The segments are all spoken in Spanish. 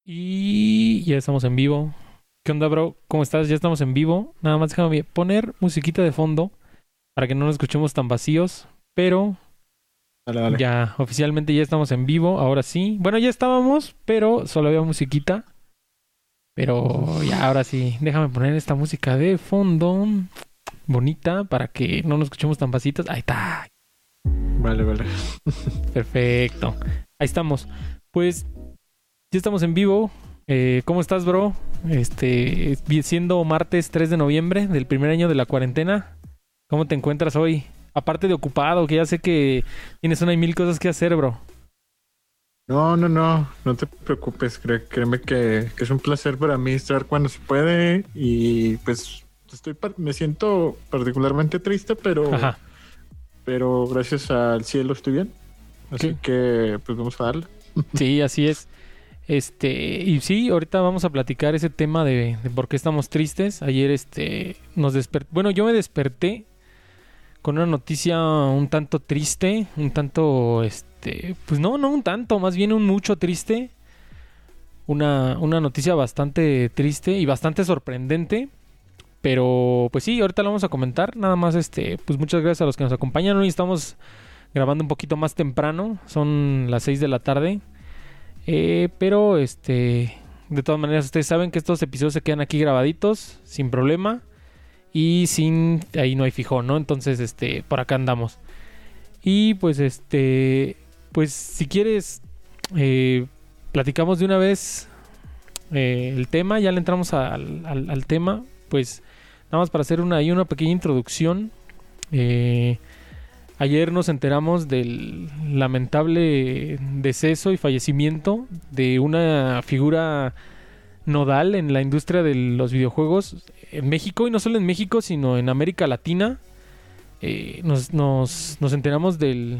Y ya estamos en vivo. ¿Qué onda, bro? ¿Cómo estás? Ya estamos en vivo. Nada más déjame poner musiquita de fondo para que no nos escuchemos tan vacíos. Pero Dale, dale. ya, oficialmente ya estamos en vivo. Ahora sí. Bueno, ya estábamos, pero solo había musiquita. Ujú. Pero ya, ahora sí. Déjame poner esta música de fondo bonita para que no nos escuchemos tan vacíos. Ahí está. Vale, vale. Perfecto. Ahí estamos. Pues ya estamos en vivo. ¿Cómo estás, bro? Siendo martes 3 de noviembre del primer año de la cuarentena. ¿Cómo te encuentras hoy? Aparte de ocupado, que ya sé que tienes una y mil cosas que hacer, bro. No te preocupes. Créeme que es un placer para mí estar cuando se puede y pues me siento particularmente triste, Ajá. pero gracias al cielo estoy bien. Así ¿Qué? que pues vamos a darle. Sí, así es. Y sí, ahorita vamos a platicar ese tema de por qué estamos tristes. Ayer, nos despertó. Bueno, yo me desperté con una noticia un tanto triste, un tanto, pues no un tanto, más bien un mucho triste. Una noticia bastante triste y bastante sorprendente. Pero pues sí, ahorita lo vamos a comentar. Nada más, pues muchas gracias a los que nos acompañan. Hoy estamos grabando un poquito más temprano. Son las 6 de la tarde. Pero de todas maneras, ustedes saben que estos episodios se quedan aquí grabaditos, sin problema. Y sin, ahí no hay fijón, ¿no? Entonces, por acá andamos. Y pues, pues si quieres, eh, platicamos de una vez el tema, ya le entramos al tema, pues nada más para hacer una pequeña introducción. Eh, Ayer nos enteramos del lamentable deceso y fallecimiento de una figura nodal en la industria de los videojuegos en México, y no solo en México, sino en América Latina. Nos enteramos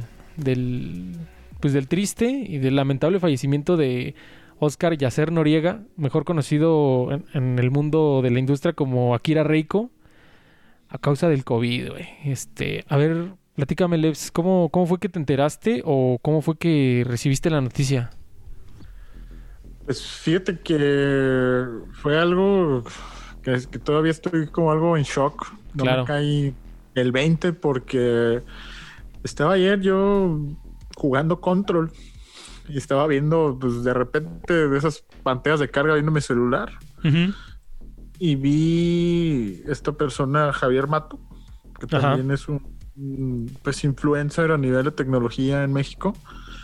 pues del triste y del lamentable fallecimiento de Oscar Yacer Noriega, mejor conocido en el mundo de la industria como Akira Reiko, a causa del COVID, güey. A ver, platícame, Leves, ¿cómo fue que te enteraste o cómo fue que recibiste la noticia? Pues fíjate que fue algo que todavía estoy como algo en shock. No me Claro. cae el 20 porque estaba ayer yo jugando Control y estaba viendo, pues de repente, de esas pantallas de carga viendo mi celular Ujú. y vi esta persona, Javier Mato, que Ajá. también es pues influencer a nivel de tecnología en México,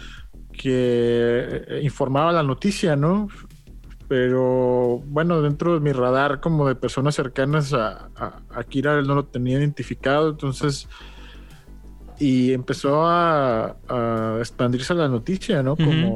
que informaba la noticia, ¿no? Pero bueno, dentro de mi radar como de personas cercanas a Kira, él no lo tenía identificado, entonces y empezó a expandirse la noticia, ¿no? Ujú.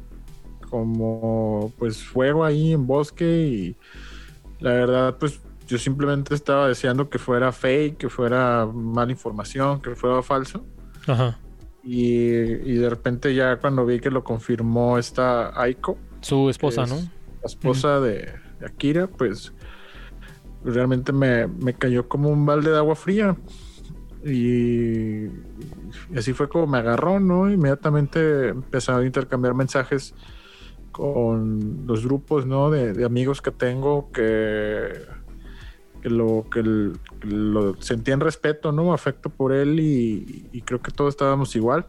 Como pues fuego ahí en bosque y la verdad pues yo simplemente estaba deseando que fuera fake, que fuera mala información, que fuera falso. Ajá. Y de repente ya cuando vi que lo confirmó esta Aiko, Su que esposa, ¿no? es la Ujú. esposa de Akira, pues realmente me cayó como un balde de agua fría. Y, y así fue como me agarró, ¿no? Inmediatamente empecé a intercambiar mensajes con los grupos, ¿no? De amigos que tengo que lo sentían respeto, ¿no? Afecto por él y creo que todos estábamos igual.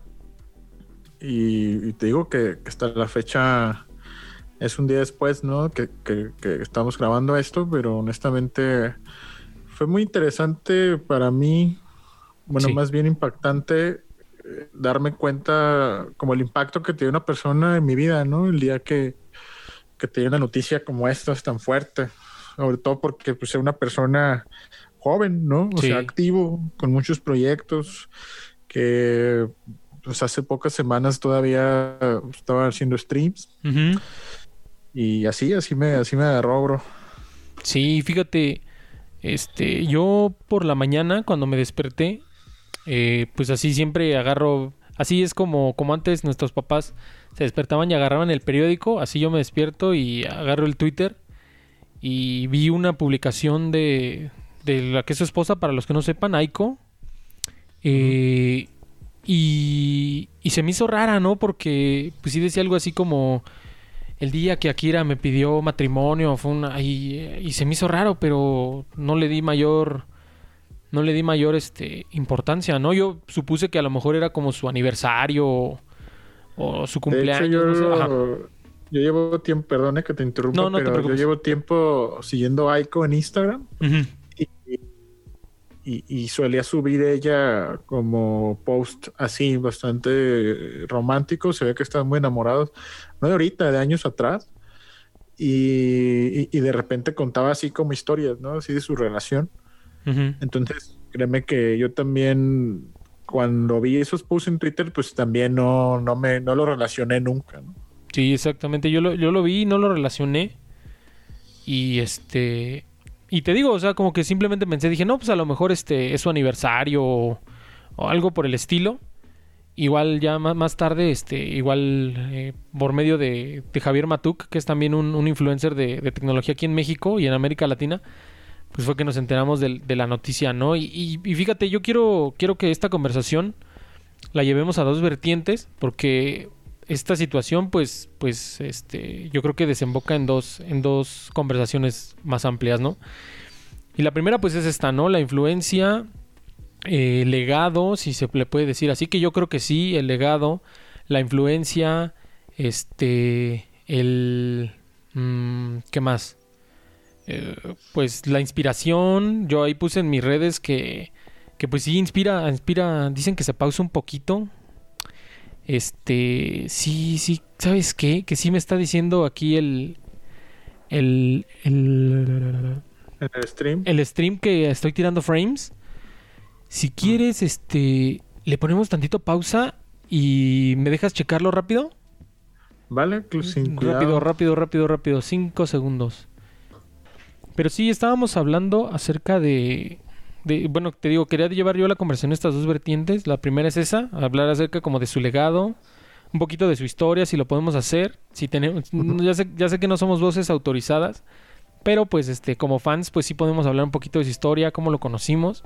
Y te digo que hasta la fecha es un día después, ¿no? Que estamos grabando esto, pero honestamente fue muy interesante para mí, bueno, Sí. más bien impactante, darme cuenta como el impacto que tiene una persona en mi vida, ¿no? El día que te dio una noticia como esta es tan fuerte, sobre todo porque pues es una persona joven, ¿no? O sea, Sí. activo, con muchos proyectos, que pues hace pocas semanas todavía estaba haciendo streams Ujú. y así me agarró, bro. Sí, fíjate, yo por la mañana cuando me desperté, pues así siempre agarro, así es como antes nuestros papás se despertaban y agarraban el periódico, así yo me despierto y agarro el Twitter y vi una publicación de la que es su esposa, para los que no sepan, Aiko. Ujú. eh, y se me hizo rara, ¿no? Porque pues sí decía algo así como el día que Akira me pidió matrimonio, y se me hizo raro, pero no le di mayor importancia, ¿no? Yo supuse que a lo mejor era como su aniversario o su cumpleaños. De hecho, no sé. Ajá. yo llevo tiempo, perdone que te interrumpa, No, no te pero yo preocupes. llevo tiempo siguiendo a Aiko en Instagram Ujú. y solía subir ella como post así, bastante romántico. Se ve que estaban muy enamorados, no de ahorita, de años atrás. Y de repente contaba así como historias, ¿no? Así de su relación. Ujú. Entonces, créeme que yo también, cuando vi esos posts en Twitter, pues también no lo relacioné nunca, ¿no? Sí, exactamente. Yo lo vi y no lo relacioné. Y y te digo, o sea, como que simplemente pensé, dije, no, pues a lo mejor es su aniversario o algo por el estilo. Igual ya más tarde, igual por medio de Javier Matuk, que es también un influencer de tecnología aquí en México y en América Latina, pues fue que nos enteramos de la noticia, ¿no? Y fíjate, yo quiero que esta conversación la llevemos a dos vertientes, porque esta situación, yo creo que desemboca en dos conversaciones más amplias, ¿no? Y la primera, pues, es esta, ¿no? La influencia, legado, si se le puede decir así, que yo creo que sí, el legado, la influencia, ¿qué más? Pues la inspiración, yo ahí puse en mis redes que pues sí inspira, dicen que se pausa un poquito. Sí, ¿sabes qué? Que sí me está diciendo aquí el, el, En el stream. el stream que estoy tirando frames. Si quieres, le ponemos tantito pausa y me dejas checarlo rápido. ¿Vale? Sin Rápido, cuidado. rápido, 5 segundos. Pero sí, estábamos hablando acerca bueno, te digo, quería llevar yo la conversación a estas dos vertientes. La primera es esa, hablar acerca como de su legado, un poquito de su historia, si lo podemos hacer. Si tenemos, ya sé que no somos voces autorizadas, pero pues como fans, pues sí podemos hablar un poquito de su historia, cómo lo conocimos.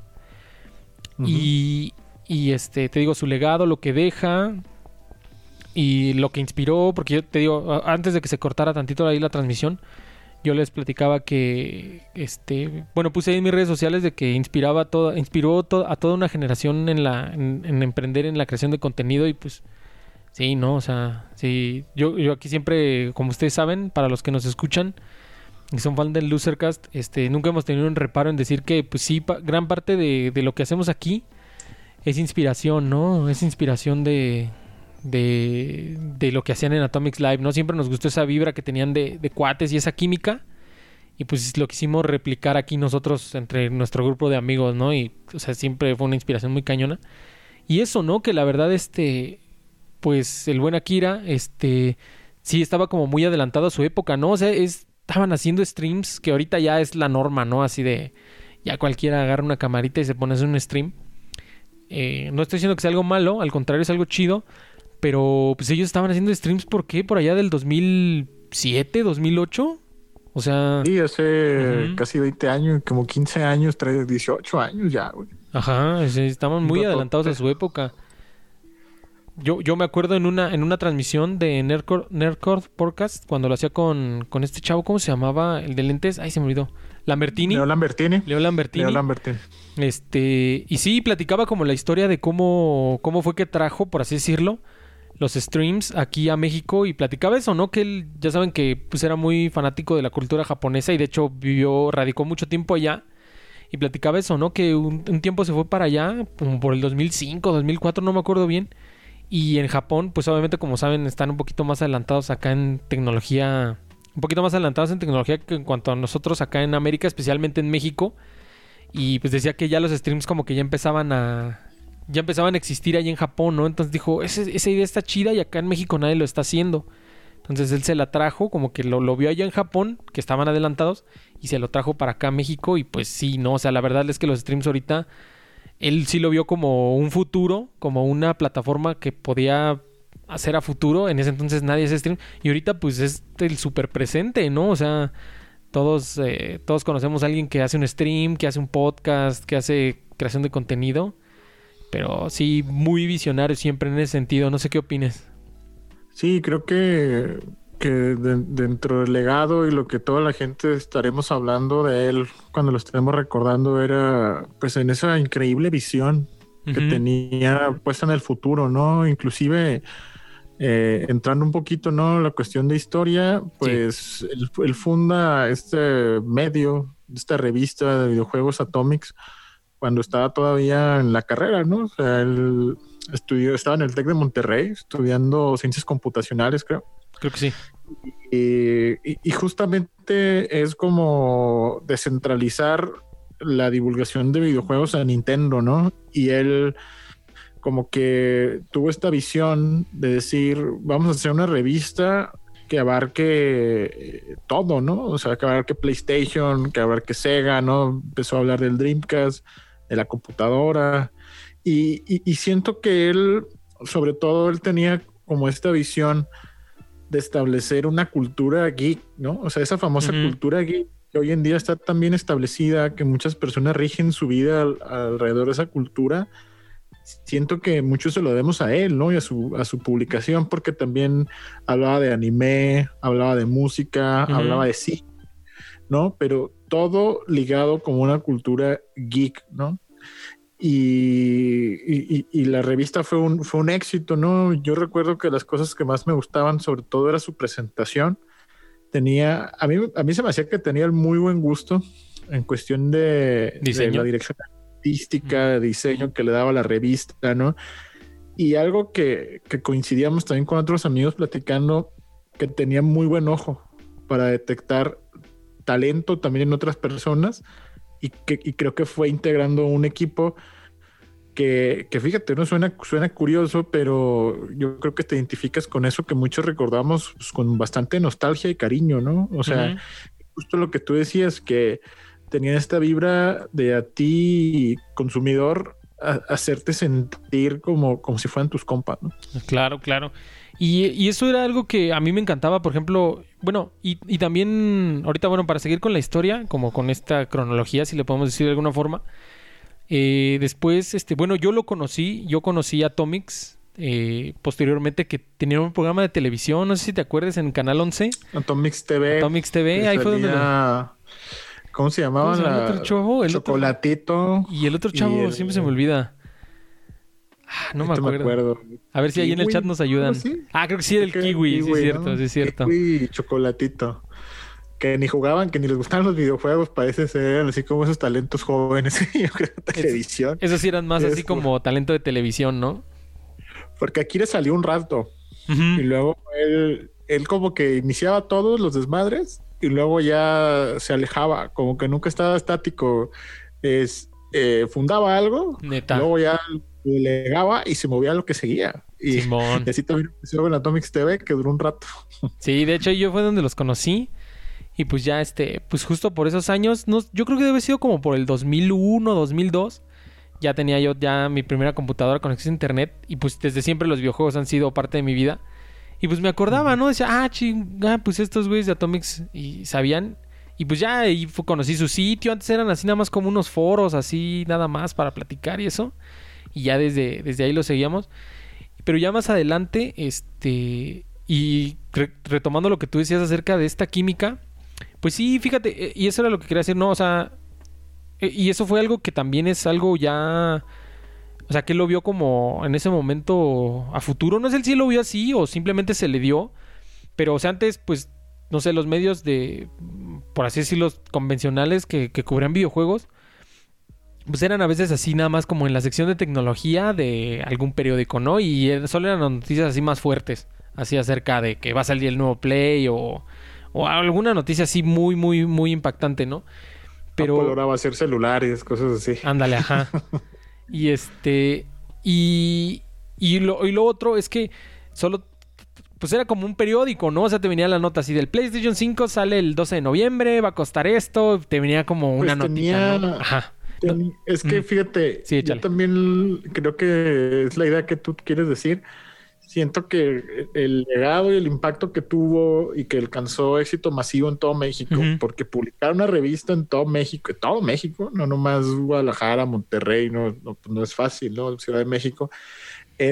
Y te digo, su legado, lo que deja y lo que inspiró, porque yo te digo, antes de que se cortara tantito ahí la transmisión, yo les platicaba que, bueno, puse ahí en mis redes sociales de que inspiró a toda una generación en emprender en la creación de contenido y pues, sí, ¿no? O sea, sí, yo aquí siempre, como ustedes saben, para los que nos escuchan y son fan del Losercast, nunca hemos tenido un reparo en decir que, pues sí, gran parte de lo que hacemos aquí es inspiración, ¿no? Es inspiración de lo que hacían en Atomics Live, ¿no? Siempre nos gustó esa vibra que tenían de cuates y esa química. Y pues lo quisimos replicar aquí nosotros entre nuestro grupo de amigos, ¿no? Y, o sea, siempre fue una inspiración muy cañona. Y eso, ¿no? Que la verdad, pues el buen Akira, sí estaba como muy adelantado a su época, ¿no? O sea, estaban haciendo streams que ahorita ya es la norma, ¿no? Así de, ya cualquiera agarra una camarita y se pone a hacer un stream. No estoy diciendo que sea algo malo, al contrario es algo chido. Pero pues ellos estaban haciendo streams, ¿por qué? Por allá del 2007, 2008. O sea... Sí, hace Ujú. casi 20 años, como 15 años, 18 años ya, güey. Ajá, sí, estaban Un muy adelantados a ratote. su época. Yo me acuerdo en una transmisión de Nerdcore Podcast, cuando lo hacía con este chavo, ¿cómo se llamaba? El de lentes, ay, se me olvidó. Lambertini, Leo Lambertini. Leo Leo Lambertini. Lambertini. Y sí, platicaba como la historia de cómo fue que trajo, por así decirlo, los streams aquí a México y platicaba eso, ¿no? Que él, ya saben que pues era muy fanático de la cultura japonesa y de hecho radicó mucho tiempo allá y platicaba eso, ¿no? Que un tiempo se fue para allá, como por el 2005, 2004, no me acuerdo bien. Y en Japón, pues obviamente como saben, están un poquito más adelantados acá en tecnología, un poquito más adelantados en tecnología que en cuanto a nosotros acá en América, especialmente en México. Y pues decía que ya los streams como que ya empezaban a existir ahí en Japón, ¿no? Entonces dijo, esa idea está chida y acá en México nadie lo está haciendo. Entonces él se la trajo, como que lo vio allá en Japón, que estaban adelantados, y se lo trajo para acá a México. Y pues sí, ¿no? O sea, la verdad es que los streams ahorita, él sí lo vio como un futuro, como una plataforma que podía hacer a futuro. En ese entonces nadie hacía stream. Y ahorita pues es el super presente, ¿no? O sea, todos conocemos a alguien que hace un stream, que hace un podcast, que hace creación de contenido. Pero sí, muy visionario siempre en ese sentido. No sé qué opines. Sí, creo que dentro del legado y lo que toda la gente estaremos hablando de él cuando lo estemos recordando era pues en esa increíble visión que tenía puesta en el futuro, ¿no? Inclusive entrando un poquito, ¿no? La cuestión de historia, pues sí. él funda este medio, esta revista de videojuegos Atomics cuando estaba todavía en la carrera, ¿no? O sea, él estaba en el TEC de Monterrey estudiando ciencias computacionales, creo. Creo que sí. Y justamente es como descentralizar la divulgación de videojuegos a Nintendo, ¿no? Y él como que tuvo esta visión de decir, vamos a hacer una revista que abarque todo, ¿no? O sea, que abarque PlayStation, que abarque Sega, ¿no? Empezó a hablar del Dreamcast, de la computadora. Y siento que él, sobre todo, él tenía como esta visión de establecer una cultura geek, ¿no? O sea, esa famosa cultura geek que hoy en día está tan bien establecida, que muchas personas rigen su vida alrededor de esa cultura. Siento que mucho se lo debemos a él, ¿no? Y a su publicación, porque también hablaba de anime, hablaba de música, hablaba de sí, ¿no? Pero todo ligado como una cultura geek, ¿no? Y la revista fue un éxito, ¿no? Yo recuerdo que las cosas que más me gustaban, sobre todo, era su presentación. A mí se me hacía que tenía el muy buen gusto en cuestión de la dirección artística, de diseño que le daba la revista, ¿no? Y algo que coincidíamos también con otros amigos platicando, que tenía muy buen ojo para detectar talento también en otras personas, y creo que fue integrando un equipo que fíjate, no suena curioso, pero yo creo que te identificas con eso que muchos recordamos pues, con bastante nostalgia y cariño, ¿no? O sea, justo lo que tú decías, que tenían esta vibra de a ti, consumidor, hacerte sentir como si fueran tus compas, ¿no? Claro, claro. Y eso era algo que a mí me encantaba, por ejemplo, bueno, y también, ahorita, bueno, para seguir con la historia, como con esta cronología, si le podemos decir de alguna forma, después, bueno, yo conocí a Atomics posteriormente, que tenía un programa de televisión, no sé si te acuerdas, en Canal 11. Atomics TV. Atomics TV, ahí fue donde... ¿Cómo se llamaba? El otro chavo, Chocolatito. Y el otro chavo, siempre se me olvida. No me acuerdo. A ver si ahí en el chat nos ayudan. ¿Sí? Creo que sí era el Kiwi, sí es cierto, ¿no? Sí es cierto. Kiwi y Chocolatito. Que ni jugaban, que ni les gustaban los videojuegos, parece ser así como esos talentos jóvenes, yo creo, de televisión. Esos sí eran más así como talento de televisión, ¿no? Porque aquí le salió un rato. Y luego él como que iniciaba todos los desmadres y luego ya se alejaba, como que nunca estaba estático. Fundaba algo, neta. Luego ya delegaba y se movía a lo que seguía. Y así también empezó con Atomics TV, que duró un rato. Sí, de hecho yo fue donde los conocí. Y pues ya pues justo por esos años, yo creo que debe haber sido como por el 2001, 2002. Ya tenía yo mi primera computadora con acceso a internet. Y pues desde siempre los videojuegos han sido parte de mi vida. Y pues me acordaba, ¿no? Decía, pues estos güeyes de Atomics y sabían. Y pues ya ahí conocí su sitio. Antes eran así nada más como unos foros, así nada más para platicar y eso. Y ya desde ahí lo seguíamos. Pero ya más adelante, y retomando lo que tú decías acerca de esta química, pues sí, fíjate, y eso era lo que quería decir, ¿no? O sea, y eso fue algo que también es algo ya... O sea, que él lo vio como en ese momento a futuro. No sé si él lo vio así o simplemente se le dio. Pero, o sea, antes, pues, no sé, los medios por así decirlo, convencionales que cubrían videojuegos, pues eran a veces así nada más como en la sección de tecnología de algún periódico, ¿no? Y solo eran noticias así más fuertes. Así acerca de que va a salir el nuevo Play o alguna noticia así muy, muy, muy impactante, ¿no? Pero Apple ahora va a hacer celulares, cosas así. Ándale, ajá. Y y lo otro es que solo pues era como un periódico, ¿no? O sea, te venía la nota así del PlayStation 5 sale el 12 de noviembre, va a costar esto, te venía como una notita, ¿no? Ajá. Es que fíjate, sí, yo también creo que es la idea que tú quieres decir. Siento que el legado y el impacto que tuvo y que alcanzó éxito masivo en todo México, porque publicar una revista en todo México, no nomás Guadalajara, Monterrey, no es fácil, ¿no? Ciudad de México, es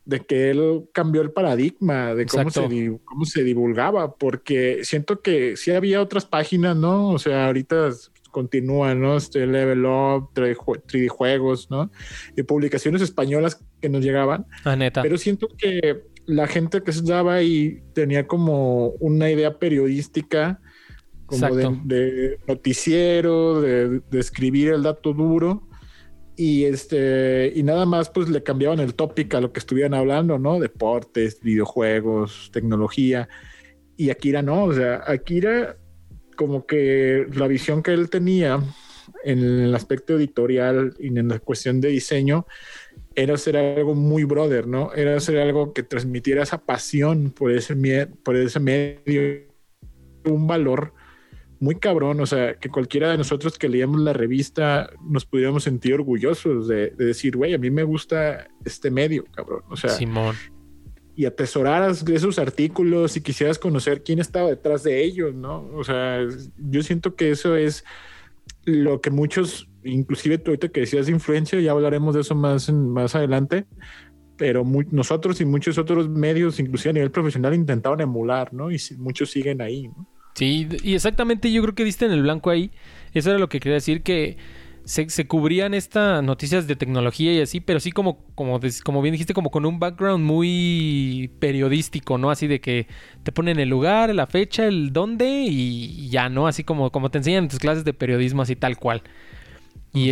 de que él cambió el paradigma de cómo se divulgaba, porque siento que sí había otras páginas, ¿no? O sea, ahorita continúan, ¿no? Level Up, 3D Juegos, ¿no? Y publicaciones españolas que nos llegaban. Neta. Pero siento que la gente que se daba ahí tenía como una idea periodística, como de noticiero, de escribir el dato duro. Y nada más pues le cambiaban el tópico a lo que estuvieran hablando, ¿no? Deportes, videojuegos, tecnología. Y Akira no, o sea, Akira como que la visión que él tenía en el aspecto editorial y en la cuestión de diseño era hacer algo muy brother, ¿no? Era hacer algo que transmitiera esa pasión por ese medio, un valor muy cabrón, o sea, que cualquiera de nosotros que leíamos la revista nos pudiéramos sentir orgullosos de decir, güey, a mí me gusta este medio, cabrón, o sea, Simón. Y atesoraras esos artículos y quisieras conocer quién estaba detrás de ellos, ¿no? O sea, yo siento que eso es lo que muchos, inclusive tú ahorita que decías de influencia, ya hablaremos de eso más adelante, pero nosotros y muchos otros medios, inclusive a nivel profesional, intentaban emular, ¿no? Y muchos siguen ahí, ¿no? Sí, y exactamente yo creo que diste en el blanco ahí. Eso era lo que quería decir, que se cubrían estas noticias de tecnología y así, pero sí como bien dijiste, como con un background muy periodístico, ¿no? Así de que te ponen el lugar, la fecha, el dónde y ya, ¿no? Así como te enseñan en tus clases de periodismo, así tal cual. Y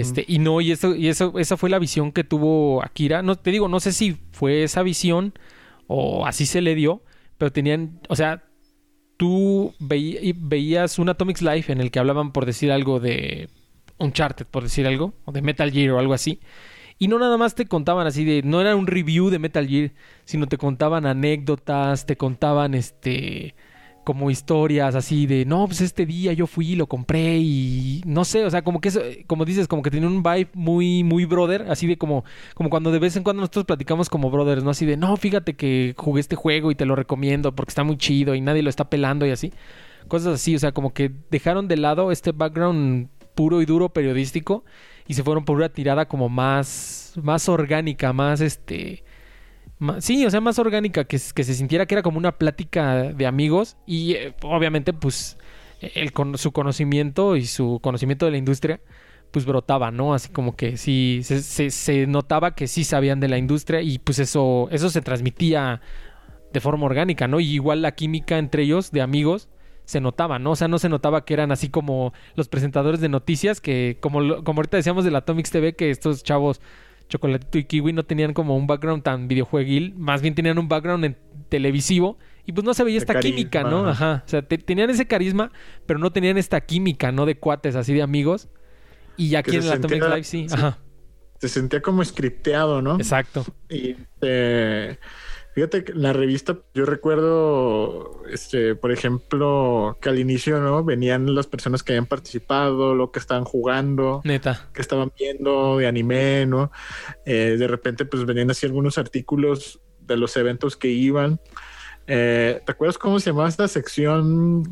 esa fue la visión que tuvo Akira. No te digo, no sé si fue esa visión o así se le dio, pero tenían, o sea, tú veías un Atomic Life en el que hablaban, por decir algo, de Uncharted, por decir algo, o de Metal Gear o algo así. Y no nada más te contaban así de, no era un review de Metal Gear, sino te contaban anécdotas, te contaban como historias así de, no, pues este día yo fui y lo compré y no sé, o sea, como que eso, como dices, como que tiene un vibe muy, muy brother, así de como cuando de vez en cuando nosotros platicamos como brothers, ¿no? Así de, no, fíjate que jugué este juego y te lo recomiendo porque está muy chido y nadie lo está pelando y así. Cosas así, o sea, como que dejaron de lado este background puro y duro periodístico y se fueron por una tirada como más orgánica, más sí, o sea, más orgánica, que se sintiera que era como una plática de amigos y obviamente pues su conocimiento y su conocimiento de la industria pues brotaba, ¿no? Así como que sí, se notaba que sí sabían de la industria y pues eso se transmitía de forma orgánica, ¿no? Y igual la química entre ellos de amigos se notaba, ¿no? O sea, no se notaba que eran así como los presentadores de noticias que como ahorita decíamos del Atomics TV, que estos chavos Chocolatito y Kiwi no tenían como un background tan videojueguil, más bien tenían un background televisivo y pues no se veía esta química, ¿no? Ajá, o sea, tenían ese carisma, pero no tenían esta química, ¿no? De cuates, así de amigos. Y ya aquí en el Atomic Live sí, ajá. Se sentía como scripteado, ¿no? Exacto. Y fíjate que en la revista yo recuerdo, por ejemplo, que al inicio, ¿no? Venían las personas que habían participado, lo que estaban jugando, neta, que estaban viendo de anime, ¿no? De repente, pues venían así algunos artículos de los eventos que iban. ¿Te acuerdas cómo se llamaba esta sección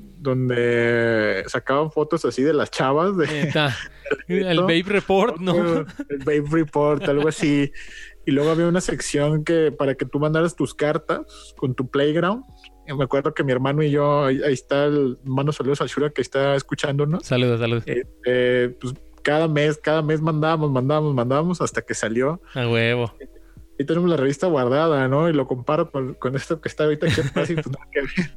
donde sacaban fotos así de las chavas? Neta. El Babe Report, ¿no? El Babe Report, algo así. Y luego había una sección para que tú mandaras tus cartas con tu playground. Y me acuerdo que mi hermano y yo, ahí está el hermano, saludos al Shura que está escuchándonos. Saludos. Pues cada mes mandábamos hasta que salió. A huevo. Y tenemos la revista guardada, ¿no? Y lo comparo con esto que está ahorita aquí en paz y pues nada que ver.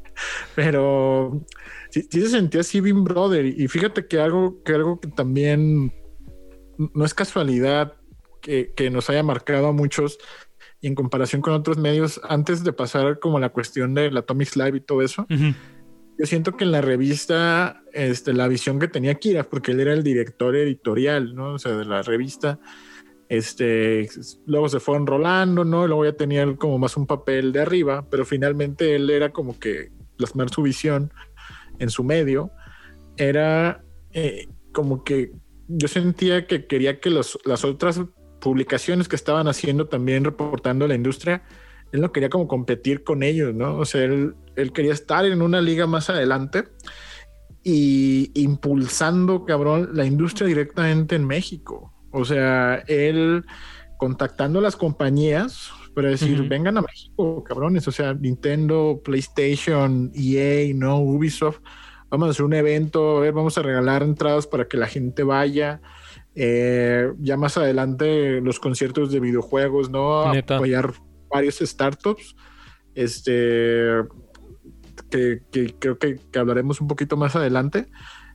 Pero sí se sentía así bien brother. Y fíjate que algo que también no es casualidad que nos haya marcado a muchos y en comparación con otros medios, antes de pasar como la cuestión del Atomic Live y todo eso, yo siento que en la revista, la visión que tenía Kira, porque él era el director editorial, ¿no? O sea, de la revista, luego se fueron rolando, ¿no? Y luego ya tenía él como más un papel de arriba, pero finalmente él era como que plasmar su visión en su medio, era como que yo sentía que quería que las otras publicaciones que estaban haciendo también reportando la industria, él no quería como competir con ellos, ¿no? O sea, él quería estar en una liga más adelante y impulsando, cabrón, la industria directamente en México. O sea, él contactando a las compañías para decir, vengan a México, cabrones, o sea, Nintendo, PlayStation, EA, ¿no? Ubisoft, vamos a hacer un evento, a ver, vamos a regalar entradas para que la gente vaya. Ya más adelante los conciertos de videojuegos, ¿no? Neta. Apoyar varios startups. Que creo que hablaremos un poquito más adelante.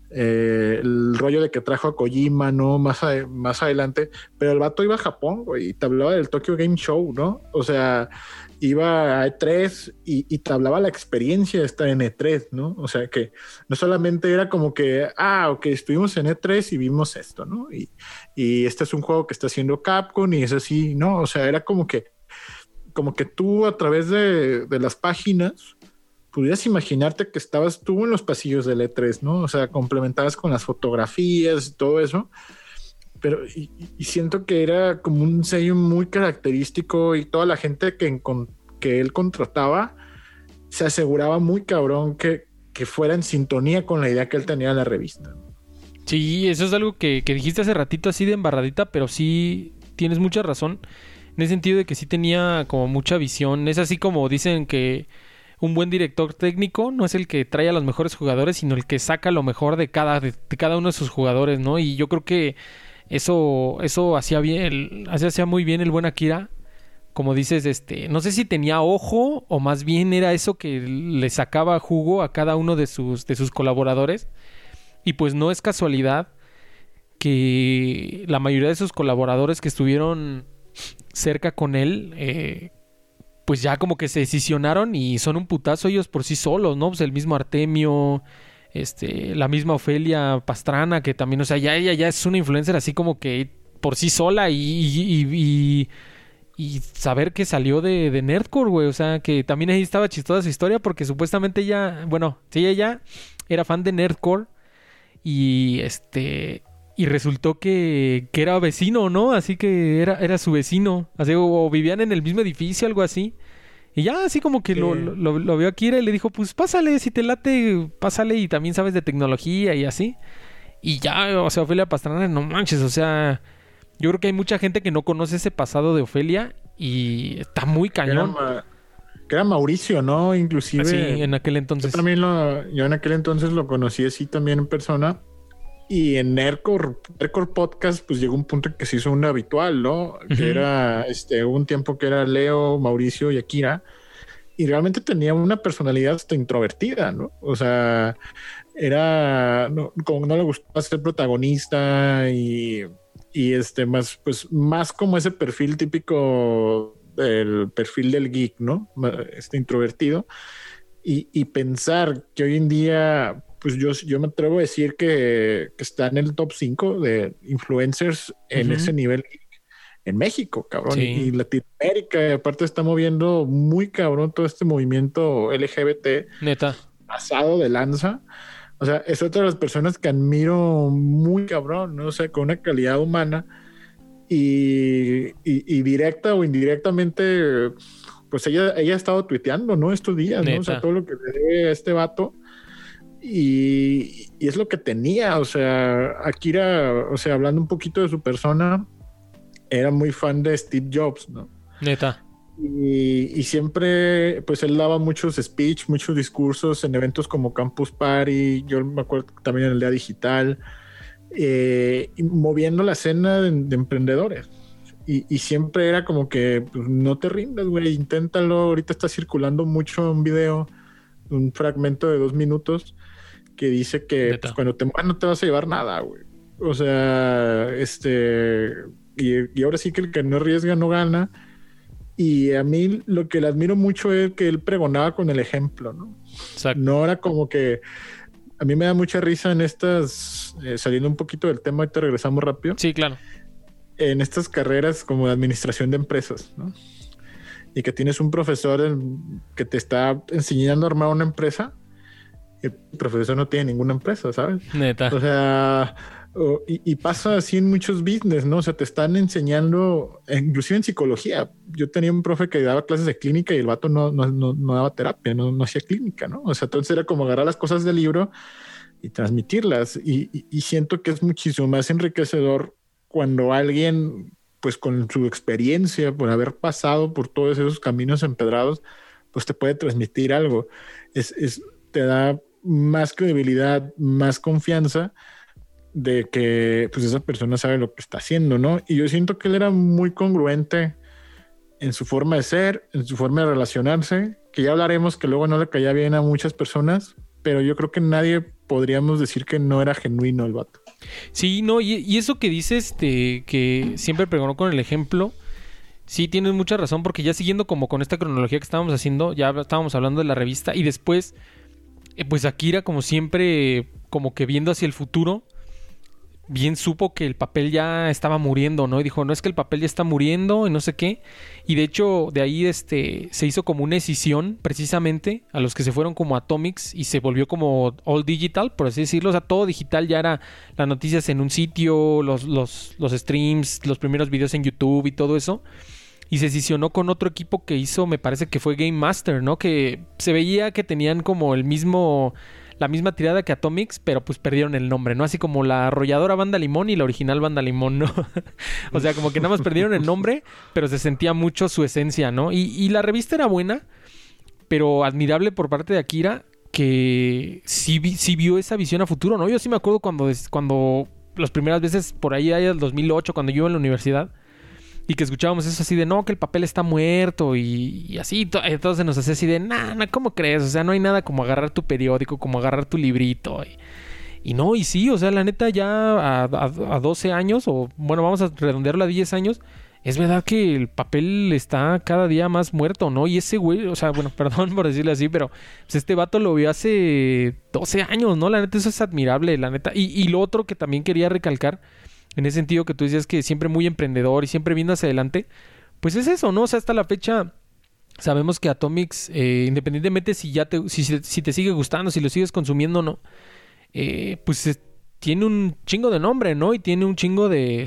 El rollo de que trajo a Kojima, ¿no? Más adelante. Pero el vato iba a Japón, güey, y te hablaba del Tokyo Game Show, ¿no? O sea, iba a E3 y te hablaba la experiencia de estar en E3, ¿no? O sea, que no solamente era como que, ok, estuvimos en E3 y vimos esto, ¿no? Y este es un juego que está haciendo Capcom y es así, ¿no? O sea, era como que tú a través de las páginas pudieras imaginarte que estabas tú en los pasillos del E3, ¿no? O sea, complementadas con las fotografías y todo eso. Pero y siento que era como un sello muy característico y toda la gente que él contrataba se aseguraba muy cabrón que fuera en sintonía con la idea que él tenía de la revista. Sí, eso es algo que dijiste hace ratito así de embarradita, pero sí tienes mucha razón. En el sentido de que sí tenía como mucha visión. Es así como dicen que un buen director técnico no es el que trae a los mejores jugadores, sino el que saca lo mejor de cada uno de sus jugadores, ¿no? Y yo creo que eso hacía muy bien el buen Akira. Como dices, no sé si tenía ojo o más bien era eso que le sacaba jugo a cada uno de sus colaboradores. Y pues no es casualidad que la mayoría de sus colaboradores que estuvieron cerca con él, pues ya como que se decisionaron y son un putazo ellos por sí solos, ¿no? Pues el mismo Artemio, la misma Ofelia Pastrana, que también, o sea, ella ya es una influencer así como que por sí sola y saber que salió de Nerdcore, güey, o sea, que también ahí estaba chistosa su historia porque supuestamente ella, bueno, sí, ella era fan de Nerdcore y y resultó que era vecino, ¿no? Así que era su vecino. Así, o vivían en el mismo edificio, algo así. Y ya así como que lo vio Akira y le dijo, pues pásale, si te late, pásale y también sabes de tecnología y así. Y ya, o sea, Ofelia Pastrana, no manches, o sea, yo creo que hay mucha gente que no conoce ese pasado de Ofelia y está muy cañón. Que era Mauricio, ¿no? Inclusive. Sí, en aquel entonces. Yo en aquel entonces lo conocí así también en persona. Y en Nerdcore Podcast, pues llegó un punto en que se hizo un habitual, ¿no? Que era, hubo un tiempo que era Leo, Mauricio y Akira. Y realmente tenía una personalidad hasta introvertida, ¿no? O sea, como no le gustaba ser protagonista y más como ese perfil típico del perfil del geek, ¿no? Introvertido. Y pensar que hoy en día, pues yo me atrevo a decir que está en el top 5 de influencers en ese nivel en México, cabrón. Sí. Y Latinoamérica, y aparte está moviendo muy cabrón todo este movimiento LGBT. Neta. Pasado de lanza. O sea, es otra de las personas que admiro muy cabrón, ¿no? O sea, con una calidad humana y directa o indirectamente, pues ella ha estado tuiteando, ¿no? Estos días, Neta. ¿no? O sea, todo lo que le debe a este vato. Y es lo que tenía, o sea, Akira, o sea, hablando un poquito de su persona, era muy fan de Steve Jobs, ¿no? Neta. Y siempre, pues él daba muchos speech, muchos discursos en eventos como Campus Party, yo me acuerdo también en el Día Digital, moviendo la escena de emprendedores. Y siempre era como que, pues, no te rindas, güey, inténtalo. Ahorita está circulando mucho un video, un fragmento de 2 minutos que dice que pues, cuando te mueras no te vas a llevar nada, güey. O sea, y ahora sí que el que no arriesga no gana. Y a mí lo que le admiro mucho es que él pregonaba con el ejemplo, ¿no? Exacto. No era como que... A mí me da mucha risa en estas... saliendo un poquito del tema, ahorita regresamos rápido. Sí, claro. En estas carreras como de administración de empresas, ¿no? Y que tienes un profesor que te está enseñando a armar una empresa y el profesor no tiene ninguna empresa, ¿sabes? Neta. O sea... y pasa así en muchos business, ¿no? O sea, te están enseñando, inclusive en psicología. Yo tenía un profe que daba clases de clínica y el vato no daba terapia, no hacía clínica, ¿no? O sea, entonces era como agarrar las cosas del libro y transmitirlas. Y siento que es muchísimo más enriquecedor cuando alguien pues con su experiencia, por haber pasado por todos esos caminos empedrados, pues te puede transmitir algo. Te da más credibilidad, más confianza de que pues esa persona sabe lo que está haciendo, ¿no? Y yo siento que él era muy congruente en su forma de ser, en su forma de relacionarse, que ya hablaremos que luego no le caía bien a muchas personas, pero yo creo que nadie podríamos decir que no era genuino el vato. Sí, no, y eso que dices, que siempre pregonó con el ejemplo, sí, tienes mucha razón, porque ya siguiendo como con esta cronología que estábamos haciendo, ya estábamos hablando de la revista, y después, pues Akira, como siempre, como que viendo hacia el futuro, bien supo que el papel ya estaba muriendo, ¿no? Y dijo, no, es que el papel ya está muriendo y no sé qué. Y de hecho, de ahí se hizo como una escisión, precisamente, a los que se fueron como Atomics y se volvió como all digital, por así decirlo. O sea, todo digital, ya era las noticias en un sitio, los streams, los primeros videos en YouTube y todo eso. Y se escisionó con otro equipo que hizo, me parece que fue Game Master, ¿no? Que se veía que tenían como la misma tirada que Atomics, pero pues perdieron el nombre, ¿no? Así como la arrolladora Banda Limón y la original Banda Limón, ¿no? O sea, como que nada más perdieron el nombre, pero se sentía mucho su esencia, ¿no? Y la revista era buena, pero admirable por parte de Akira, que sí vio esa visión a futuro, ¿no? Yo sí me acuerdo cuando las primeras veces, por ahí el 2008, cuando yo iba en la universidad, y que escuchábamos eso así de, no, que el papel está muerto y así, todo se nos hacía así de, nah, ¿cómo crees? O sea, no hay nada como agarrar tu periódico, como agarrar tu librito. Y no, y sí, o sea, la neta ya a 12 años, o bueno, vamos a redondearlo a 10 años, es verdad que el papel está cada día más muerto, ¿no? Y ese güey, o sea, bueno, perdón por decirle así, pero pues este vato lo vio hace 12 años, ¿no? La neta, eso es admirable, la neta. Y lo otro que también quería recalcar, en ese sentido que tú decías que siempre muy emprendedor y siempre viendo hacia adelante, pues es eso, ¿no? O sea, hasta la fecha sabemos que Atomics, independientemente si te sigue gustando, si lo sigues consumiendo o no, pues tiene un chingo de nombre, ¿no? Y tiene un chingo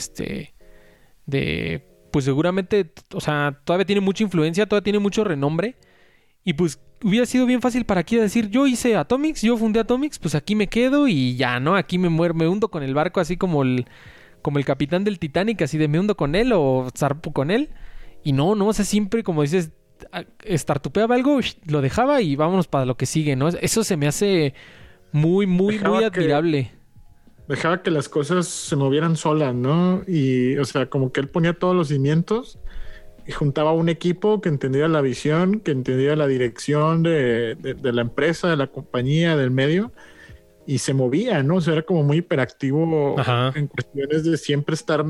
pues seguramente, o sea, todavía tiene mucha influencia, todavía tiene mucho renombre. Y pues hubiera sido bien fácil para Akira decir, yo hice Atomics, yo fundé Atomics, pues aquí me quedo y ya, ¿no? Aquí me hundo con el barco así como el capitán del Titanic, así de me hundo con él o zarpo con él. Y no, o sea, siempre, como dices, startupeaba algo, lo dejaba y vámonos para lo que sigue, ¿no? Eso se me hace muy, muy, muy admirable. Dejaba que las cosas se movieran solas, ¿no? Y, o sea, como que él ponía todos los cimientos y juntaba un equipo que entendiera la visión, que entendiera la dirección de la empresa, de la compañía, del medio, y se movía, ¿no? O sea, era como muy hiperactivo. Ajá. En cuestiones de siempre estar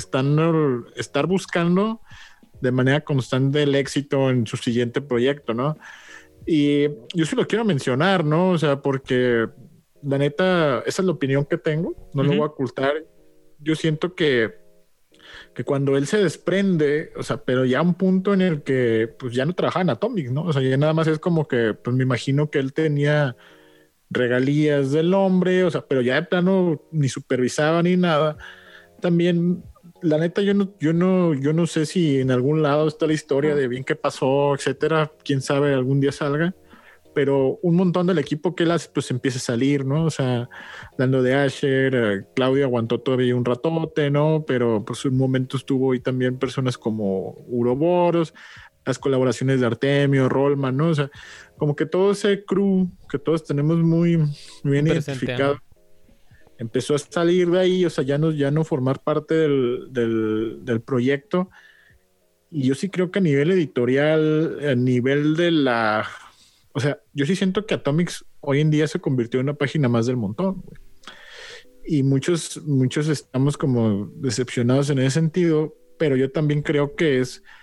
buscando de manera constante el éxito en su siguiente proyecto, ¿no? Y yo sí lo quiero mencionar, ¿no? O sea, porque la neta, esa es la opinión que tengo, no lo voy a ocultar. Yo siento que cuando él se desprende, o sea, pero ya un punto en el que pues ya no trabajaba en Atomic, ¿no? O sea, ya nada más es como que, pues me imagino que él tenía regalías del hombre, o sea, pero ya de plano ni supervisaba ni nada. También, la neta, yo no sé si en algún lado está la historia de bien qué pasó, etcétera. Quién sabe, algún día salga. Pero un montón del equipo que él hace, pues empieza a salir, ¿no? O sea, hablando de Asher, Claudio aguantó todavía un ratote, ¿no? Pero pues un momento estuvo ahí también personas como Uroboros, las colaboraciones de Artemio, Rollman, ¿no? O sea, como que todo ese crew que todos tenemos muy bien identificado, empezó a salir de ahí, o sea, ya no formar parte del proyecto. Y yo sí creo que a nivel editorial, a nivel de la... O sea, yo sí siento que Atomics hoy en día se convirtió en una página más del montón, güey. Y muchos estamos como decepcionados en ese sentido, pero yo también creo que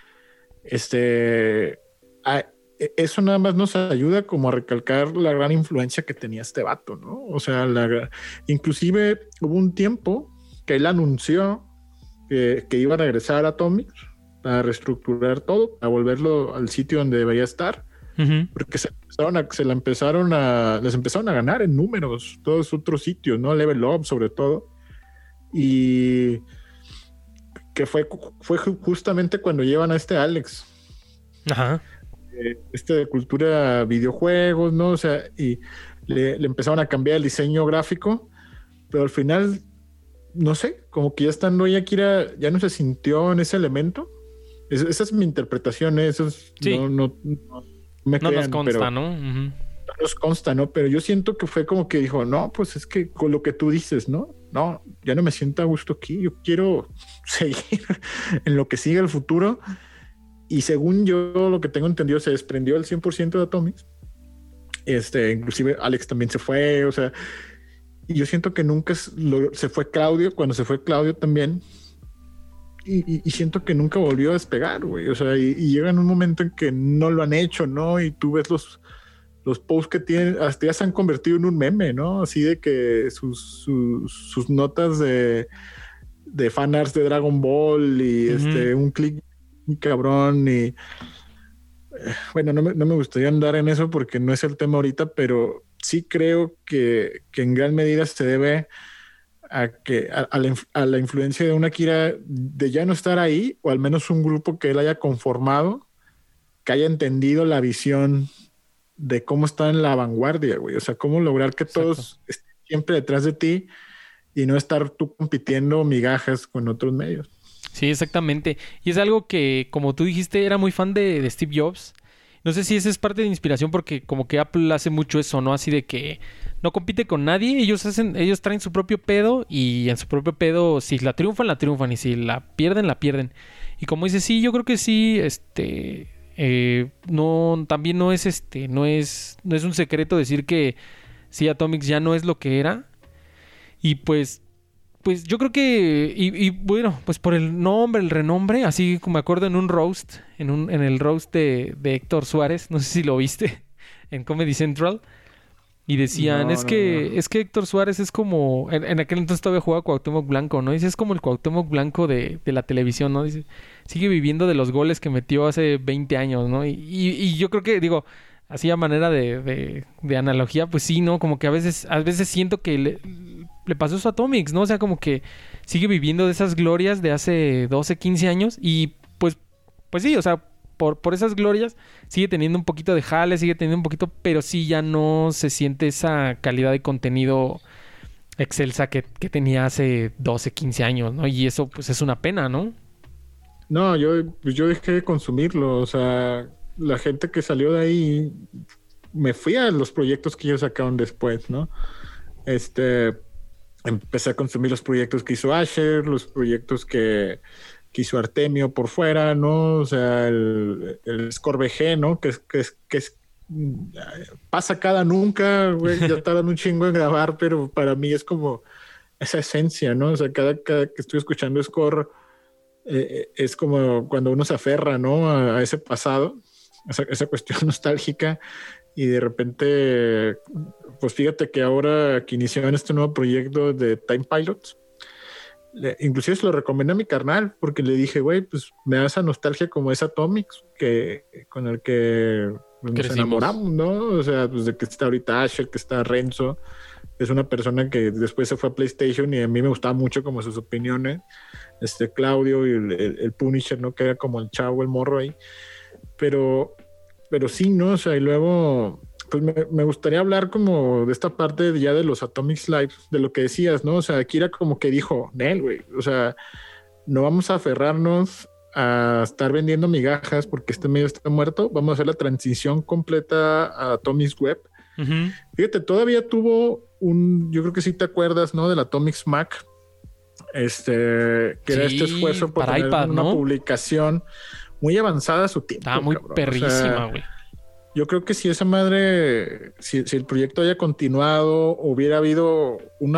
eso nada más nos ayuda como a recalcar la gran influencia que tenía este vato, ¿no? O sea, inclusive hubo un tiempo que él anunció que iba a regresar a Atomics a reestructurar todo, a volverlo al sitio donde debería estar. Porque les empezaron a ganar en números todos otros sitios, ¿no? Level Up sobre todo, y que fue justamente cuando llevan a Alex, ajá, de cultura videojuegos, ¿no? O sea, y le empezaron a cambiar el diseño gráfico, pero al final no sé, como que ya estando ella, Akira ya no se sintió en ese elemento. Esa es mi interpretación, eso es, Sí, no me no nos crean, consta, pero ¿no? Ujú. no nos consta, ¿no? Pero yo siento que fue como que dijo, no, pues es que con lo que tú dices, ¿no? No, ya no me siento a gusto aquí, yo quiero seguir en lo que sigue el futuro. Y según yo, lo que tengo entendido, se desprendió el 100% de Atomics. Inclusive Alex también se fue, o sea, y yo siento que nunca se fue Claudio, cuando se fue Claudio también, y siento que nunca volvió a despegar, güey, o sea, y llega en un momento en que no lo han hecho, ¿no? Y tú ves los posts que tienen, hasta ya se han convertido en un meme, ¿no? Así de que sus notas de fanarts de Dragon Ball y Ujú. un clic cabrón y bueno, no me gustaría andar en eso porque no es el tema ahorita, pero sí creo que en gran medida se debe a la influencia de una Akira de ya no estar ahí, o al menos un grupo que él haya conformado, que haya entendido la visión de cómo estar en la vanguardia, güey. O sea, cómo lograr que Exacto. todos estén siempre detrás de ti y no estar tú compitiendo migajas con otros medios. Sí, exactamente. Y es algo que, como tú dijiste, era muy fan de Steve Jobs. No sé si esa es parte de inspiración porque como que Apple hace mucho eso, ¿no? Así de que no compite con nadie, ellos traen su propio pedo y en su propio pedo, si la triunfan y si la pierden, la pierden. Y como dices, sí, yo creo que sí, no, también no es no es un secreto decir que sí, Atomics ya no es lo que era. Y pues yo creo que, y bueno, pues por el nombre, el renombre, así como me acuerdo en un roast, en el roast de Héctor Suárez, no sé si lo viste, en Comedy Central, y decían, No, no, no. es que Héctor Suárez es como, en aquel entonces todavía jugaba Cuauhtémoc Blanco, ¿no? Dice, es como el Cuauhtémoc Blanco de la televisión, ¿no? Dice, sigue viviendo de los goles que metió hace 20 años, ¿no? Y yo creo que, digo, así a manera de analogía, pues sí, ¿no? Como que a veces siento que le pasó eso a Atomics, ¿no? O sea, como que sigue viviendo de esas glorias de hace 12 15 años y pues sí, o sea, por esas glorias sigue teniendo un poquito de jale, sigue teniendo un poquito, pero sí ya no se siente esa calidad de contenido excelsa que tenía hace 12 15 años, ¿no? Y eso pues es una pena, ¿no? No, pues yo dejé de consumirlo. O sea, la gente que salió de ahí, me fui a los proyectos que ellos sacaron después, ¿no? Este, Empecé a consumir los proyectos que hizo Asher, los proyectos que hizo Artemio por fuera, ¿no? O sea, el Score VG, ¿no? Pasa cada nunca, güey, ya tardan un chingo en grabar, pero para mí es como esa esencia, ¿no? O sea, cada que estoy escuchando Score, es como cuando uno se aferra, ¿no? A ese pasado, esa cuestión nostálgica y de repente, pues fíjate que ahora que iniciaron este nuevo proyecto de Time Pilots, inclusive se lo recomendé a mi carnal porque le dije, güey, pues me da esa nostalgia como esa Atomics con el que pues, nos Crecimos. enamoramos, ¿no? O sea, pues de que está ahorita Asher, que está Renzo, es una persona que después se fue a PlayStation y a mí me gustaba mucho como sus opiniones, Claudio y el Punisher, ¿no? Que era como el chavo, el morro ahí, pero, pero sí, ¿no? O sea, y luego, pues me gustaría hablar como de esta parte ya de los Atomic Lives, de lo que decías, ¿no? O sea, Akira como que dijo, Nel, güey, o sea, no vamos a aferrarnos a estar vendiendo migajas porque este medio está muerto, vamos a hacer la transición completa a Atomics Web. Ujú. Fíjate, todavía tuvo yo creo que sí te acuerdas, ¿no? Del Atomics Mac, que era este Sí, esfuerzo por para tener iPad, una ¿no? publicación muy avanzada a su Estaba tiempo, muy cabrón. O perrísima, sea, güey. yo creo que si esa madre, si el proyecto haya continuado, hubiera habido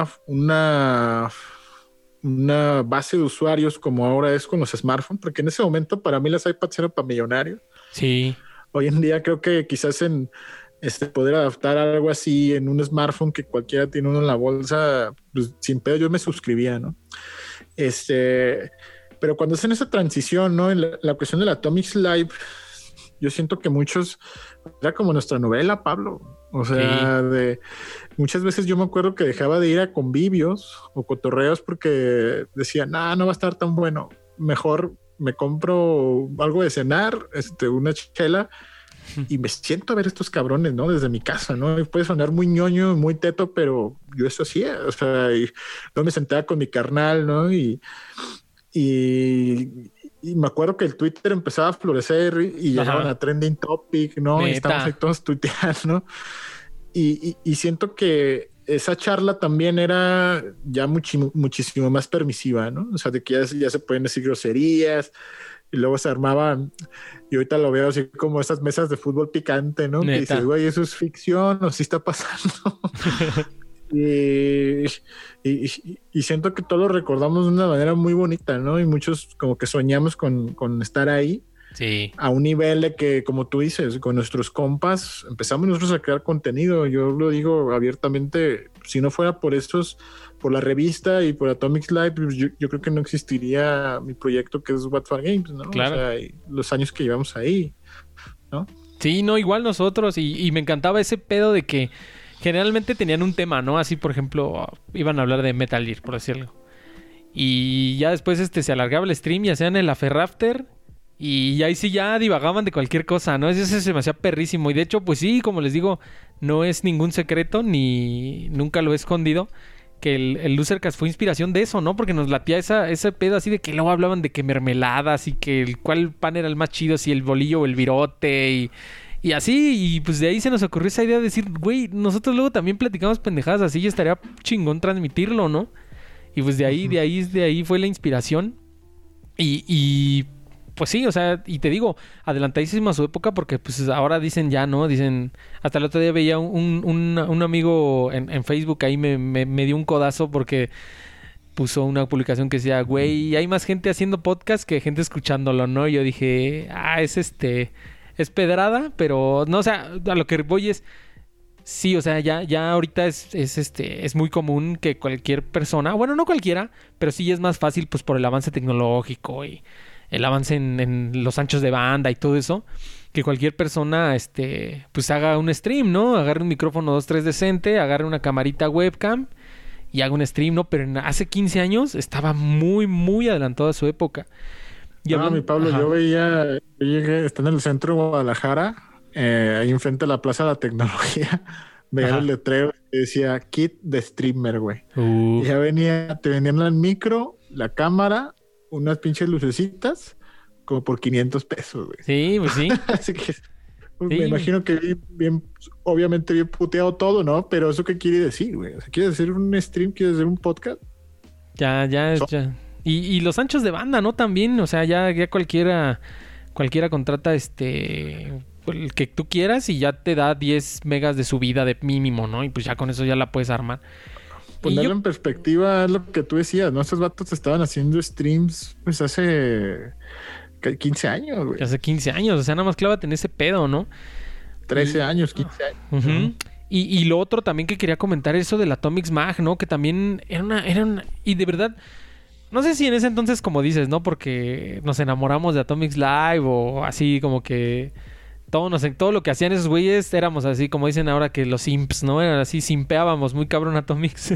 una base de usuarios como ahora es con los smartphones, porque en ese momento para mí las iPads eran para millonarios. Sí, Hoy en día creo que quizás en poder adaptar algo así en un smartphone que cualquiera tiene uno en la bolsa, pues sin pedo yo me suscribía, ¿no? Este, pero cuando hacen esa transición, ¿no? En la cuestión del Atomics Live, yo siento que muchos, era como nuestra novela, Pablo. O sí. sea, muchas veces yo me acuerdo que dejaba de ir a convivios o cotorreos porque decía, nah, no va a estar tan bueno. Mejor me compro algo de cenar, una chela y me siento a ver estos cabrones, ¿no? Desde mi casa, ¿no? Y puede sonar muy ñoño, muy teto, pero yo eso hacía, o sea, y luego me sentaba con mi carnal, ¿no? Y me acuerdo que el Twitter empezaba a florecer y llegaban a Trending Topic, ¿no? Neta. Y estábamos ahí todos tuiteando, ¿no? Y siento que esa charla también era ya muchísimo más permisiva, ¿no? O sea, de que ya se pueden decir groserías y luego se armaban, y ahorita lo veo así como esas mesas de fútbol picante, ¿no? Neta. Que dices, güey, eso es ficción o sí está pasando. Y siento que todos lo recordamos de una manera muy bonita, ¿no? Y muchos como que soñamos con estar ahí. Sí. A un nivel de que, como tú dices, con nuestros compas empezamos nosotros a crear contenido. Yo lo digo abiertamente, si no fuera por por la revista y por Atomics Live, pues yo creo que no existiría mi proyecto que es What Fun Games, ¿no? Claro. O sea, y los años que llevamos ahí, ¿no? Sí, no, igual nosotros. Y me encantaba ese pedo de que generalmente tenían un tema, ¿no? Así, por ejemplo, iban a hablar de Metal Gear, por decirlo. Y ya después se alargaba el stream y hacían el After After. Y ahí sí ya divagaban de cualquier cosa, ¿no? Eso se me hacía perrísimo. Y de hecho, pues sí, como les digo, no es ningún secreto ni nunca lo he escondido. Que el Losercast fue inspiración de eso, ¿no? Porque nos latía ese pedo así de que luego hablaban de que mermeladas y que cuál pan era el más chido, si el bolillo o el virote y así. Y pues de ahí se nos ocurrió esa idea de decir, güey, nosotros luego también platicamos pendejadas así y estaría chingón transmitirlo, ¿no? Y pues de ahí fue la inspiración. Y pues sí, o sea, y te digo, adelantadísimo a su época porque pues ahora dicen ya, ¿no? Dicen, hasta el otro día veía un amigo en Facebook ahí me dio un codazo porque puso una publicación que decía, güey, hay más gente haciendo podcast que gente escuchándolo, ¿no? Y yo dije, es pedrada, pero no, o sea, a lo que voy es, sí, o sea, ya ahorita es muy común que cualquier persona, bueno, no cualquiera, pero sí es más fácil pues por el avance tecnológico y el avance en los anchos de banda y todo eso, que cualquier persona, pues haga un stream, ¿no? Agarre un micrófono 2-3 decente, agarre una camarita webcam y haga un stream, ¿no? Pero hace 15 años estaba muy, muy adelantado a su época. Y mi Pablo, yo llegué, está en el centro de Guadalajara, ahí enfrente de la Plaza de la Tecnología, veía el letrero que decía kit de streamer, güey. Y ya te venían el micro, la cámara, unas pinches lucecitas, como por 500 pesos, güey. Sí, pues sí. Así que me imagino que obviamente bien puteado todo, ¿no? Pero ¿eso qué quiere decir, güey? O sea, ¿quieres hacer un stream? ¿Quieres hacer un podcast? Ya. Y los anchos de banda, ¿no? También, o sea, ya cualquiera contrata el que tú quieras y ya te da 10 megas de subida de mínimo, ¿no? Y pues ya con eso ya la puedes armar. Ponerlo en perspectiva es lo que tú decías, ¿no? Estos vatos estaban haciendo streams pues hace 15 años, güey. Hace 15 años, o sea, nada más clávate en ese pedo, ¿no? 13 años, 15 años. Uh-huh. ¿No? Y lo otro también que quería comentar es eso del Atomics Mag, ¿no? Que también era una... Y de verdad, no sé si en ese entonces, como dices, ¿no? Porque nos enamoramos de Atomics Live o así como que... Todo lo que hacían esos güeyes éramos así, como dicen ahora que los simps, ¿no? Era así, simpeábamos muy cabrón Atomics.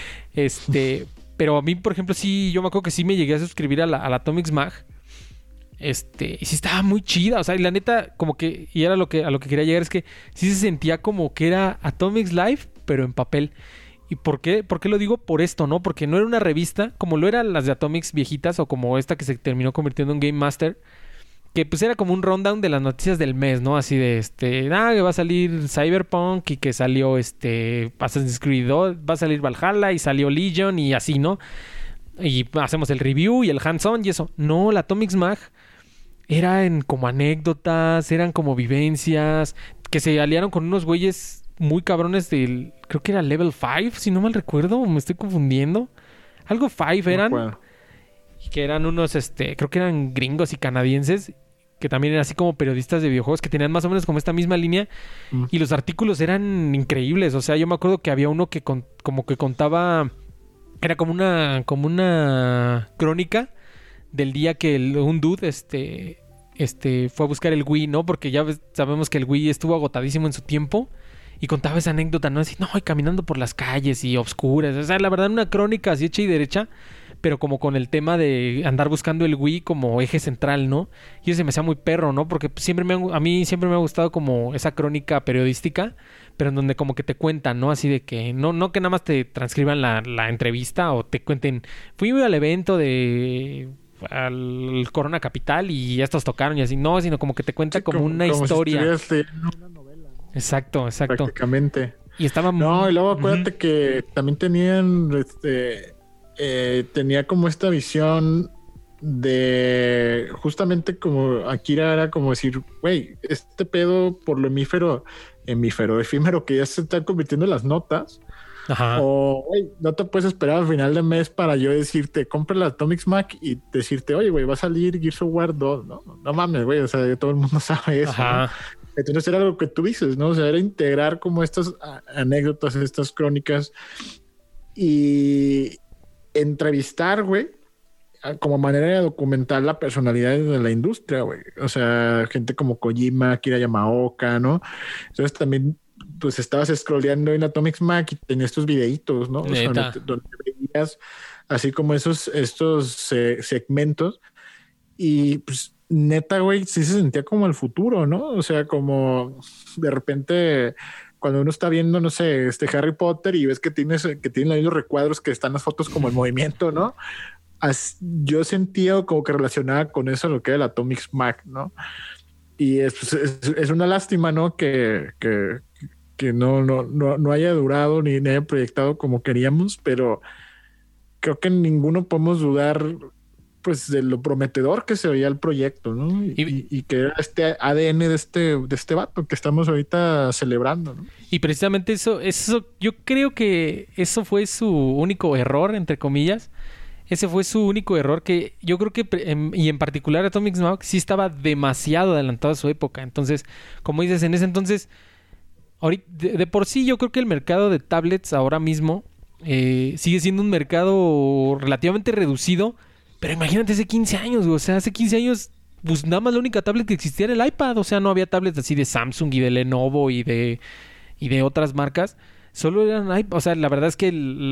Pero a mí, por ejemplo, sí, yo me acuerdo que sí me llegué a suscribir a la Atomics Mag. Y sí estaba muy chida, o sea, y la neta, como que, y era a lo que quería llegar, es que sí se sentía como que era Atomics Live, pero en papel. ¿Y por qué? ¿Por qué lo digo? Por esto, ¿no? Porque no era una revista, como lo eran las de Atomics viejitas, o como esta que se terminó convirtiendo en Game Master, que pues era como un rundown de las noticias del mes, ¿no? Así de, que va a salir Cyberpunk y que salió Assassin's Creed 2, va a salir Valhalla y salió Legion y así, ¿no? Y hacemos el review y el hands-on y eso. No, la Atomics Mag eran como anécdotas, eran como vivencias, que se aliaron con unos güeyes muy cabrones del, creo que era Level 5, si no mal recuerdo, o me estoy confundiendo. Algo 5 eran. No, y que eran unos, creo que eran gringos y canadienses, que también eran así como periodistas de videojuegos, que tenían más o menos como esta misma línea. Y los artículos eran increíbles. O sea, yo me acuerdo que había uno que como que contaba... Era como una crónica del día que un dude fue a buscar el Wii, ¿no? Porque ya sabemos que el Wii estuvo agotadísimo en su tiempo. Y contaba esa anécdota, ¿no? Así, no, y caminando por las calles y obscuras. O sea, la verdad, una crónica así hecha y derecha. pero como con el tema de andar buscando el Wii como eje central, ¿no? Y eso se me hacía muy perro, ¿no? Porque a mí siempre me ha gustado como esa crónica periodística, pero en donde como que te cuentan, ¿no? Así de que no que nada más te transcriban la entrevista o te cuenten, fui al evento al Corona Capital y estos tocaron y así, no, sino como que te cuenta Sí, como una historia. Si una novela, ¿no? Exacto. Prácticamente. Y estaba No, y luego acuérdate que también tenía como esta visión de justamente como Akira era como decir, güey, este pedo por lo efímero que ya se están convirtiendo en las notas. Ajá. O, güey, no te puedes esperar al final de mes para yo decirte, compra la Atomic Mac y decirte, oye, güey, va a salir Gears of War 2, ¿no? No mames, güey, o sea, todo el mundo sabe eso, Ajá. ¿no? Entonces era lo que tú dices, ¿no? O sea, era integrar como estas anécdotas, estas crónicas y entrevistar, güey, como manera de documentar la personalidad de la industria, güey. O sea, gente como Kojima, Akira Yamaoka, ¿no? Entonces también, pues estabas scrolleando en Atomic Mac y tenías estos videitos, ¿no? O sea, donde veías así como estos segmentos y pues neta, güey, sí se sentía como el futuro, ¿no? O sea, como de repente cuando uno está viendo, no sé, Harry Potter y ves que tienen ahí los recuadros que están las fotos como en movimiento, ¿no? Yo sentía como que relacionaba con eso lo que era el Atomic Mac, ¿no? Y es una lástima, ¿no? Que no haya durado ni haya proyectado como queríamos, pero creo que ninguno podemos dudar pues de lo prometedor que se veía el proyecto, ¿no? Y que era este ADN de este vato que estamos ahorita celebrando, ¿no? Y precisamente eso, yo creo que eso fue su único error, entre comillas. Ese fue su único error que yo creo que, y en particular Atomic Mac, sí estaba demasiado adelantado a su época. Entonces, como dices, en ese entonces, ahorita, de por sí yo creo que el mercado de tablets ahora mismo sigue siendo un mercado relativamente reducido. Pero imagínate hace 15 años, güey. O sea, hace 15 años, pues nada más la única tablet que existía era el iPad. O sea, no había tablets así de Samsung y de Lenovo y de otras marcas. Solo eran iPad. O sea, la verdad es que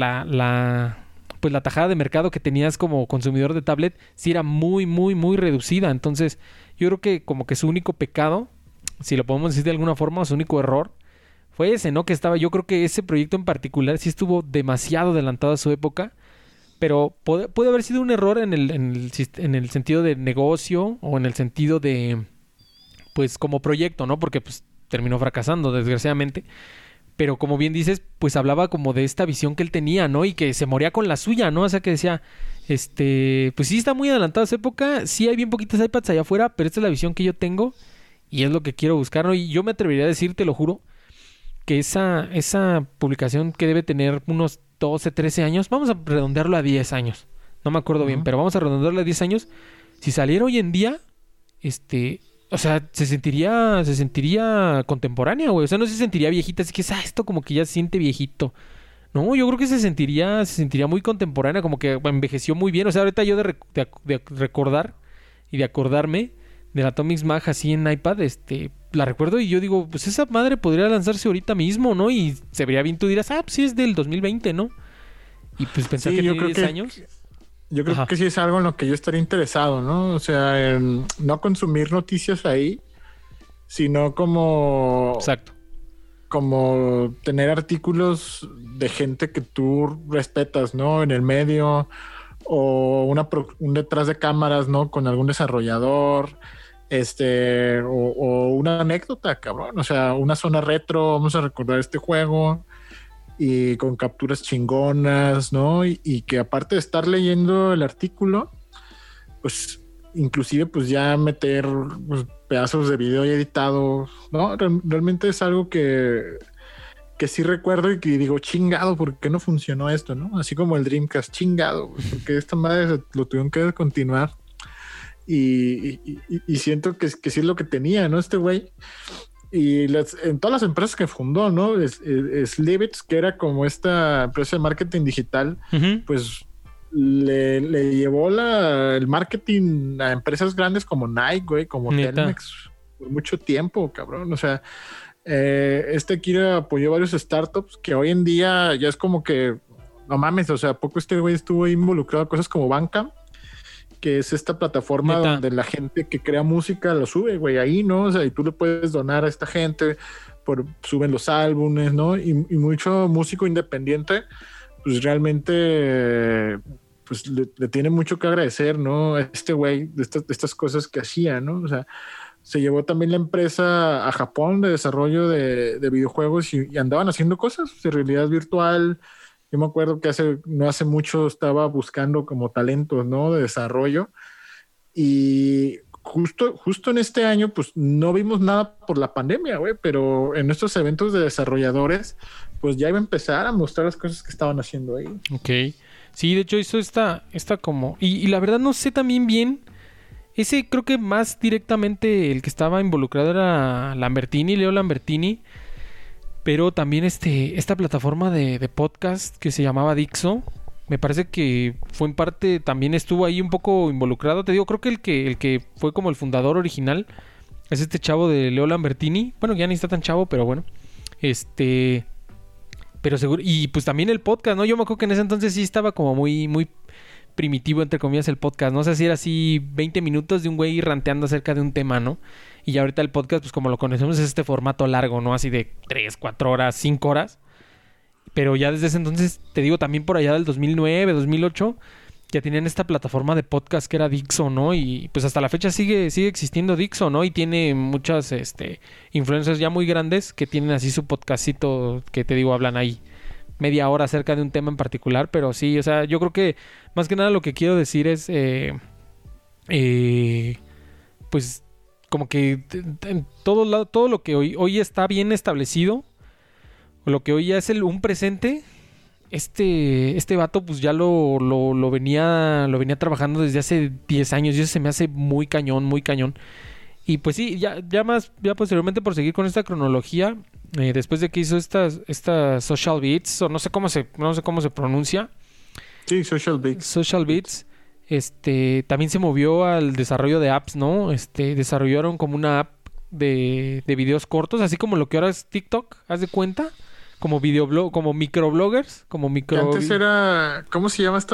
pues la tajada de mercado que tenías como consumidor de tablet sí era muy, muy, muy reducida. Entonces, yo creo que como que su único pecado, si lo podemos decir de alguna forma, su único error, fue ese, ¿no? Yo creo que ese proyecto en particular sí estuvo demasiado adelantado a su época. Pero puede haber sido un error en el sentido de negocio o en el sentido de, pues, como proyecto, ¿no? Porque, pues, terminó fracasando, desgraciadamente. Pero, como bien dices, pues, hablaba como de esta visión que él tenía, ¿no? Y que se moría con la suya, ¿no? O sea, que decía, pues, sí está muy adelantado a su época. Sí hay bien poquitas iPads allá afuera, pero esta es la visión que yo tengo y es lo que quiero buscar, ¿no? Y yo me atrevería a decir, te lo juro, que esa publicación que debe tener unos 12, 13 años, vamos a redondearlo a 10 años. No me acuerdo bien, pero vamos a redondearlo a 10 años. Si saliera hoy en día, o sea, se sentiría contemporánea, güey. O sea, no se sentiría viejita, así que esto como que ya se siente viejito. No, yo creo que se sentiría muy contemporánea, como que envejeció muy bien. O sea, ahorita yo de recordar y de acordarme de la Atomic Mac así en iPad, la recuerdo y yo digo, pues esa madre podría lanzarse ahorita mismo, ¿no? Y se vería bien, tú dirás, pues sí es del 2020, ¿no? Y pues pensar que tiene 10 años. Yo creo que sí es algo en lo que yo estaría interesado, ¿no? O sea, en no consumir noticias ahí, sino como... Exacto. Como tener artículos de gente que tú respetas, ¿no? En el medio, o un detrás de cámaras, ¿no? Con algún desarrollador, o una anécdota, cabrón. O sea, una zona retro, vamos a recordar este juego, y con capturas chingonas, ¿no? Y que aparte de estar leyendo el artículo, pues inclusive pues ya meter pues, pedazos de video ya editados, ¿no? Realmente es algo que sí recuerdo y que digo, chingado, ¿por qué no funcionó esto, no? Así como el Dreamcast, chingado, porque esta madre lo tuvieron que continuar. Y siento que sí es lo que tenía, ¿no? Este güey. Y en todas las empresas que fundó, ¿no? Slivets, que era como esta empresa de marketing digital, pues le llevó el marketing a empresas grandes como Nike, güey, como Telmex, por mucho tiempo, cabrón. O sea, Kira apoyó varios startups que hoy en día ya es como que no mames, o sea, ¿a poco este güey estuvo involucrado en cosas como Bandcamp? Que es esta plataforma ¿Neta? donde la gente que crea música lo sube, güey, ahí, ¿no? O sea, y tú le puedes donar a esta gente, suben los álbumes, ¿no? Y mucho músico independiente, pues realmente, pues le tiene mucho que agradecer, ¿no? A este güey de estas cosas que hacía, ¿no? O sea, se llevó también la empresa a Japón de desarrollo de videojuegos y andaban haciendo cosas de realidad virtual. Yo me acuerdo que no hace mucho estaba buscando como talentos, ¿no? De desarrollo. Y justo en este año, pues no vimos nada por la pandemia, güey, pero en estos eventos de desarrolladores, pues ya iba a empezar a mostrar las cosas que estaban haciendo ahí. Ok. Sí, de hecho hizo esta como... Y la verdad no sé también bien... Ese creo que más directamente el que estaba involucrado era Leo Lambertini. Pero también esta plataforma de podcast que se llamaba Dixo, me parece que fue en parte, también estuvo ahí un poco involucrado. Te digo, creo que el que fue como el fundador original es este chavo de Leo Lambertini. Bueno, ya ni está tan chavo, pero bueno. Pero seguro. Y pues también el podcast, ¿no? Yo me acuerdo que en ese entonces sí estaba como muy, muy primitivo, entre comillas, el podcast. No sé si era así 20 minutos de un güey ranteando acerca de un tema, ¿no? Y ya ahorita el podcast, pues como lo conocemos, es este formato largo, ¿no? Así de 3, 4 horas, 5 horas. Pero ya desde ese entonces, te digo, también por allá del 2009, 2008, ya tenían esta plataforma de podcast que era Dixo, ¿no? Y pues hasta la fecha sigue existiendo Dixo, ¿no? Y tiene muchas influencers ya muy grandes que tienen así su podcastito que te digo, hablan ahí media hora acerca de un tema en particular. Pero sí, o sea, yo creo que más que nada lo que quiero decir es pues como que en todo lo que hoy está bien establecido, o lo que hoy ya es un presente, este vato pues ya lo venía trabajando desde hace 10 años y eso se me hace muy cañón, muy cañón. Y pues sí, ya posteriormente, por seguir con esta cronología, después de que hizo estas Social Beats, o no sé cómo se pronuncia. Sí, Social Beats. Social Beats. También se movió al desarrollo de apps, ¿no? Desarrollaron como una app de videos cortos, así como lo que ahora es TikTok, ¿haz de cuenta? Como videoblog, como microbloggers, Que antes era, ¿cómo se llama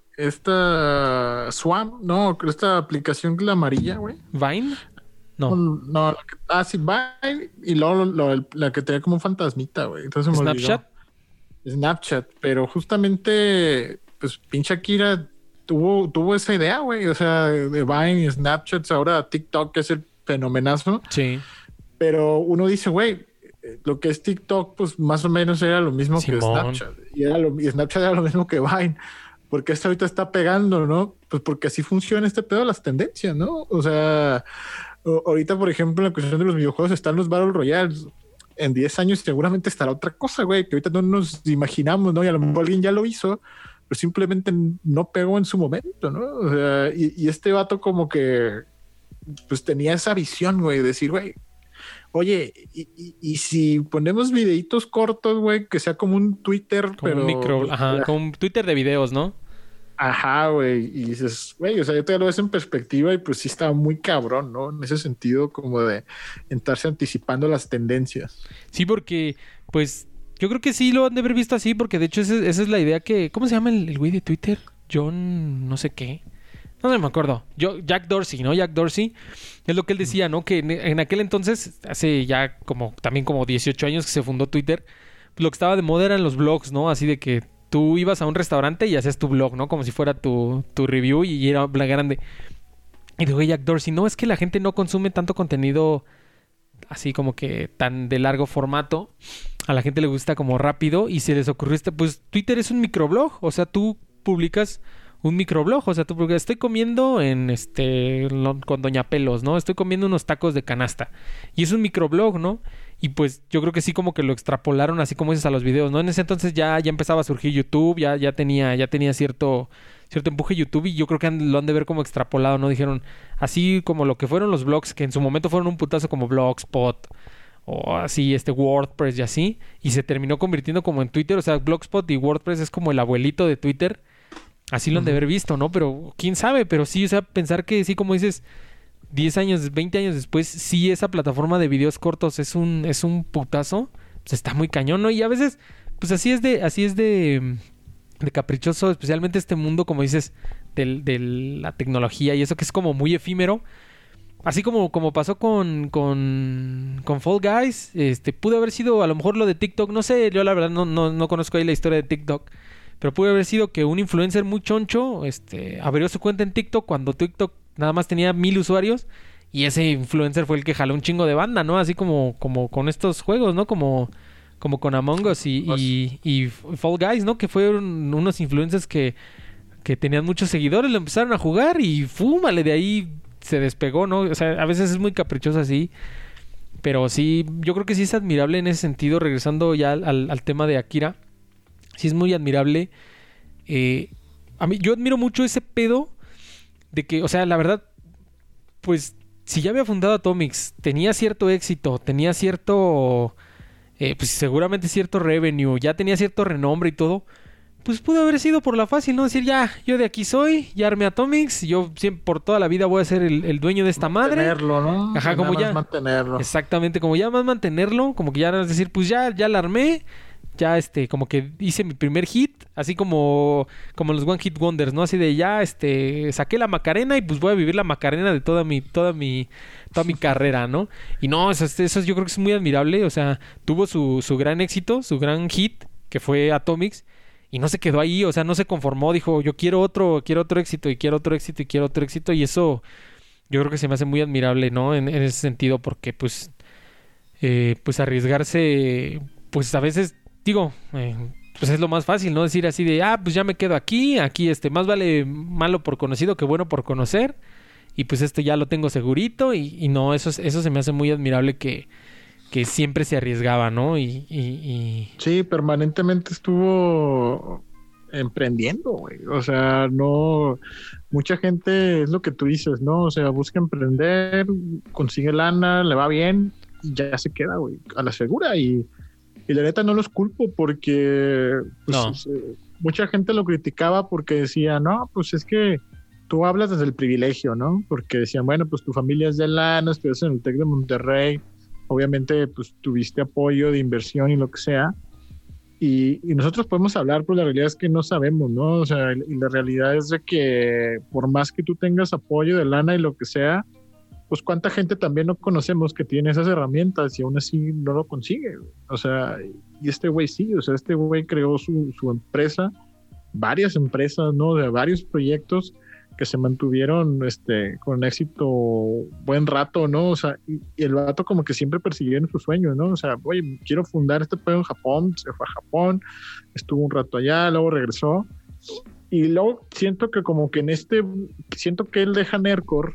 esta Swam? No, esta aplicación, la amarilla, güey. ¿Vine? No. No, sí, Vine, y luego la que tenía como un fantasmita, güey. Entonces me ¿Snapchat? Olvidó. Snapchat, pero justamente, pues pinche Akira tuvo esa idea, güey. O sea, de Vine y Snapchat, ahora TikTok, que es el fenomenazo. Sí. Pero uno dice, güey, lo que es TikTok, pues más o menos era lo mismo que Snapchat. Y Snapchat era lo mismo que Vine. Porque esto ahorita está pegando, ¿no? Pues porque así funciona este pedo de las tendencias, ¿no? O sea, ahorita, por ejemplo, en la cuestión de los videojuegos están los Battle Royales. En 10 años seguramente estará otra cosa, güey, que ahorita no nos imaginamos, ¿no? Y a lo mejor alguien ya lo hizo, pero simplemente no pegó en su momento, ¿no? O sea, y este vato como que pues tenía esa visión, güey, de decir, güey, oye, y si ponemos videitos cortos, güey, que sea como un Twitter, como pero... un micro, ajá, como un Twitter de videos, ¿no? Ajá, güey, y dices, güey, o sea, yo te lo ves en perspectiva y pues sí está muy cabrón, ¿no? En ese sentido, como de estarse anticipando las tendencias. Sí, porque, pues, yo creo que sí lo han de haber visto así, porque de hecho esa es la idea que... ¿Cómo se llama el güey de Twitter? John... no sé qué. No sé, me acuerdo. Jack Dorsey, ¿no? Jack Dorsey. Es lo que él decía, ¿no? Que en aquel entonces, hace ya también como 18 años que se fundó Twitter, lo que estaba de moda eran los blogs, ¿no? Así de que tú ibas a un restaurante y hacías tu blog, ¿no? Como si fuera tu review y era la grande. Y dijo Jack Dorsey, no, es que la gente no consume tanto contenido así como que tan de largo formato. A la gente le gusta como rápido y se les ocurrió pues Twitter es un microblog. O sea, tú publicas un microblog, o sea, tú publicas, estoy comiendo con Doña Pelos, ¿no? Estoy comiendo unos tacos de canasta. Y es un microblog, ¿no? Y pues yo creo que sí como que lo extrapolaron así como dices a los videos, ¿no? En ese entonces ya empezaba a surgir YouTube, ya tenía cierto empuje YouTube y yo creo que lo han de ver como extrapolado, ¿no? Dijeron, así como lo que fueron los blogs, que en su momento fueron un putazo como Blogspot o así, WordPress y así, y se terminó convirtiendo como en Twitter, o sea, Blogspot y WordPress es como el abuelito de Twitter, así lo han de haber visto, ¿no? Pero quién sabe, pero sí, o sea, pensar que sí, como dices, 10 años, 20 años después, sí esa plataforma de videos cortos es un putazo, pues está muy cañón, ¿no? Y a veces, pues así es de de caprichoso, especialmente este mundo, como dices, de la tecnología y eso que es como muy efímero. Así como pasó con Fall Guys, pudo haber sido a lo mejor lo de TikTok, no sé, yo la verdad no conozco ahí la historia de TikTok, pero pudo haber sido que un influencer muy choncho, abrió su cuenta en TikTok cuando TikTok nada más tenía 1,000 usuarios y ese influencer fue el que jaló un chingo de banda, ¿no? Así como con estos juegos, ¿no? Como con Among Us y Fall Guys, ¿no? Que fueron unos influencers que tenían muchos seguidores, lo empezaron a jugar y fúmale, de ahí se despegó, ¿no? O sea, a veces es muy caprichoso así, pero sí, yo creo que sí es admirable en ese sentido, regresando ya al tema de Akira, sí es muy admirable. A mí, yo admiro mucho ese pedo de que, o sea, la verdad, pues, si ya había fundado Atomics, tenía cierto éxito, tenía cierto, pues seguramente cierto revenue, ya tenía cierto renombre y todo, pues pudo haber sido por la fácil, ¿no? Decir, ya, yo de aquí soy, ya armé Atomics, yo siempre por toda la vida voy a ser el dueño de esta madre. Mantenerlo, ¿no? Ajá, como ya. Mantenerlo. Exactamente, como ya más mantenerlo, como que ya es decir, pues ya la armé, ya como que hice mi primer hit, así como los One Hit Wonders, ¿no? Así de ya, saqué la Macarena y pues voy a vivir la Macarena de toda mi carrera, ¿no? Y no, eso yo creo que es muy admirable, o sea, tuvo su gran éxito, su gran hit, que fue Atomics. Y no se quedó ahí, o sea, no se conformó, dijo, yo quiero otro éxito, y quiero otro éxito, y quiero otro éxito, y eso yo creo que se me hace muy admirable, ¿no? En ese sentido, porque pues arriesgarse, pues a veces, digo, pues es lo más fácil, ¿no? Decir así de, pues ya me quedo aquí, más vale malo por conocido que bueno por conocer, y pues esto ya lo tengo segurito, y no, eso se me hace muy admirable que siempre se arriesgaba, ¿no? Sí, permanentemente estuvo emprendiendo, güey. O sea, no... Mucha gente, es lo que tú dices, ¿no? O sea, busca emprender, consigue lana, le va bien y ya se queda, güey, a la segura. Y la neta no los culpo porque pues, mucha gente lo criticaba porque decía, no, pues es que tú hablas desde el privilegio, ¿no? Porque decían, bueno, pues tu familia es de lana, estudias en el TEC de Monterrey, obviamente pues tuviste apoyo de inversión y lo que sea, y nosotros podemos hablar, pero la realidad es que no sabemos, ¿no? O sea, y la realidad es de que por más que tú tengas apoyo de lana y lo que sea, pues cuánta gente también no conocemos que tiene esas herramientas y aún así no lo consigue, güey. O sea, y este güey sí, o sea, este güey creó su empresa, varias empresas, ¿no? De varios proyectos que se mantuvieron con éxito buen rato, ¿no? O sea, y el vato como que siempre persiguieron sus sueños, ¿no? O sea, oye, quiero fundar este pedo en Japón, se fue a Japón, estuvo un rato allá, luego regresó, y luego siento que como que siento que él deja Nerdcore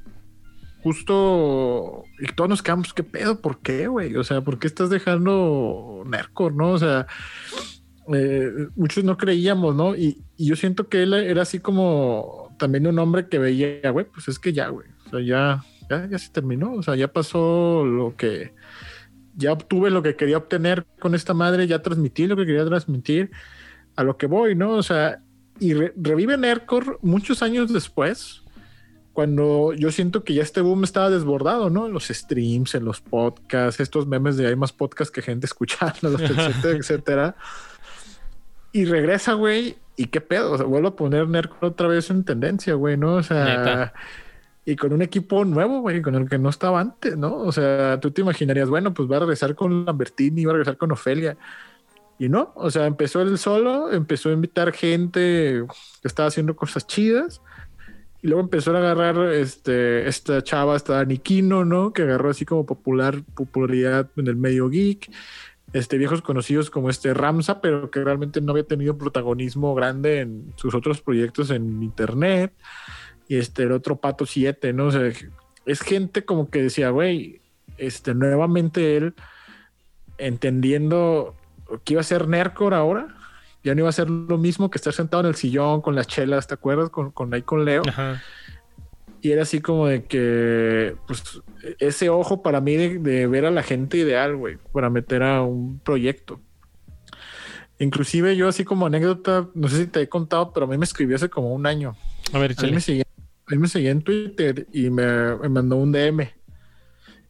justo, y todos nos quedamos, ¿qué pedo? ¿Por qué, güey? O sea, ¿por qué estás dejando Nerdcore, no? O sea, muchos no creíamos, ¿no? Y yo siento que él era así como también un hombre que veía, güey, pues es que ya, güey, o sea, ya se terminó, o sea, ya pasó ya obtuve lo que quería obtener con esta madre, ya transmití lo que quería transmitir, a lo que voy, ¿no? O sea, y revive Nerdcore muchos años después, cuando yo siento que ya este boom estaba desbordado, ¿no? En los streams, en los podcasts, estos memes de hay más podcasts que gente escuchando, etcétera. Y regresa, güey, y qué pedo, o sea, vuelvo a poner Nerdcore otra vez en tendencia, güey, ¿no? O sea, neta. Y con un equipo nuevo, güey, con el que no estaba antes, ¿no? O sea, tú te imaginarías, bueno, pues va a regresar con Lambertini, va a regresar con Ofelia. Y no, o sea, empezó él solo, empezó a invitar gente que estaba haciendo cosas chidas. Y luego empezó a agarrar esta chava, esta Dani Kino, ¿no? Que agarró así como popularidad en el medio geek. Viejos conocidos como Ramsa, pero que realmente no había tenido protagonismo grande en sus otros proyectos en internet. Y el otro Pato 7, ¿no? O sea, es gente como que decía, güey, nuevamente él entendiendo que iba a ser Nerdcore ahora, ya no iba a ser lo mismo que estar sentado en el sillón con las chelas, ¿te acuerdas? Con Leo. Ajá. Y era así como de que, pues, ese ojo para mí de ver a la gente ideal, güey, para meter a un proyecto. Inclusive yo así como anécdota, no sé si te he contado, pero a mí me escribió hace como un año. A ver, échale. A mí me seguía en Twitter y me mandó un DM.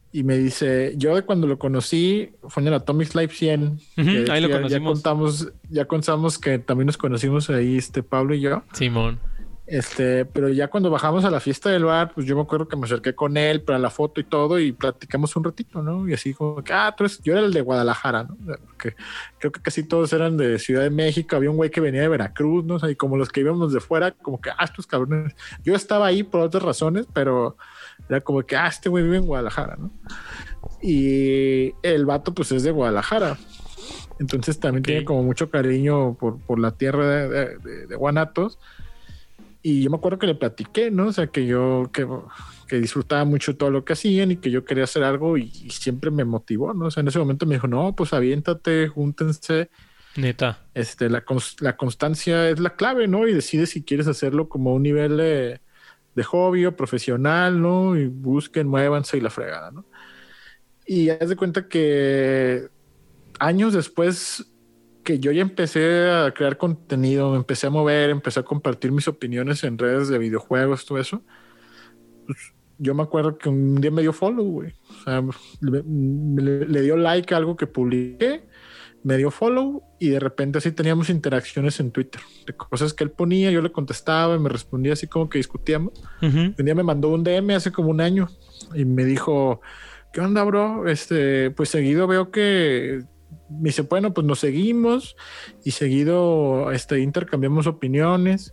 Y me dice, yo de cuando lo conocí fue en el Atomic Live 100. Que Ahí lo ya conocimos. ya contamos que también nos conocimos ahí, Pablo y yo. Simón. Pero ya cuando bajamos a la fiesta del bar, pues yo me acuerdo que me acerqué con él para la foto y todo y platicamos un ratito, ¿no? Y así como que, yo era el de Guadalajara, ¿no? Porque creo que casi todos eran de Ciudad de México, había un güey que venía de Veracruz, ¿no? O sea, y como los que íbamos de fuera, como que, estos cabrones. Yo estaba ahí por otras razones, pero era como que, este güey vive en Guadalajara, ¿no? Y el vato, pues es de Guadalajara. Entonces también tiene como mucho cariño por la tierra de Guanatos. Y yo me acuerdo que le platiqué, ¿no? O sea, que disfrutaba mucho todo lo que hacían y que yo quería hacer algo y siempre me motivó, ¿no? O sea, en ese momento me dijo, no, pues aviéntate, júntense. Neta. La constancia es la clave, ¿no? Y decide si quieres hacerlo como un nivel de hobby o profesional, ¿no? Y busquen, muévanse y la fregada, ¿no? Y haz de cuenta que años después que yo ya empecé a crear contenido, me empecé a mover, empecé a compartir mis opiniones en redes de videojuegos, todo eso, pues yo me acuerdo que un día me dio follow, güey. O sea, le dio like a algo que publiqué, me dio follow y de repente así teníamos interacciones en Twitter de cosas que él ponía, yo le contestaba y me respondía así como que discutíamos. Un día me mandó un DM hace como un año y me dijo, ¿qué onda, bro? Pues seguido veo que me dice, bueno, pues nos seguimos y seguido intercambiamos opiniones.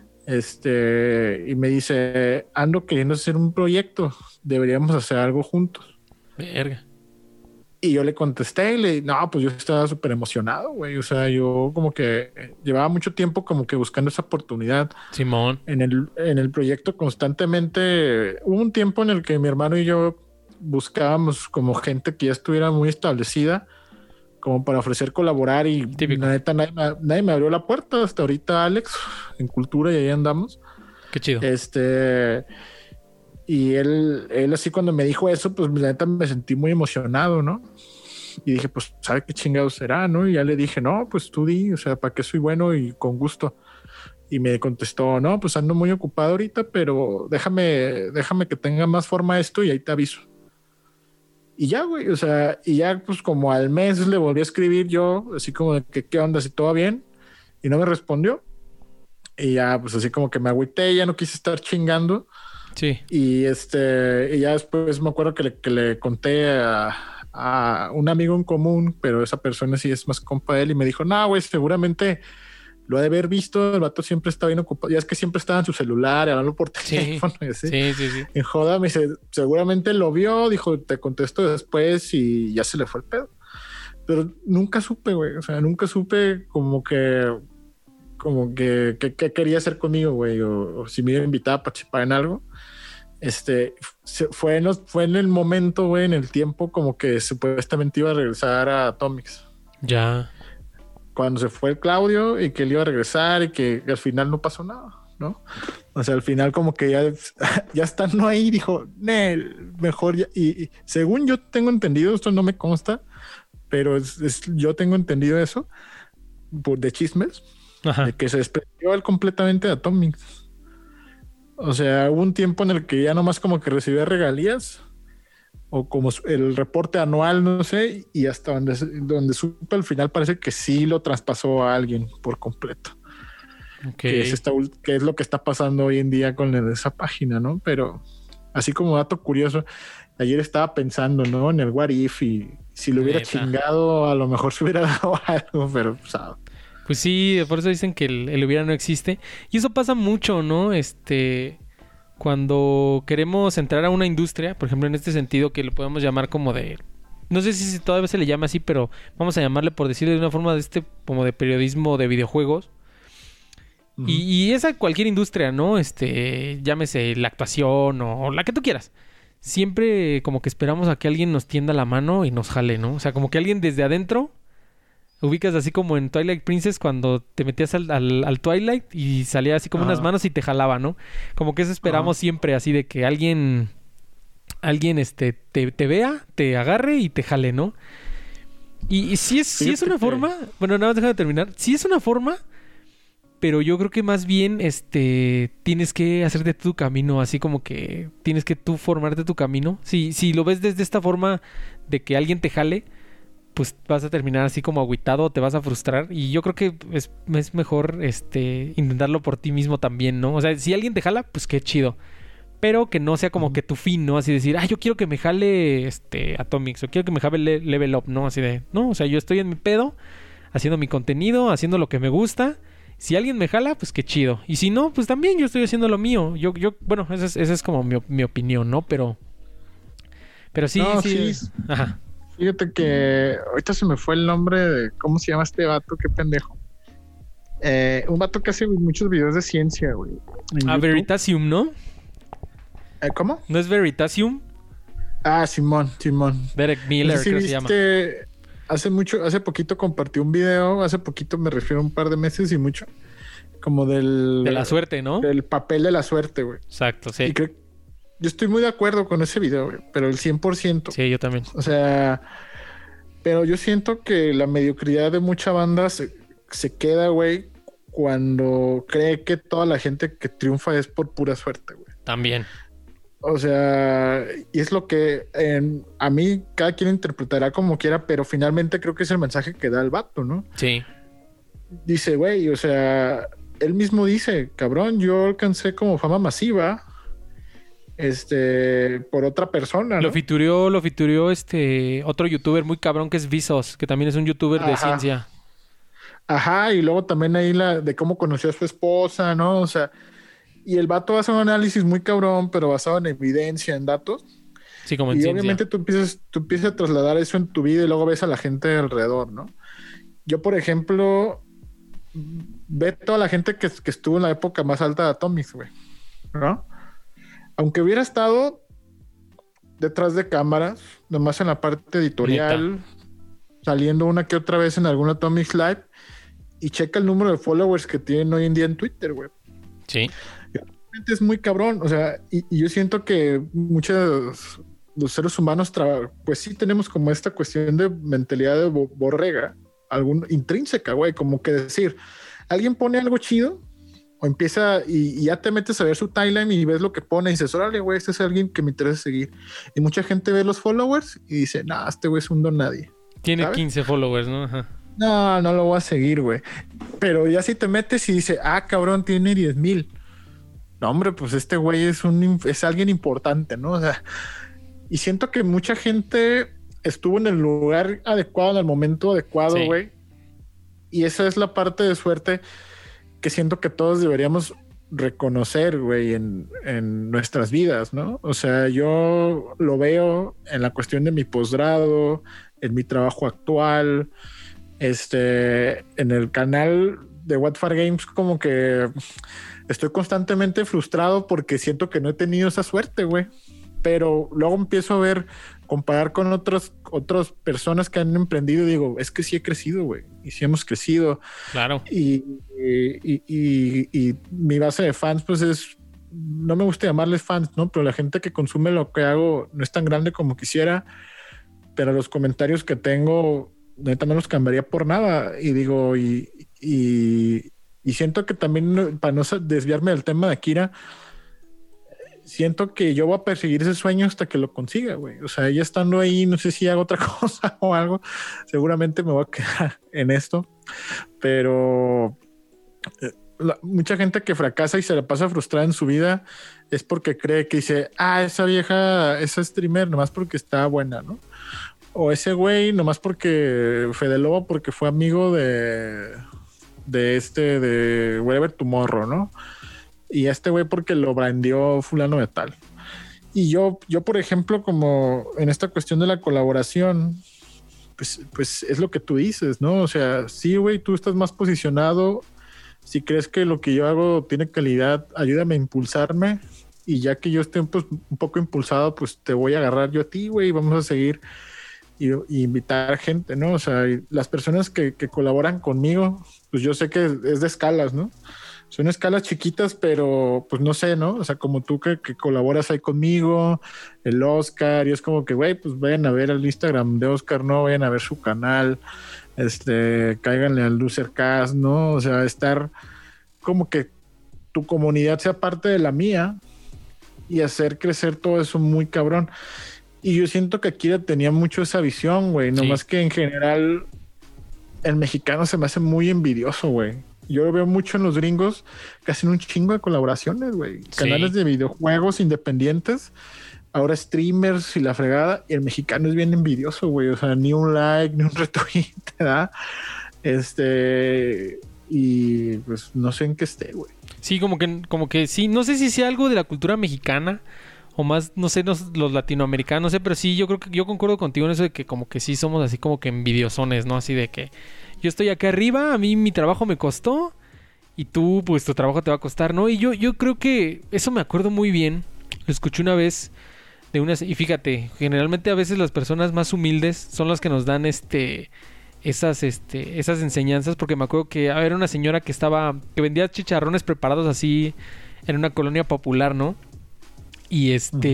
Y me dice, ando queriendo hacer un proyecto, deberíamos hacer algo juntos. Verga. Y yo le contesté y no, pues yo estaba súper emocionado, güey. O sea, yo como que llevaba mucho tiempo como que buscando esa oportunidad. Simón. En el proyecto constantemente. Hubo un tiempo en el que mi hermano y yo buscábamos como gente que ya estuviera muy establecida como para ofrecer colaborar y típico. La neta nadie me abrió la puerta hasta ahorita, Alex, en Cultura, y ahí andamos. Qué chido. Y él así cuando me dijo eso, pues la neta me sentí muy emocionado, ¿no? Y dije, pues, ¿sabe qué chingados será, no? Y ya le dije, no, pues tú di, o sea, ¿para qué soy bueno? Y con gusto. Y me contestó, no, pues ando muy ocupado ahorita, pero déjame que tenga más forma esto y ahí te aviso. Y ya, güey, o sea, y ya pues como al mes le volví a escribir yo, así como de que qué onda, si todo bien, y no me respondió. Y ya, pues así como que me agüité, ya no quise estar chingando. Sí. Y y ya después me acuerdo que le conté a un amigo en común, pero esa persona sí es más compa de él, y me dijo, no, güey, seguramente lo ha de haber visto, el vato siempre está bien ocupado, ya es que siempre estaba en su celular, hablando por teléfono, y así. Sí. En joda me dice, seguramente lo vio, dijo, te contesto después y ya se le fue el pedo. Pero nunca supe, güey, o sea, nunca supe como que quería hacer conmigo, güey, o si me iba a invitar a participar en algo. Fue en el momento, güey, en el tiempo como que supuestamente iba a regresar a Atomics. Ya. Cuando se fue el Claudio y que él iba a regresar y que al final no pasó nada, ¿no? O sea, al final como que ya estando ahí dijo, mejor ya. Y según yo tengo entendido, esto no me consta, pero yo tengo entendido eso de chismes. Ajá. De que se desprendió él completamente de Atomics. O sea, hubo un tiempo en el que ya nomás como que recibía regalías o como el reporte anual, no sé, y hasta donde supe al final parece que sí lo traspasó a alguien por completo. Okay. Que es lo que está pasando hoy en día con esa página, ¿no? Pero así como dato curioso, ayer estaba pensando, ¿no? En el what if, y si lo hubiera chingado, a lo mejor se hubiera dado algo, pero ¿sabes? Pues sí, por eso dicen que el hubiera no existe. Y eso pasa mucho, ¿no? Cuando queremos entrar a una industria, por ejemplo, en este sentido que lo podemos llamar como de... No sé si todavía se le llama así, pero vamos a llamarle, por decirlo de una forma, como de periodismo de videojuegos. Uh-huh. Y esa cualquier industria, ¿no? Llámese la actuación o la que tú quieras. Siempre como que esperamos a que alguien nos tienda la mano y nos jale, ¿no? O sea, como que alguien desde adentro... Ubicas así como en Twilight Princess cuando te metías al Twilight y salía así como unas manos y te jalaba, ¿no? Como que eso esperamos siempre, así de que alguien te vea, te agarre y te jale, ¿no? Y si es una forma... Bueno, nada más déjame terminar. Si es una forma pero yo creo que más bien tienes que hacerte tu camino, así como que tienes que tú formarte tu camino. Si lo ves desde esta forma de que alguien te jale, pues vas a terminar así como agüitado, te vas a frustrar. Y yo creo que es mejor intentarlo por ti mismo también, ¿no? O sea, si alguien te jala, pues qué chido. Pero que no sea como que tu fin, ¿no? Así decir, yo quiero que me jale Atomics, o quiero que me jale Level Up, ¿no? Así de, no, o sea, yo estoy en mi pedo, haciendo mi contenido, haciendo lo que me gusta. Si alguien me jala, pues qué chido. Y si no, pues también yo estoy haciendo lo mío. Bueno, esa es como mi opinión, ¿no? Pero sí, No, sí. sí. Ajá. Fíjate que ahorita se me fue el nombre de cómo se llama este vato, qué pendejo. Un vato que hace muchos videos de ciencia, güey. Veritasium, ¿no? ¿Cómo? ¿No es Veritasium? Simón. Derek Miller, No sé si creo que se llama. Hace poquito compartí un video, hace poquito me refiero a un par de meses y mucho, como De la suerte, ¿no? del papel de la suerte, güey. Exacto, sí. Y yo estoy muy de acuerdo con ese video, güey, pero el 100%. Sí, yo también. O sea, pero yo siento que la mediocridad de mucha banda se queda, güey, cuando cree que toda la gente que triunfa es por pura suerte, güey. También. O sea, y es lo que a mí cada quien interpretará como quiera, pero finalmente creo que es el mensaje que da el vato, ¿no? Sí. Dice, güey, o sea, él mismo dice, cabrón, yo alcancé como fama masiva, por otra persona, ¿no? Lo fiturió otro youtuber muy cabrón que es Visos, que también es un youtuber de ciencia. Ajá, y luego también ahí de cómo conoció a su esposa, ¿no? O sea, y el vato hace un análisis muy cabrón, pero basado en evidencia, en datos. Sí, como en y ciencia. Obviamente tú empiezas a trasladar eso en tu vida y luego ves a la gente alrededor, ¿no? Yo, por ejemplo, ve toda la gente que estuvo en la época más alta de Atomics, güey, ¿no? Aunque hubiera estado detrás de cámaras, nomás en la parte editorial, Neta. saliendo una que otra vez en algún Atomics Live, y checa el número de followers que tienen hoy en día en Twitter, güey. Sí. Es muy cabrón, o sea, y yo siento que muchos los seres humanos, pues sí tenemos como esta cuestión de mentalidad de borrega, intrínseca, güey, como que decir, alguien pone algo chido o empieza y ya te metes a ver su timeline y ves lo que pone y dices, órale, güey, este es alguien que me interesa seguir. Y mucha gente ve los followers y dice, nah, este güey es un don nadie. Tiene ¿sabes? 15 followers, ¿no? Ajá. No lo voy a seguir, güey. Pero ya si te metes y dice, cabrón, tiene 10,000. No, hombre, pues este güey es alguien importante, ¿no? O sea, y siento que mucha gente estuvo en el lugar adecuado, en el momento adecuado, güey. Sí. Y esa es la parte de suerte que siento que todos deberíamos reconocer, güey, en nuestras vidas, ¿no? O sea, yo lo veo en la cuestión de mi posgrado, en mi trabajo actual, en el canal de What for Games, como que estoy constantemente frustrado porque siento que no he tenido esa suerte, güey. Pero luego empiezo a comparar con otras personas que han emprendido y digo, es que sí he crecido, güey. Y sí hemos crecido. Claro. Y mi base de fans, pues no me gusta llamarles fans, ¿no? Pero la gente que consume lo que hago no es tan grande como quisiera. Pero los comentarios que tengo, neta, no los cambiaría por nada. Y digo, y siento que también, para no desviarme del tema de Akira, siento que yo voy a perseguir ese sueño hasta que lo consiga, güey. O sea, ya estando ahí, no sé si hago otra cosa o algo, seguramente me voy a quedar en esto. Pero mucha gente que fracasa y se la pasa frustrada en su vida es porque cree que dice, esa vieja, esa streamer, nomás porque está buena, ¿no? O ese güey, nomás porque Fede Lobo, porque fue amigo de Whatever Tomorrow, ¿no? Y este güey porque lo brandió fulano de tal. Y yo, por ejemplo, como en esta cuestión de la colaboración, pues es lo que tú dices, ¿no? O sea, sí, güey, tú estás más posicionado. Si crees que lo que yo hago tiene calidad, ayúdame a impulsarme. Y ya que yo esté pues, un poco impulsado, pues te voy a agarrar yo a ti, güey, y vamos a seguir y invitar gente, ¿no? O sea, las personas que colaboran conmigo, pues yo sé que es de escalas, ¿no? Son escalas chiquitas, pero pues no sé, ¿no? O sea, como tú que colaboras ahí conmigo, el Oscar, y es como que, güey, pues vayan a ver el Instagram de Oscar, ¿no? Vayan a ver su canal, cáiganle al Losercast, ¿no? O sea, estar como que tu comunidad sea parte de la mía y hacer crecer todo eso muy cabrón. Y yo siento que Akira tenía mucho esa visión, güey. Nomás que en general el mexicano se me hace muy envidioso, güey. Yo lo veo mucho en los gringos que hacen un chingo de colaboraciones, güey. Canales de videojuegos independientes, ahora streamers y la fregada. Y el mexicano es bien envidioso, güey. O sea, ni un like, ni un retweet, ¿verdad? Y pues no sé en qué esté, güey. Sí, como que sí. No sé si sea algo de la cultura mexicana o más, no sé, los latinoamericanos, no sé, pero sí, yo creo que yo concuerdo contigo en eso de que como que sí somos así como que envidiosones, ¿no? Así de que yo estoy acá arriba, a mí mi trabajo me costó y tú, pues tu trabajo te va a costar, ¿no? Y yo creo que eso me acuerdo muy bien. Lo escuché una vez y fíjate, generalmente a veces las personas más humildes son las que nos dan esas enseñanzas, porque me acuerdo que era una señora que vendía chicharrones preparados así en una colonia popular, ¿no? Y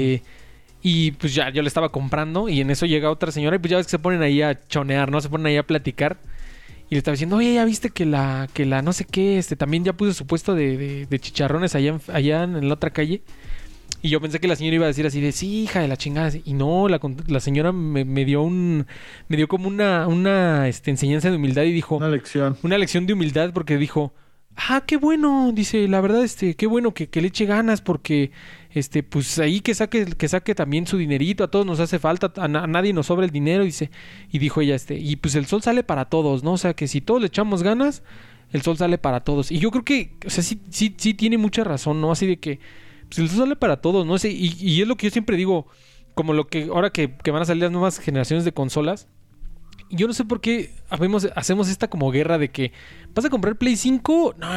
y pues ya yo le estaba comprando y en eso llega otra señora y pues ya ves que se ponen ahí a chonear, ¿no? Se ponen ahí a platicar y le estaba diciendo, oye, ya viste que la no sé qué, también ya puso su puesto de chicharrones allá en la otra calle. Y yo pensé que la señora iba a decir así de, sí, hija de la chingada. Y no, la señora me dio como una enseñanza de humildad y dijo... Una lección de humildad porque dijo, qué bueno. Dice, la verdad, qué bueno que le eche ganas porque, pues ahí que saque también su dinerito. A todos nos hace falta, a nadie nos sobra el dinero, dice. Y dijo ella, y pues el sol sale para todos, ¿no? O sea, que si todos le echamos ganas, el sol sale para todos. Y yo creo que, o sea, sí tiene mucha razón, ¿no? Así de que... pues el sol sale para todos, ¿no? Y es lo que yo siempre digo, como lo que ahora que van a salir las nuevas generaciones de consolas, yo no sé por qué hacemos esta como guerra de que vas a comprar Play 5, no,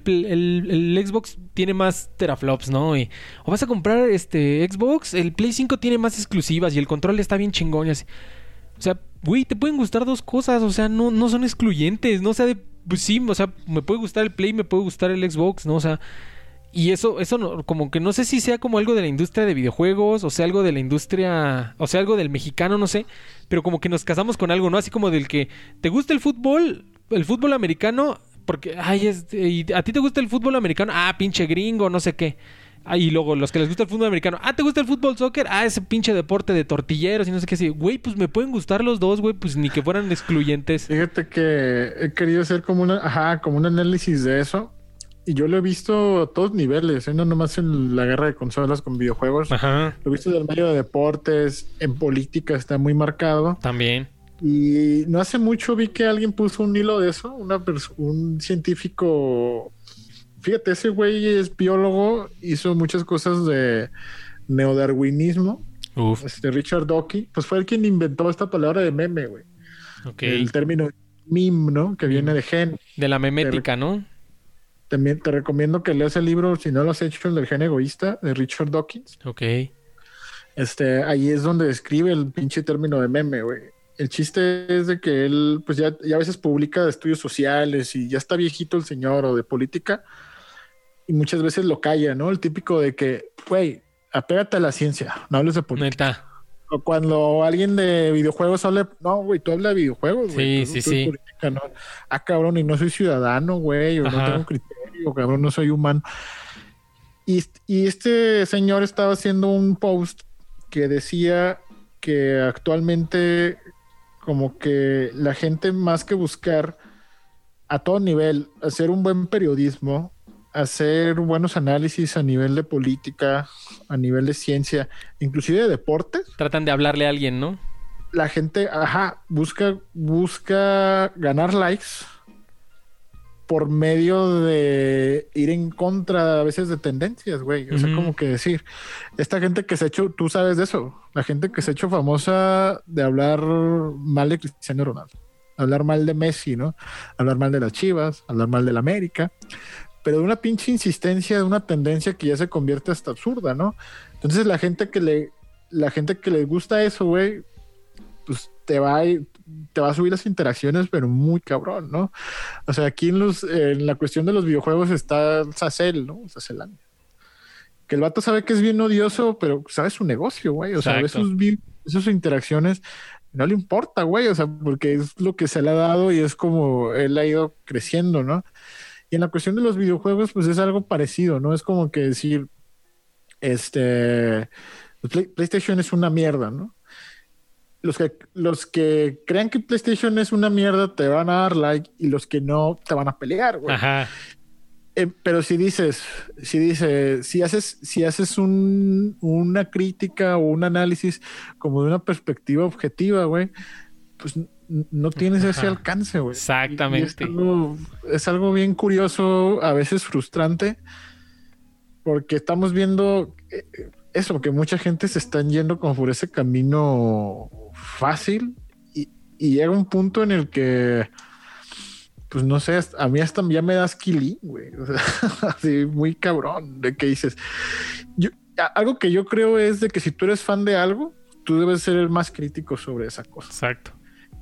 el Xbox tiene más teraflops, ¿no? O vas a comprar Xbox, el Play 5 tiene más exclusivas y el control está bien chingón y así. O sea, güey, te pueden gustar dos cosas, o sea, no son excluyentes, ¿no? O sea, pues sí, o sea, me puede gustar el Play, me puede gustar el Xbox, ¿no? O sea... y eso no, como que no sé si sea como algo de la industria de videojuegos, o sea algo de la industria, o sea algo del mexicano, no sé, pero como que nos casamos con algo, ¿no? Así como del que te gusta el fútbol americano, porque, y a ti te gusta el fútbol americano, pinche gringo, no sé qué. Y luego los que les gusta el fútbol americano, ¿te gusta el fútbol soccer? Ese pinche deporte de tortilleros y no sé qué así. Güey, pues me pueden gustar los dos, güey, pues ni que fueran excluyentes. Fíjate que he querido hacer como un análisis de eso. Y yo lo he visto a todos niveles, no nomás en la guerra de consolas con videojuegos. Ajá. Lo he visto en el medio de deportes, en política está muy marcado. También. Y no hace mucho vi que alguien puso un hilo de eso, un científico. Fíjate, ese güey es biólogo, hizo muchas cosas de neodarwinismo. Richard Dawkins, pues fue el quien inventó esta palabra de meme, güey. Okay. El término meme, ¿no? Que viene de gen. De la memética, ¿no? También te recomiendo que leas el libro, si no lo has hecho, el del gen egoísta, de Richard Dawkins. Ok. Ahí es donde describe el pinche término de meme, güey. El chiste es de que él, pues ya a veces publica de estudios sociales y ya está viejito el señor o de política y muchas veces lo calla, ¿no? El típico de que, güey, apégate a la ciencia, no hables de política. Neta. O cuando alguien de videojuegos habla, no, güey, tú hablas de videojuegos, güey. Sí. Política, ¿no? Cabrón, y no soy ciudadano, güey, o no tengo criterio, cabrón, no soy humano. Y este señor estaba haciendo un post que decía que actualmente como que la gente más que buscar a todo nivel hacer un buen periodismo, hacer buenos análisis a nivel de política, a nivel de ciencia, inclusive de deportes. Tratan de hablarle a alguien, ¿no? La gente, busca ganar likes por medio de ir en contra a veces de tendencias, güey. O sea, como que decir, esta gente que se ha hecho, tú sabes de eso, la gente que se ha hecho famosa de hablar mal de Cristiano Ronaldo, hablar mal de Messi, ¿no? Hablar mal de las Chivas, hablar mal de la América, pero de una pinche insistencia, de una tendencia que ya se convierte hasta absurda, ¿no? Entonces la gente que le gusta eso, güey, pues te va a subir las interacciones, pero muy cabrón, ¿no? O sea, aquí en la cuestión de los videojuegos está Sacel, ¿no? Sacelandia. Que el vato sabe que es bien odioso, pero sabe su negocio, güey. O sea, ve sus interacciones, no le importa, güey. O sea, porque es lo que se le ha dado y es como él ha ido creciendo, ¿no? Y en la cuestión de los videojuegos, pues es algo parecido, ¿no? Es como que decir, PlayStation es una mierda, ¿no? Los que crean que PlayStation es una mierda te van a dar like y los que no te van a pelear, güey. Ajá. Pero si haces una crítica o un análisis como de una perspectiva objetiva, güey, pues no tienes ese alcance, güey. Exactamente. Es algo bien curioso, a veces frustrante, porque estamos viendo eso, que mucha gente se están yendo como por ese camino fácil y llega un punto en el que, pues no sé, a mí hasta ya me das killing, güey. O sea, así muy cabrón, de que dices. Algo que yo creo es de que si tú eres fan de algo, tú debes ser el más crítico sobre esa cosa. Exacto.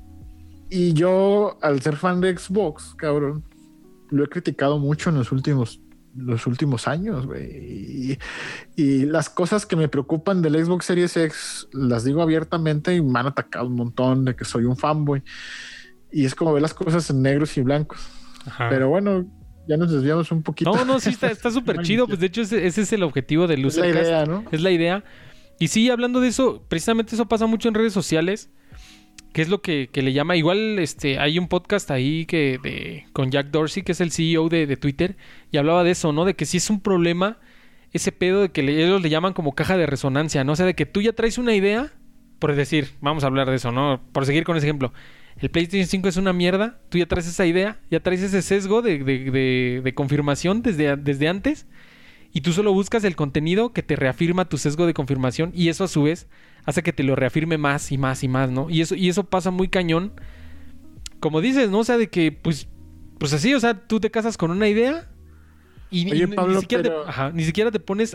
Y yo, al ser fan de Xbox, cabrón, lo he criticado mucho en los últimos años, güey. Y las cosas que me preocupan del Xbox Series X las digo abiertamente y me han atacado un montón de que soy un fanboy. Y es como ver las cosas en negros y blancos. Ajá. Pero bueno, ya nos desviamos un poquito. No, sí, está súper chido. Pues de hecho ese es el objetivo de Losercast. Es la idea, ¿no? Es la idea. Y sí, hablando de eso, precisamente eso pasa mucho en redes sociales. Que es lo que le llama. Igual hay un podcast ahí con Jack Dorsey, que es el CEO de Twitter. Y hablaba de eso, ¿no? De que sí es un problema ese pedo de que ellos le llaman como caja de resonancia, ¿no? O sea, de que tú ya traes una idea. Por decir, vamos a hablar de eso, ¿no? Por seguir con ese ejemplo. El PlayStation 5 es una mierda. Tú ya traes esa idea. Ya traes ese sesgo de confirmación desde antes. Y tú solo buscas el contenido que te reafirma tu sesgo de confirmación. Y eso a su vez hace que te lo reafirme más y más y más, ¿no? Y eso pasa muy cañón. Como dices, ¿no? O sea, de que pues así, o sea, tú te casas con una idea. Y Oye, Pablo, ni siquiera te pones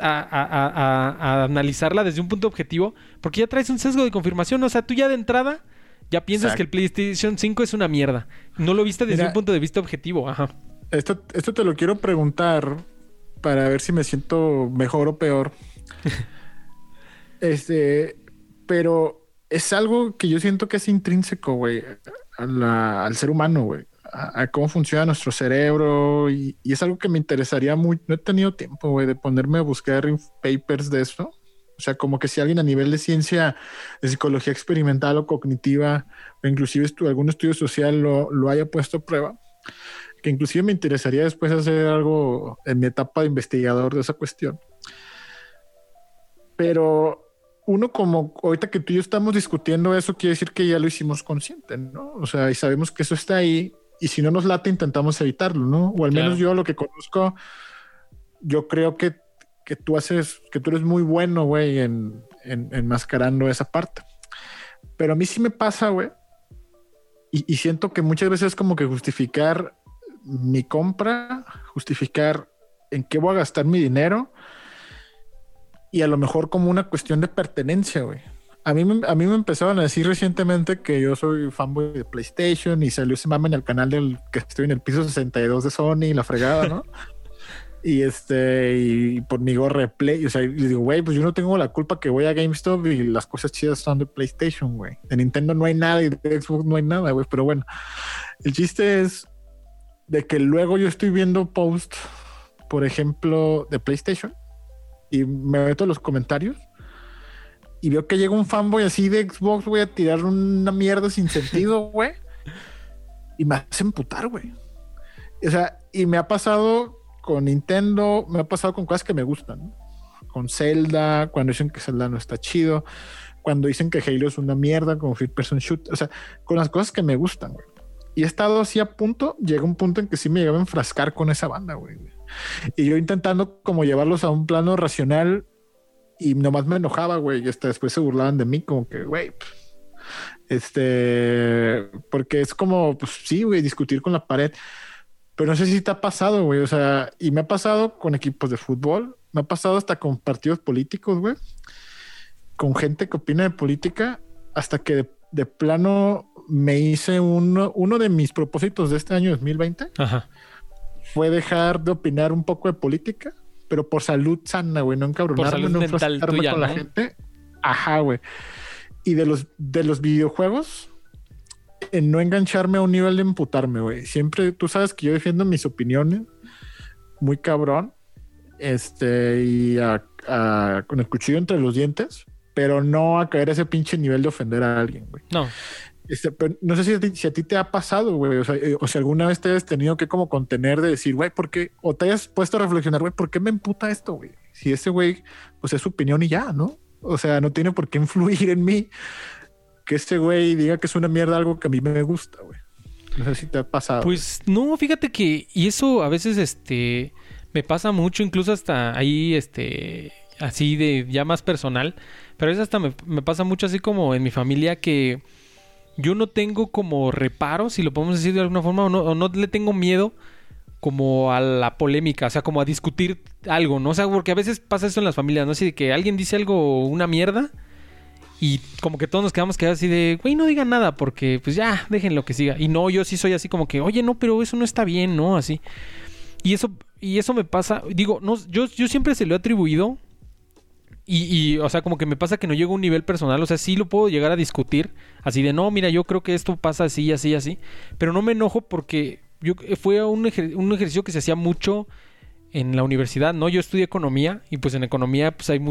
a analizarla desde un punto objetivo. Porque ya traes un sesgo de confirmación. O sea, tú ya de entrada ya piensas que el PlayStation 5 es una mierda. No lo viste desde un punto de vista objetivo. Ajá. Esto te lo quiero preguntar para ver si me siento mejor o peor. Pero es algo que yo siento que es intrínseco, güey, al ser humano, güey, a cómo funciona nuestro cerebro y es algo que me interesaría mucho. No he tenido tiempo, güey, de ponerme a buscar papers de eso. O sea, como que si alguien a nivel de ciencia, de psicología experimental o cognitiva, o inclusive algún estudio social lo haya puesto a prueba, que inclusive me interesaría después hacer algo en mi etapa de investigador de esa cuestión. Pero uno, como ahorita que tú y yo estamos discutiendo eso, quiere decir que ya lo hicimos consciente, ¿no? O sea, y sabemos que eso está ahí y si no nos late intentamos evitarlo, ¿no? O al menos yo lo que conozco, yo creo que tú eres muy bueno, güey, en enmascarando esa parte. Pero a mí sí me pasa, güey, y siento que muchas veces es como que justificar mi compra, justificar en qué voy a gastar mi dinero y a lo mejor como una cuestión de pertenencia, güey. A mí me empezaron a decir recientemente que yo soy fanboy de PlayStation y salió ese mame en el canal del que estoy en el piso 62 de Sony y la fregada, ¿no? y por mi gorra de Play, o sea, y digo, güey, pues yo no tengo la culpa que voy a GameStop y las cosas chidas son de PlayStation, güey. De Nintendo no hay nada y de Xbox no hay nada, güey. Pero bueno, el chiste es de que luego yo estoy viendo posts, por ejemplo, de PlayStation y me meto en los comentarios y veo que llega un fanboy así de Xbox, voy a tirar una mierda sin sentido, güey. Y me hace emputar, güey. O sea, y me ha pasado con Nintendo, me ha pasado con cosas que me gustan, ¿no? Con Zelda, cuando dicen que Zelda no está chido, cuando dicen que Halo es una mierda, como First Person Shoot, o sea, con las cosas que me gustan, güey. Y he estado así a punto, llega un punto en que sí me llegaba a enfrascar con esa banda, güey. Y yo intentando como llevarlos a un plano racional y nomás me enojaba, güey, y hasta después se burlaban de mí, como que, güey, porque es como, pues sí, güey, discutir con la pared. Pero no sé si te ha pasado, güey, o sea, y me ha pasado con equipos de fútbol, me ha pasado hasta con partidos políticos, güey, con gente que opina de política, hasta que de plano me hice uno de mis propósitos de este año 2020. Ajá. Fue dejar de opinar un poco de política, pero por salud sana, güey, no encabronarme, no enfrascarme con la gente. Ajá, güey. Y de los videojuegos, en no engancharme a un nivel de emputarme, güey. Siempre, tú sabes que yo defiendo mis opiniones, muy cabrón, y con el cuchillo entre los dientes, pero no a caer a ese pinche nivel de ofender a alguien, güey. No. Pero no sé si a ti te ha pasado, güey, o si alguna vez te has tenido que como contener de decir, güey, ¿por qué? O te hayas puesto a reflexionar, güey, ¿por qué me emputa esto, güey? Si ese güey, pues es su opinión y ya, ¿no? O sea, no tiene por qué influir en mí que este güey diga que es una mierda algo que a mí me gusta, güey. No sé si te ha pasado. Pues no, fíjate que, y eso a veces, me pasa mucho, incluso hasta ahí, así de ya más personal, pero a veces hasta me pasa mucho así como en mi familia que yo no tengo como reparo, si lo podemos decir de alguna forma, o no le tengo miedo como a la polémica, o sea, como a discutir algo, ¿no? O sea, porque a veces pasa eso en las familias, ¿no? Así de que alguien dice algo, una mierda, y como que todos nos quedamos así de, güey, no digan nada, porque pues ya, déjenlo que siga. Y no, yo sí soy así como que, oye, no, pero eso no está bien, ¿no? Así. Y eso me pasa, digo, no, yo siempre se lo he atribuido. O sea, como que me pasa que no llego a un nivel personal. O sea, sí lo puedo llegar a discutir. Así de, no, mira, yo creo que esto pasa así, así, así. Pero no me enojo porque fue un ejercicio que se hacía mucho en la universidad, ¿no? Yo estudié economía y pues en economía pues hay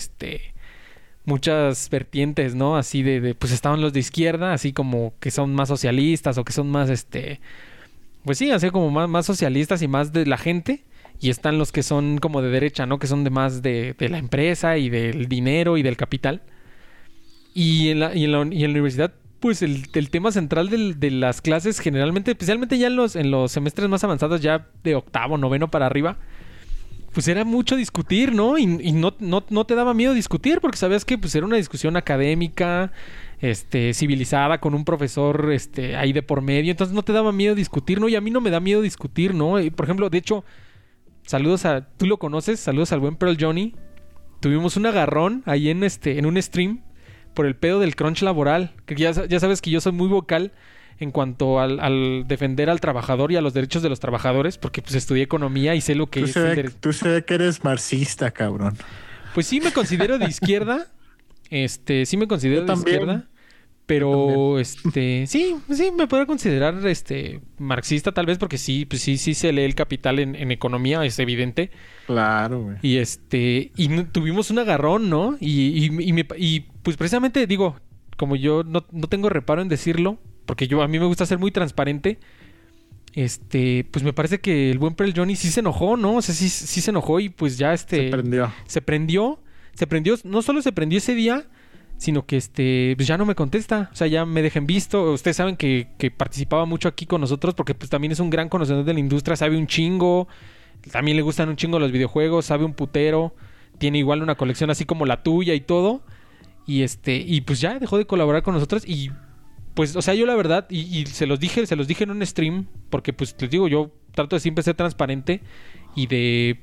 muchas vertientes, ¿no? Así pues estaban los de izquierda, así como que son más socialistas o que son más, pues sí, así como más socialistas y más de la gente. Y están los que son como de derecha, ¿no? Que son de más de la empresa y del dinero y del capital. Y en la universidad, pues el tema central de las clases generalmente, especialmente ya en los semestres más avanzados, ya de octavo, noveno para arriba, pues era mucho discutir, ¿no? Y no te daba miedo discutir porque sabías que pues era una discusión académica, civilizada, con un profesor ahí de por medio. Entonces no te daba miedo discutir, ¿no? Y a mí no me da miedo discutir, ¿no? Y, por ejemplo, de hecho... tú lo conoces, saludos al buen Pearl Johnny. Tuvimos un agarrón ahí en un stream por el pedo del crunch laboral. Que ya sabes que yo soy muy vocal en cuanto al defender al trabajador y a los derechos de los trabajadores, porque pues estudié economía y sé lo que es. Tú sé que eres marxista, cabrón. Pues sí me considero de izquierda. Sí me considero de izquierda. Pero, sí, me podría considerar, marxista tal vez, porque sí, pues sí se lee el Capital en economía, es evidente. Claro, güey. Y tuvimos un agarrón, ¿no? Y pues precisamente, digo, como yo no tengo reparo en decirlo, porque a mí me gusta ser muy transparente, pues me parece que el buen Pearl Johnny sí se enojó, ¿no? O sea, sí se enojó y pues ya, Se prendió. Se prendió, no solo se prendió ese día, sino que pues ya no me contesta, o sea, ya me dejen visto. Ustedes saben que participaba mucho aquí con nosotros porque pues también es un gran conocedor de la industria, sabe un chingo, también le gustan un chingo los videojuegos, sabe un putero, tiene igual una colección así como la tuya y todo. Y pues ya dejó de colaborar con nosotros y pues, o sea, yo la verdad, y se los dije en un stream, porque pues les digo, yo trato de siempre ser transparente y de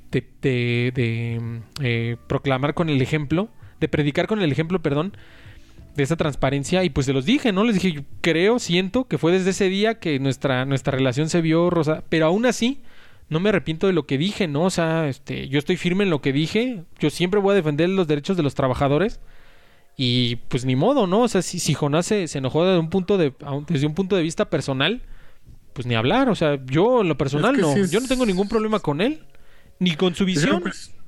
proclamar con el ejemplo, de predicar con el ejemplo, perdón, de esa transparencia. Y pues se los dije, ¿no? Les dije, yo siento que fue desde ese día que nuestra relación se vio rosa. Pero aún así, no me arrepiento de lo que dije, ¿no? O sea, yo estoy firme en lo que dije. Yo siempre voy a defender los derechos de los trabajadores. Y pues ni modo, ¿no? O sea, si Jonás se enojó desde un punto de vista personal, pues ni hablar. O sea, yo en lo personal no. Sí, yo no tengo ningún problema con él. Ni con su visión.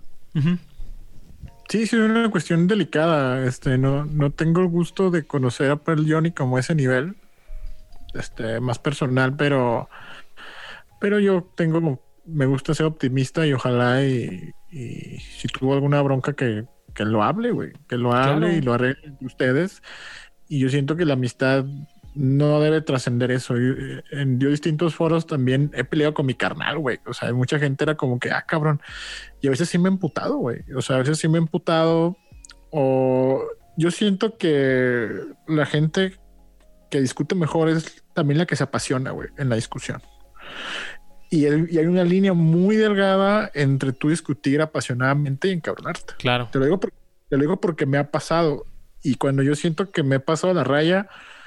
Sí, es una cuestión delicada. No tengo el gusto de conocer a Pearl Johnny como ese nivel. Más personal, pero yo me gusta ser optimista y ojalá y si tuvo alguna bronca que lo hable, güey. Que lo hable, claro, y lo arregle entre ustedes. Y yo siento que la amistad no debe trascender eso. En distintos foros también he peleado con mi carnal, güey. O sea, mucha gente era como que, cabrón. Y a veces sí me he emputado, güey. O sea, a veces sí me he emputado. O yo siento que la gente que discute mejor es también la que se apasiona, güey, en la discusión. Y hay una línea muy delgada entre tú discutir apasionadamente y encabronarte. Claro. Te lo digo porque me ha pasado. Y cuando yo siento que me he pasado la raya,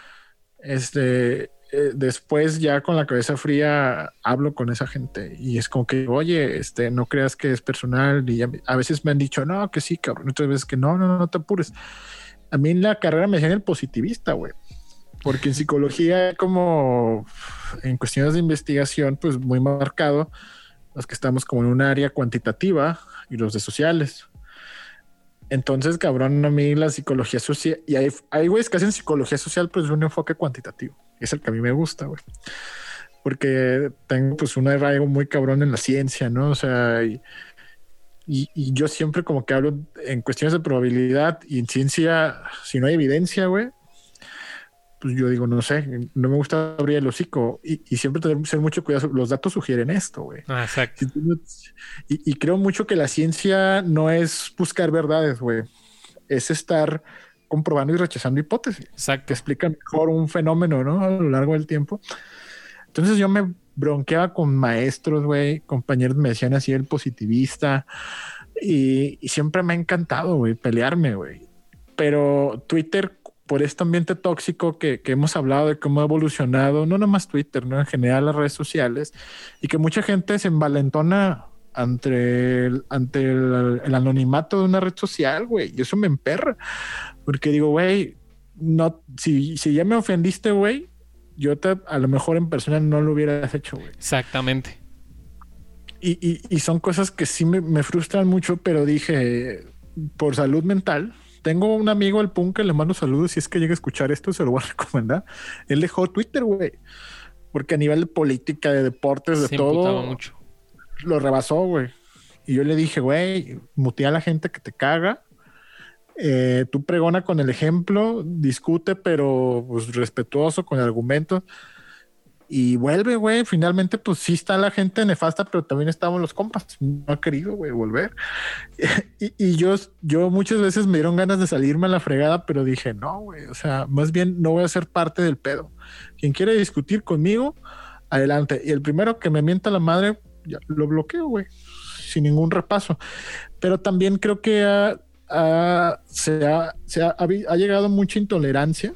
después ya con la cabeza fría hablo con esa gente. Y es como que, oye, no creas que es personal. Y a veces me han dicho, no, que sí, cabrón. Otras veces que no te apures. A mí en la carrera me decían el positivista, güey. Porque en psicología, como en cuestiones de investigación, pues muy marcado, los que estamos como en un área cuantitativa y los de sociales. Entonces, cabrón, a mí la psicología social, y hay güeyes que hacen psicología social, pues un enfoque cuantitativo. Es el que a mí me gusta, güey. Porque tengo pues un arraigo muy cabrón en la ciencia, ¿no? O sea, y yo siempre como que hablo en cuestiones de probabilidad y en ciencia, si no hay evidencia, güey, pues yo digo, no sé, no me gusta abrir el hocico y siempre tener que ser mucho cuidado. Los datos sugieren esto, güey. Exacto. Y creo mucho que la ciencia no es buscar verdades, güey. Es estar comprobando y rechazando hipótesis. Exacto. Que explican mejor un fenómeno, ¿no? A lo largo del tiempo. Entonces yo me bronqueaba con maestros, güey. Compañeros me decían así el positivista. Y siempre me ha encantado, güey, pelearme, güey. Pero Twitter, por este ambiente tóxico que hemos hablado de cómo ha evolucionado, no nomás Twitter, ¿no? En general las redes sociales, y que mucha gente se envalentona ante el anonimato de una red social, güey. Y eso me emperra. Porque digo, güey, no, si ya me ofendiste, güey, a lo mejor en persona no lo hubieras hecho, güey. Exactamente. Y son cosas que sí me frustran mucho, pero dije, por salud mental, tengo un amigo, el Punk, que le mando saludos. Si es que llega a escuchar esto, se lo voy a recomendar. Él dejó Twitter, güey, porque a nivel de política, de deportes, de todo, mucho. Lo rebasó, güey. Y yo le dije, güey, mutea a la gente que te caga. Tú pregona con el ejemplo, discute, pero pues respetuoso, con argumentos. Y vuelve, güey. Finalmente, pues sí está la gente nefasta, pero también estaban los compas. No ha querido, güey, volver. y yo muchas veces me dieron ganas de salirme a la fregada, pero dije, no, güey. O sea, más bien no voy a ser parte del pedo. Quien quiere discutir conmigo, adelante. Y el primero que me mienta la madre, ya lo bloqueo, güey. Sin ningún repaso. Pero también creo que ha llegado mucha intolerancia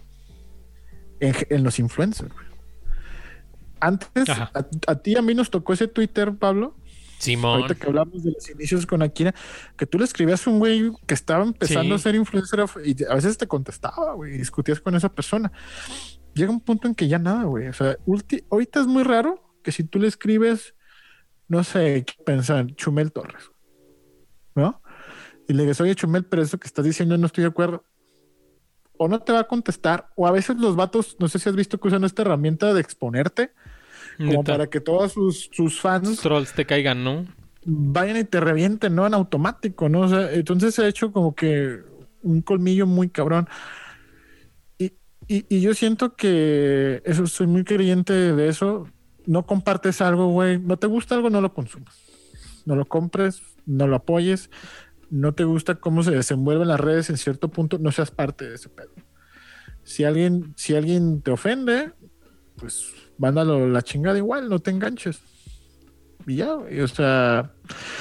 en los influencers, güey. Antes, a ti y a mí nos tocó ese Twitter, Pablo. Simón. Ahorita que hablamos de los inicios con Akira, que tú le escribías a un güey que estaba empezando a ser influencer y a veces te contestaba, güey, y discutías con esa persona. Llega un punto en que ya nada, güey. O sea, ahorita es muy raro que si tú le escribes, no sé, ¿qué pensan? Chumel Torres, ¿no? Y le dices, oye, Chumel, pero eso que estás diciendo no estoy de acuerdo. O no te va a contestar, o a veces los vatos, no sé si has visto que usan esta herramienta de exponerte, como para que todos sus fans trolls te caigan, ¿no? Vayan y te revienten, ¿no? En automático, ¿no? O sea, entonces se ha hecho como que un colmillo muy cabrón. Y yo siento que eso, soy muy creyente de eso. No compartes algo, güey. No te gusta algo, no lo consumas. No lo compres, no lo apoyes. No te gusta cómo se desenvuelven las redes en cierto punto, no seas parte de ese pedo. Si alguien te ofende, pues mándalo la chingada igual, no te enganches. Y ya, o sea,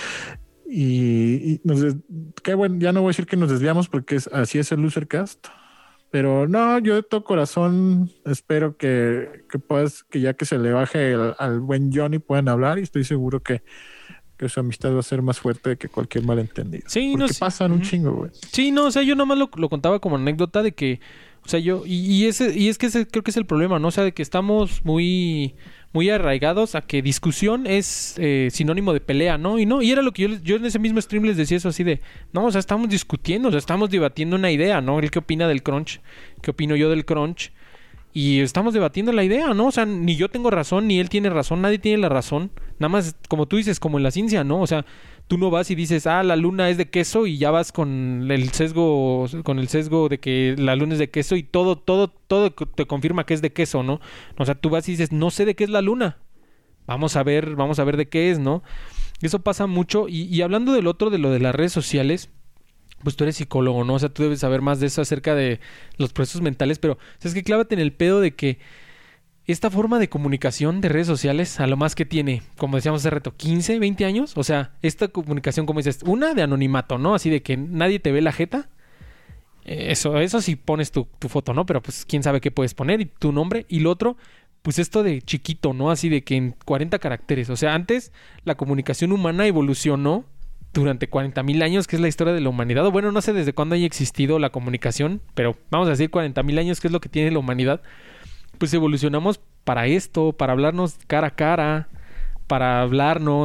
qué bueno, ya no voy a decir que nos desviamos porque así es el Losercast. Pero no, yo de todo corazón espero que ya que se le baje al buen Johnny puedan hablar, y estoy seguro que su amistad va a ser más fuerte que cualquier malentendido. Sí, porque pasan un chingo, güey. Sí, no, o sea, yo nomás lo contaba como anécdota de que, o sea, yo, y es que ese creo que es el problema, ¿no? O sea, de que estamos muy arraigados a que discusión es sinónimo de pelea, ¿no? Y era lo que yo en ese mismo stream les decía eso así de, no, o sea, estamos discutiendo, o sea, estamos debatiendo una idea, ¿no? Él qué opina del crunch, qué opino yo del crunch, y estamos debatiendo la idea, ¿no? O sea, ni yo tengo razón, ni él tiene razón, nadie tiene la razón. Nada más, como tú dices, como en la ciencia, ¿no? O sea, tú no vas y dices, la luna es de queso, y ya vas con el sesgo de que la luna es de queso y todo te confirma que es de queso, ¿no? O sea, tú vas y dices, no sé de qué es la luna. Vamos a ver de qué es, ¿no? Eso pasa mucho. Y hablando del otro, de lo de las redes sociales, pues tú eres psicólogo, ¿no? O sea, tú debes saber más de eso acerca de los procesos mentales, pero ¿sabes qué? Clávate en el pedo de que esta forma de comunicación de redes sociales, a lo más que tiene, como decíamos hace rato, 15, 20 años, o sea, esta comunicación, como dices, una de anonimato, ¿no? Así de que nadie te ve la jeta. Eso sí pones tu foto, ¿no? Pero pues quién sabe qué puedes poner y tu nombre. Y lo otro, pues esto de chiquito, ¿no? Así de que en 40 caracteres. O sea, antes la comunicación humana evolucionó durante 40,000 años, que es la historia de la humanidad. O bueno, no sé desde cuándo haya existido la comunicación, pero vamos a decir 40,000 años, que es lo que tiene la humanidad. Pues evolucionamos para esto, para hablarnos cara a cara, para hablarnos,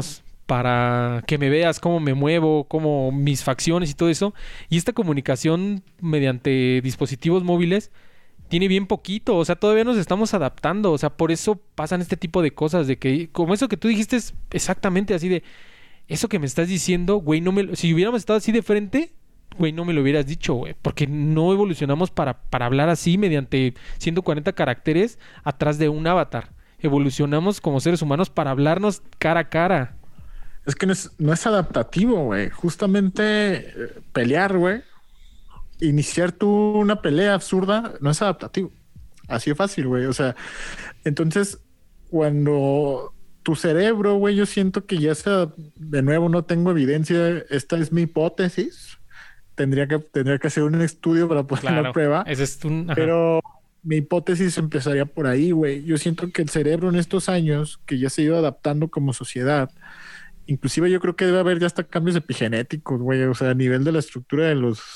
para que me veas cómo me muevo, cómo mis facciones y todo eso. Y esta comunicación mediante dispositivos móviles tiene bien poquito, o sea, todavía nos estamos adaptando, o sea, por eso pasan este tipo de cosas, de que, como eso que tú dijiste es exactamente así de, eso que me estás diciendo, güey, si hubiéramos estado así de frente, güey, no me lo hubieras dicho, güey, porque no evolucionamos para hablar así mediante 140 caracteres atrás de un avatar. Evolucionamos como seres humanos para hablarnos cara a cara. Es que no es adaptativo, güey. Justamente pelear, güey. Iniciar tú una pelea absurda no es adaptativo. Así de fácil, güey. O sea, entonces, cuando tu cerebro, güey, yo siento que ya sea, de nuevo, no tengo evidencia. Esta es mi hipótesis. Tendría que hacer un estudio para poner la prueba. Ese es ajá. Pero mi hipótesis empezaría por ahí, güey. Yo siento que el cerebro en estos años, que ya se ha ido adaptando como sociedad, inclusive yo creo que debe haber ya hasta cambios epigenéticos, güey. O sea, a nivel de la estructura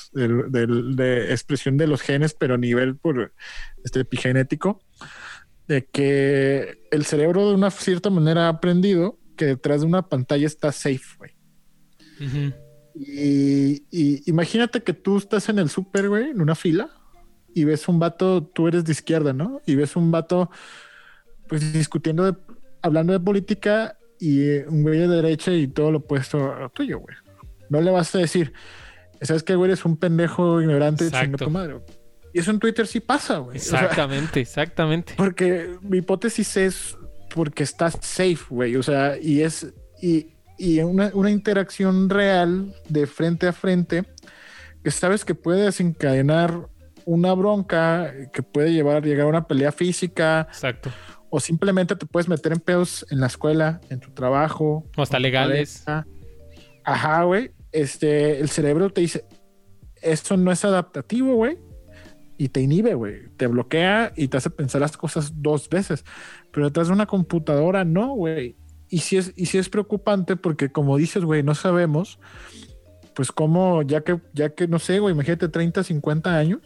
de expresión de los genes, pero a nivel por epigenético, de que el cerebro de una cierta manera ha aprendido que detrás de una pantalla está safe, güey. Uh-huh. Y imagínate que tú estás en el súper, güey, en una fila, y ves un vato, tú eres de izquierda, ¿no? Y ves un vato, pues discutiendo, hablando de política, y un güey de derecha y todo lo opuesto a tuyo, güey. No le vas a decir, ¿sabes qué, güey? Eres un pendejo ignorante chinga tu madre. Y eso en Twitter sí pasa, güey. Exactamente, o sea, exactamente. Porque mi hipótesis es porque estás safe, güey. O sea, y una interacción real de frente a frente que sabes que puede desencadenar una bronca que puede llegar a una pelea física. Exacto. O simplemente te puedes meter en pedos en la escuela, en tu trabajo. O hasta legales. Ajá, güey. El cerebro te dice, esto no es adaptativo, güey. Y te inhibe, güey. Te bloquea y te hace pensar las cosas dos veces. Pero detrás de una computadora, no, güey. Y sí es preocupante porque, como dices, güey, no sabemos, pues cómo, ya que no sé, güey, imagínate 30, 50 años.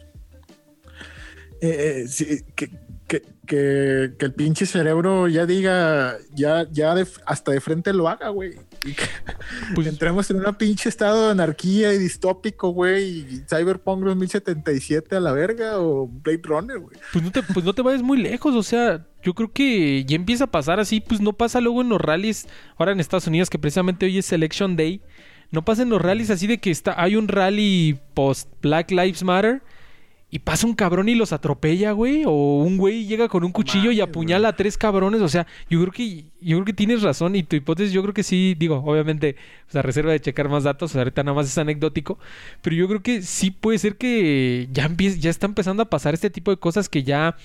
Que el pinche cerebro ya diga, hasta de frente lo haga, güey. Pues, entremos en un pinche estado de anarquía y distópico, güey, y Cyberpunk 2077 a la verga, o Blade Runner, güey. Pues no te vayas muy lejos, o sea, yo creo que ya empieza a pasar así, pues no pasa luego en los rallies, ahora en Estados Unidos, que precisamente hoy es Election Day, no pasa en los rallies así de que hay un rally post Black Lives Matter, y pasa un cabrón y los atropella, güey. O un güey llega con un cuchillo y apuñala a 3 cabrones. O sea, yo creo que tienes razón. Y tu hipótesis, yo creo que sí, digo, obviamente, o sea, reserva de checar más datos. O sea, ahorita nada más es anecdótico. Pero yo creo que sí puede ser que ya está empezando a pasar este tipo de cosas que ya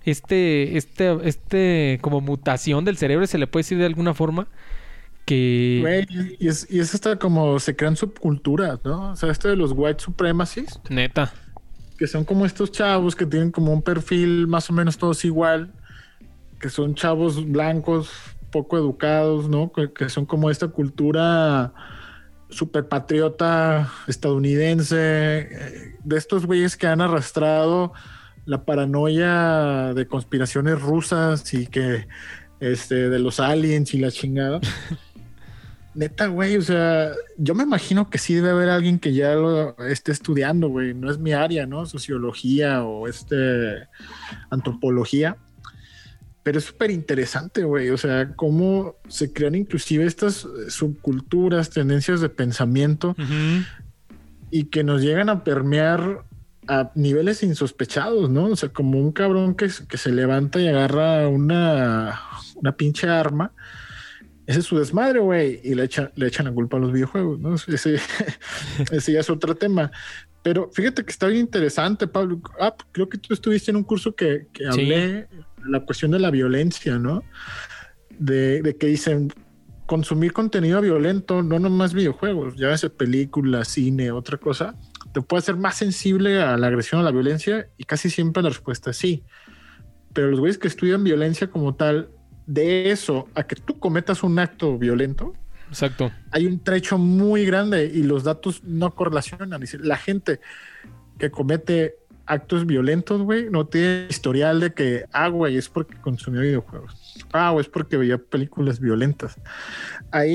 como mutación del cerebro, se le puede decir de alguna forma. Que... Güey, y es hasta como se crean subculturas, ¿no? O sea, esto de los white supremacists. Neta. Que son como estos chavos que tienen como un perfil más o menos todos igual, que son chavos blancos, poco educados, ¿no? Que son como esta cultura super patriota estadounidense, de estos güeyes que han arrastrado la paranoia de conspiraciones rusas y que de los aliens y la chingada. Neta, güey, o sea, yo me imagino que sí debe haber alguien que ya lo esté estudiando, güey. No es mi área, ¿no? Sociología o antropología. Pero es súper interesante, güey. O sea, cómo se crean inclusive estas subculturas, tendencias de pensamiento y que nos llegan a permear a niveles insospechados, ¿no? O sea, como un cabrón que se levanta y agarra una pinche arma. Ese es su desmadre, güey, y le echan la culpa a los videojuegos, ¿no? Ese ya es otro tema. Pero fíjate que está bien interesante, Pablo. Creo que tú estuviste en un curso que hablé de la cuestión de la violencia, ¿no? De que dicen consumir contenido violento, no nomás videojuegos, ya sea película, cine, otra cosa, te puede hacer más sensible a la agresión, a la violencia, y casi siempre la respuesta es sí. Pero los güeyes que estudian violencia como tal, de eso a que tú cometas un acto violento, exacto, hay un trecho muy grande y los datos no correlacionan. La gente que comete actos violentos, güey, no tiene historial de que, güey, es porque consumió videojuegos, o es porque veía películas violentas. Hay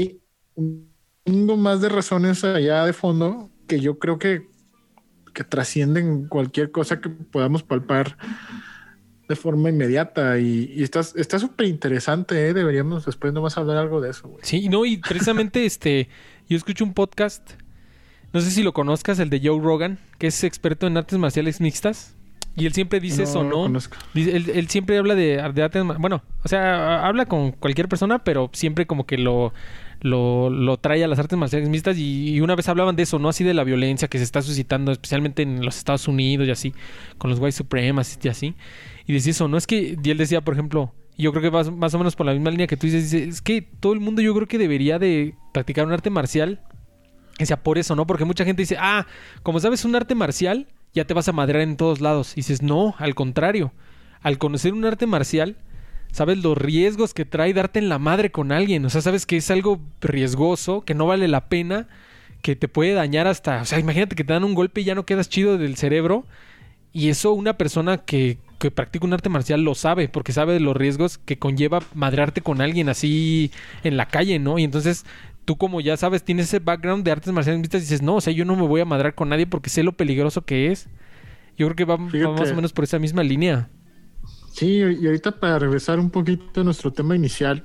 un mundo más de razones allá de fondo que yo creo que trascienden cualquier cosa que podamos palpar de forma inmediata y está súper interesante, ¿eh? Deberíamos después nomás hablar algo de eso, güey. Sí, no, y precisamente yo escucho un podcast, no sé si lo conozcas, el de Joe Rogan, que es experto en artes marciales mixtas. Y él siempre dice eso, No lo ¿no? conozco. Él siempre habla de artes... Bueno, o sea, habla con cualquier persona, pero siempre como que lo trae a las artes marciales mixtas. Y una vez hablaban de eso, ¿no? Así de la violencia que se está suscitando, especialmente en los Estados Unidos y así, con los white supremacists y así. Y decía eso, ¿no? Es que... Y él decía, por ejemplo... Y yo creo que vas más o menos por la misma línea que tú dices. Dice, es que todo el mundo yo creo que debería de practicar un arte marcial. Que sea por eso, ¿no? Porque mucha gente dice, como sabes un arte marcial, ya te vas a madrear en todos lados. Y dices, no, al contrario. Al conocer un arte marcial, sabes los riesgos que trae darte en la madre con alguien. O sea, sabes que es algo riesgoso, que no vale la pena, que te puede dañar hasta... O sea, imagínate que te dan un golpe y ya no quedas chido del cerebro. Y eso una persona que practica un arte marcial lo sabe, porque sabe de los riesgos que conlleva madrearte con alguien así en la calle, ¿no? Y entonces tú como ya sabes, tienes ese background de artes marciales mixtas y dices, no, o sea, yo no me voy a madrar con nadie porque sé lo peligroso que es. Yo creo que va más o menos por esa misma línea. Sí, y ahorita para regresar un poquito a nuestro tema inicial,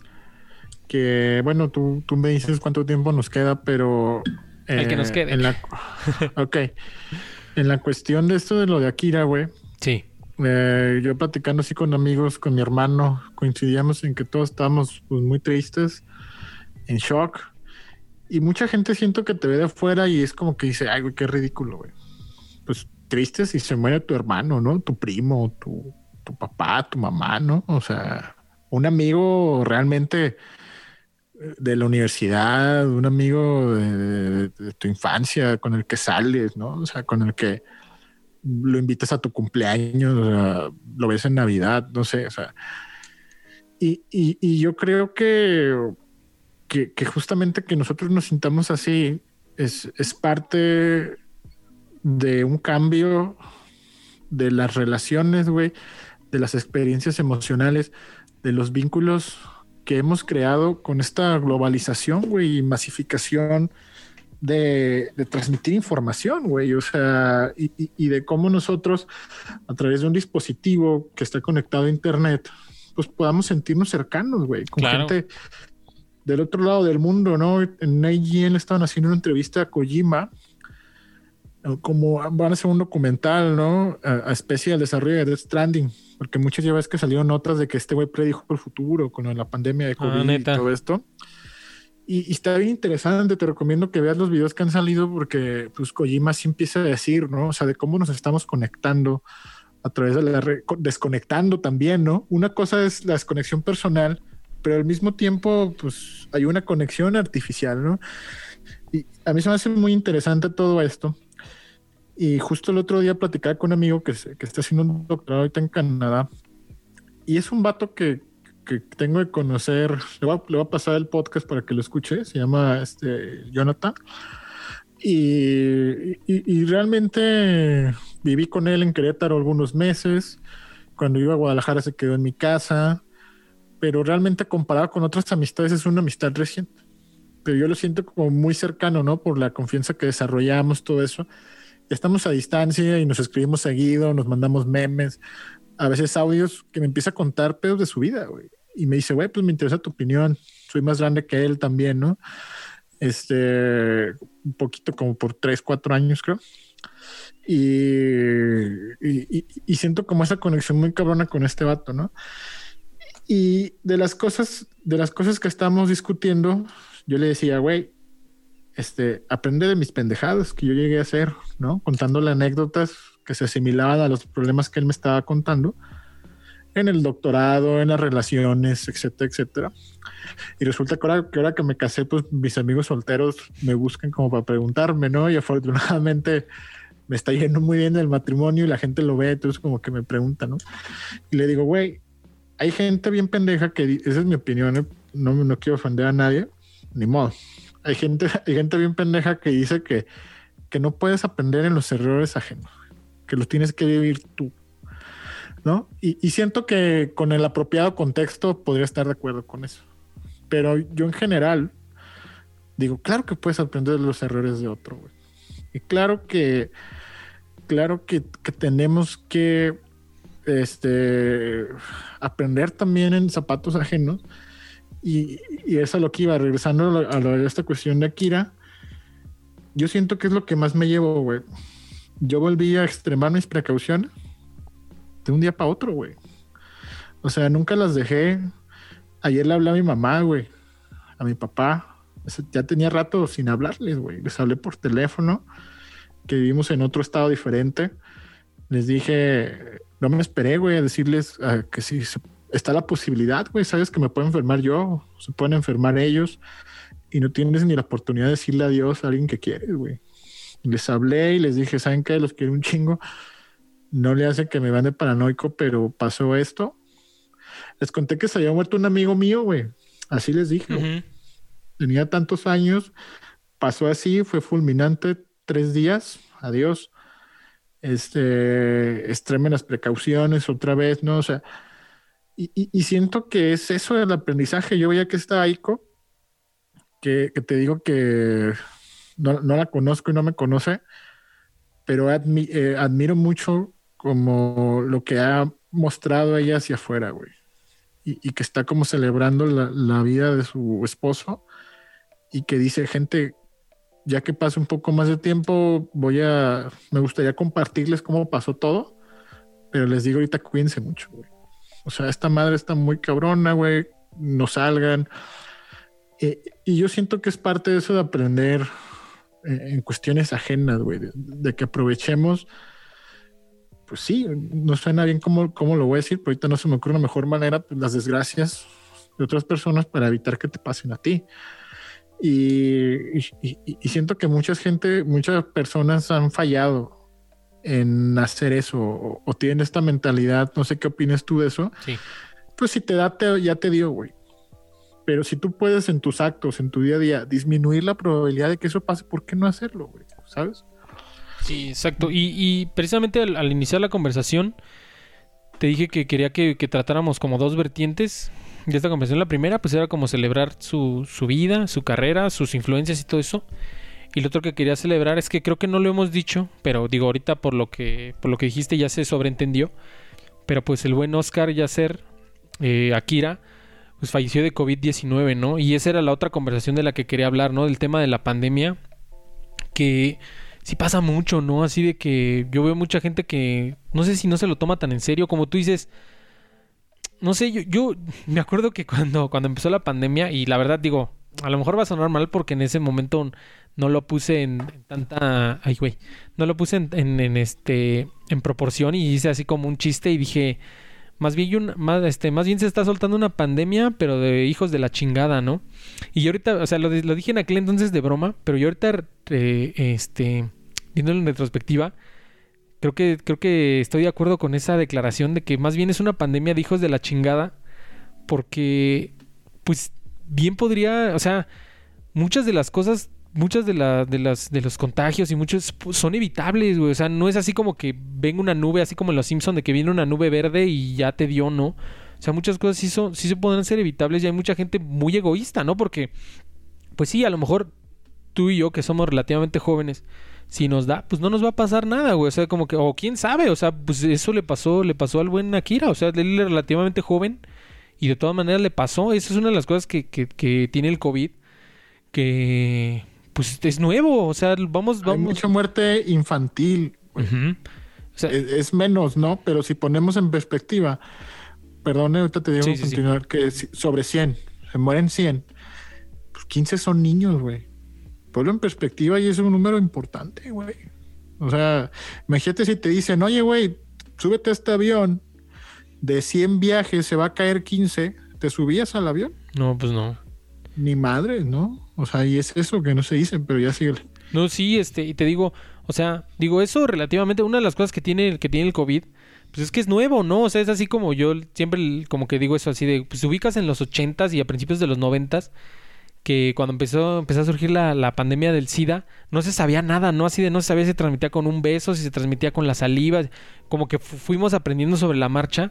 que bueno, tú me dices cuánto tiempo nos queda, pero... El que nos quede. Ok. En la cuestión de esto de lo de Akira, güey. Sí. Yo platicando así con amigos, con mi hermano, coincidíamos en que todos estábamos pues, muy tristes, en shock. Y mucha gente siento que te ve de afuera y es como que dice, ay, güey, qué ridículo, güey. Pues triste si se muere tu hermano, ¿no? Tu primo, tu papá, tu mamá, ¿no? O sea, un amigo realmente de la universidad, un amigo de tu infancia con el que sales, ¿no? O sea, con el que lo invitas a tu cumpleaños, o sea, lo ves en Navidad, no sé, o sea. Y yo creo que justamente que nosotros nos sintamos así es parte de un cambio de las relaciones, güey, de las experiencias emocionales, de los vínculos que hemos creado con esta globalización, güey, y masificación de transmitir información, güey, o sea, y de cómo nosotros, a través de un dispositivo que está conectado a internet, pues podamos sentirnos cercanos, güey, con gente del otro lado del mundo, ¿no? En IGN estaban haciendo una entrevista a Kojima, como van a hacer un documental, ¿no? A especie del desarrollo de Death Stranding, porque muchas veces que salieron notas de que este güey predijo el futuro con la pandemia de COVID y todo esto. Y está bien interesante, te recomiendo que veas los videos que han salido porque pues Kojima sí empieza a decir, ¿no? O sea, de cómo nos estamos conectando a través de la red, desconectando también, ¿no? Una cosa es la desconexión personal, pero al mismo tiempo pues hay una conexión artificial, ¿no? Y a mí se me hace muy interesante todo esto. Y justo el otro día platicaba con un amigo que está haciendo un doctorado ahorita en Canadá y es un vato que tengo que conocer, le voy a pasar el podcast para que lo escuche, se llama Jonathan, y realmente viví con él en Querétaro algunos meses, cuando iba a Guadalajara se quedó en mi casa, pero realmente comparado con otras amistades es una amistad reciente, pero yo lo siento como muy cercano, ¿no? Por la confianza que desarrollamos, todo eso. Estamos a distancia y nos escribimos seguido, nos mandamos memes, a veces audios que me empieza a contar pedos de su vida, güey. Y me dice, güey, pues me interesa tu opinión. Soy más grande que él también, ¿no? Un poquito como por 3, 4 años, creo. Y siento como esa conexión muy cabrona con este vato, ¿no? Y de las cosas que estamos discutiendo, yo le decía, güey, aprende de mis pendejadas que yo llegué a hacer, ¿no? Contándole anécdotas que se asimilaban a los problemas que él me estaba contando en el doctorado, en las relaciones, etcétera, etcétera. Y resulta que ahora que me casé, pues mis amigos solteros me buscan como para preguntarme, ¿no? Y afortunadamente me está yendo muy bien el matrimonio y la gente lo ve, entonces como que me pregunta, ¿no? Y le digo, güey, hay gente bien pendeja que, esa es mi opinión, ¿eh? No quiero ofender a nadie, ni modo. Hay gente bien pendeja que dice que no puedes aprender en los errores ajenos, que los tienes que vivir tú, ¿no? Y siento que con el apropiado contexto podría estar de acuerdo con eso. Pero yo en general Digo, claro que puedes aprender de los errores de otro, güey. Y claro que tenemos que aprender también en zapatos ajenos. Y eso es lo que iba, regresando a esta cuestión de Akira. Yo siento que es lo que más me llevo, güey. Yo volví a extremar mis precauciones de un día para otro, güey. O sea, nunca las dejé. Ayer le hablé a mi mamá, güey, a mi papá. Ya tenía rato sin hablarles, güey. Les hablé por teléfono, que vivimos en otro estado diferente. Les dije, no me esperé, güey, a decirles que sí está la posibilidad, güey. Sabes que me puedo enfermar yo, se pueden enfermar ellos, y no tienes ni la oportunidad de decirle adiós a alguien que quieres, güey. Les hablé y les dije, ¿saben qué? Los quiero un chingo. No le hace que me vean de paranoico, pero pasó esto. Les conté que se había muerto un amigo mío, güey. Así les dije, güey. Tenía tantos años, pasó así, fue fulminante, 3 días, adiós. Extremen las precauciones otra vez, ¿no? O sea, y siento que es eso del aprendizaje. Yo veía que está Aiko, que te digo que no la conozco y no me conoce, pero admiro mucho como lo que ha mostrado ella hacia afuera, güey. Y que está como celebrando la vida de su esposo, y que dice, gente, ya que pase un poco más de tiempo, me gustaría compartirles cómo pasó todo, pero les digo ahorita, cuídense mucho, güey. O sea, esta madre está muy cabrona, güey, no salgan. Y yo siento que es parte de eso de aprender en cuestiones ajenas, güey, de que aprovechemos. Pues sí, no suena bien cómo lo voy a decir, pero ahorita no se me ocurre una mejor manera, pues, las desgracias de otras personas para evitar que te pasen a ti. Y siento que muchas personas han fallado en hacer eso, o tienen esta mentalidad, no sé qué opinas tú de eso. Sí. Pues si te da, ya te dio, güey. Pero si tú puedes en tus actos, en tu día a día, disminuir la probabilidad de que eso pase, ¿por qué no hacerlo, güey? ¿Sabes? Sí, exacto. Y precisamente al iniciar la conversación, te dije que quería que tratáramos como dos vertientes de esta conversación. La primera, pues era como celebrar su vida, su carrera, sus influencias y todo eso. Y lo otro que quería celebrar es que creo que no lo hemos dicho, pero digo, ahorita por lo que dijiste ya se sobreentendió. Pero pues el buen Oscar Yasser, Akira, pues falleció de COVID-19, ¿no? Y esa era la otra conversación de la que quería hablar, ¿no? Del tema de la pandemia, que sí pasa mucho, ¿no? Así de que yo veo mucha gente que no sé si no se lo toma tan en serio, como tú dices. No sé, yo me acuerdo que cuando empezó la pandemia, y la verdad digo, a lo mejor va a sonar mal porque en ese momento no lo puse en tanta... Ay, güey. No lo puse en proporción, y hice así como un chiste y dije... Más bien se está soltando una pandemia, pero de hijos de la chingada, ¿no? Y yo ahorita, o sea, lo dije en aquel entonces de broma, pero yo ahorita, viéndolo en retrospectiva, creo que estoy de acuerdo con esa declaración de que más bien es una pandemia de hijos de la chingada, porque, pues, bien podría, o sea, muchas de las cosas, de los contagios y muchos son evitables, güey. O sea, no es así como que venga una nube, así como en Los Simpson, de que viene una nube verde y ya te dio, ¿no? O sea, muchas cosas sí se podrán ser evitables, y hay mucha gente muy egoísta, ¿no? Porque, pues sí, a lo mejor tú y yo, que somos relativamente jóvenes, si nos da, pues no nos va a pasar nada, güey. O sea, como que, o quién sabe, o sea, pues eso le pasó al buen Akira. O sea, él es relativamente joven y de todas maneras le pasó. Esa es una de las cosas que tiene el COVID, que pues es nuevo. O sea, vamos. Hay mucha muerte infantil, güey. Uh-huh. O sea, es menos, ¿no? Pero si ponemos en perspectiva, perdón, ahorita te digo continuar, que sobre 100, se mueren 100, pues 15 son niños, güey. Ponlo en perspectiva y es un número importante, güey. O sea, imagínate si te dicen, oye, güey, súbete a este avión, de 100 viajes se va a caer 15, ¿te subías al avión? No, pues no. Ni madre, ¿no? O sea, y es eso que no se dice, pero ya sigue. No, sí, y te digo, o sea, digo eso relativamente, una de las cosas que tiene el COVID, pues es que es nuevo, ¿no? O sea, es así como yo siempre como que digo eso así de, pues ubicas en los 80s y a principios de los 90s, que cuando empezó a surgir la pandemia del SIDA, no se sabía nada, ¿no? Así de no se sabía si se transmitía con un beso, si se transmitía con la saliva, como que fuimos aprendiendo sobre la marcha.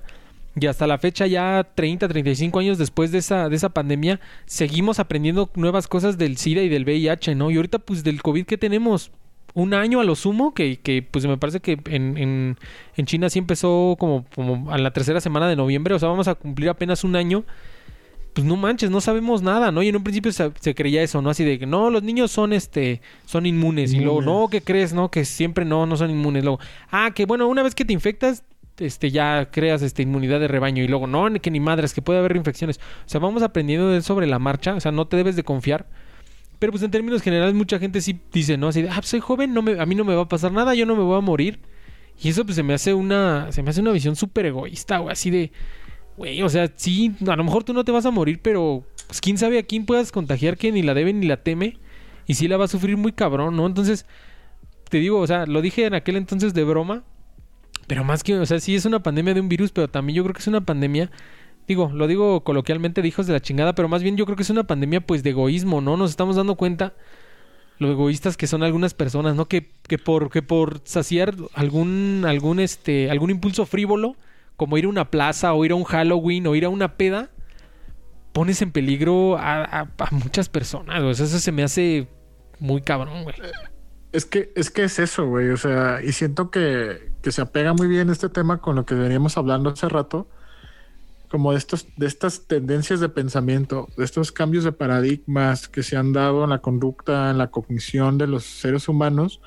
Y hasta la fecha, ya 30, 35 años después de esa pandemia, seguimos aprendiendo nuevas cosas del SIDA y del VIH, ¿no? Y ahorita, pues, del COVID, ¿qué tenemos? Un año a lo sumo, que pues me parece que en China sí empezó como a la tercera semana de noviembre, o sea, vamos a cumplir apenas un año. Pues no manches, no sabemos nada, ¿no? Y en un principio se creía eso, ¿no? Así de que no, los niños son inmunes. Y luego, no, ¿qué crees? No, que siempre no son inmunes. Luego, que bueno, una vez que te infectas, ya creas inmunidad de rebaño. Y luego, no, que ni madres, que puede haber infecciones. O sea, vamos aprendiendo de él sobre la marcha. O sea, no te debes de confiar. Pero pues en términos generales mucha gente sí dice, ¿no? Así de, soy joven, a mí no me va a pasar nada, yo no me voy a morir. Y eso pues se me hace una visión súper egoísta, güey, así de, güey, o sea, sí, a lo mejor tú no te vas a morir, pero pues quién sabe a quién puedas contagiar que ni la debe ni la teme. Y sí la va a sufrir muy cabrón, ¿no? Entonces, te digo, o sea, lo dije en aquel entonces de broma, pero más que, o sea, sí es una pandemia de un virus, pero también yo creo que es una pandemia. Lo digo coloquialmente de hijos de la chingada, pero más bien yo creo que es una pandemia pues de egoísmo, ¿no? Nos estamos dando cuenta lo egoístas que son algunas personas, ¿no? Que por saciar algún impulso frívolo, como ir a una plaza o ir a un Halloween o ir a una peda, pones en peligro a muchas personas, güey. O sea, eso se me hace muy cabrón, güey. Es que es eso, güey. O sea, y siento que se apega muy bien este tema con lo que veníamos hablando hace rato, como de estas tendencias de pensamiento, de estos cambios de paradigmas que se han dado en la conducta, en la cognición de los seres humanos,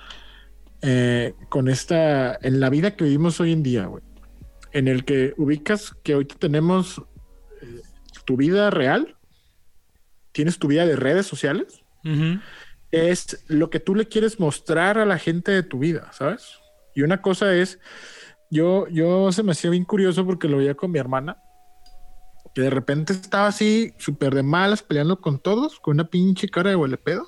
en la vida que vivimos hoy en día, güey. En el que ubicas que ahorita tenemos tu vida real, tienes tu vida de redes sociales, es lo que tú le quieres mostrar a la gente de tu vida, ¿sabes? Y una cosa es, yo se me hacía bien curioso porque lo veía con mi hermana, que de repente estaba así, súper de malas, peleando con todos, con una pinche cara de huelepedo.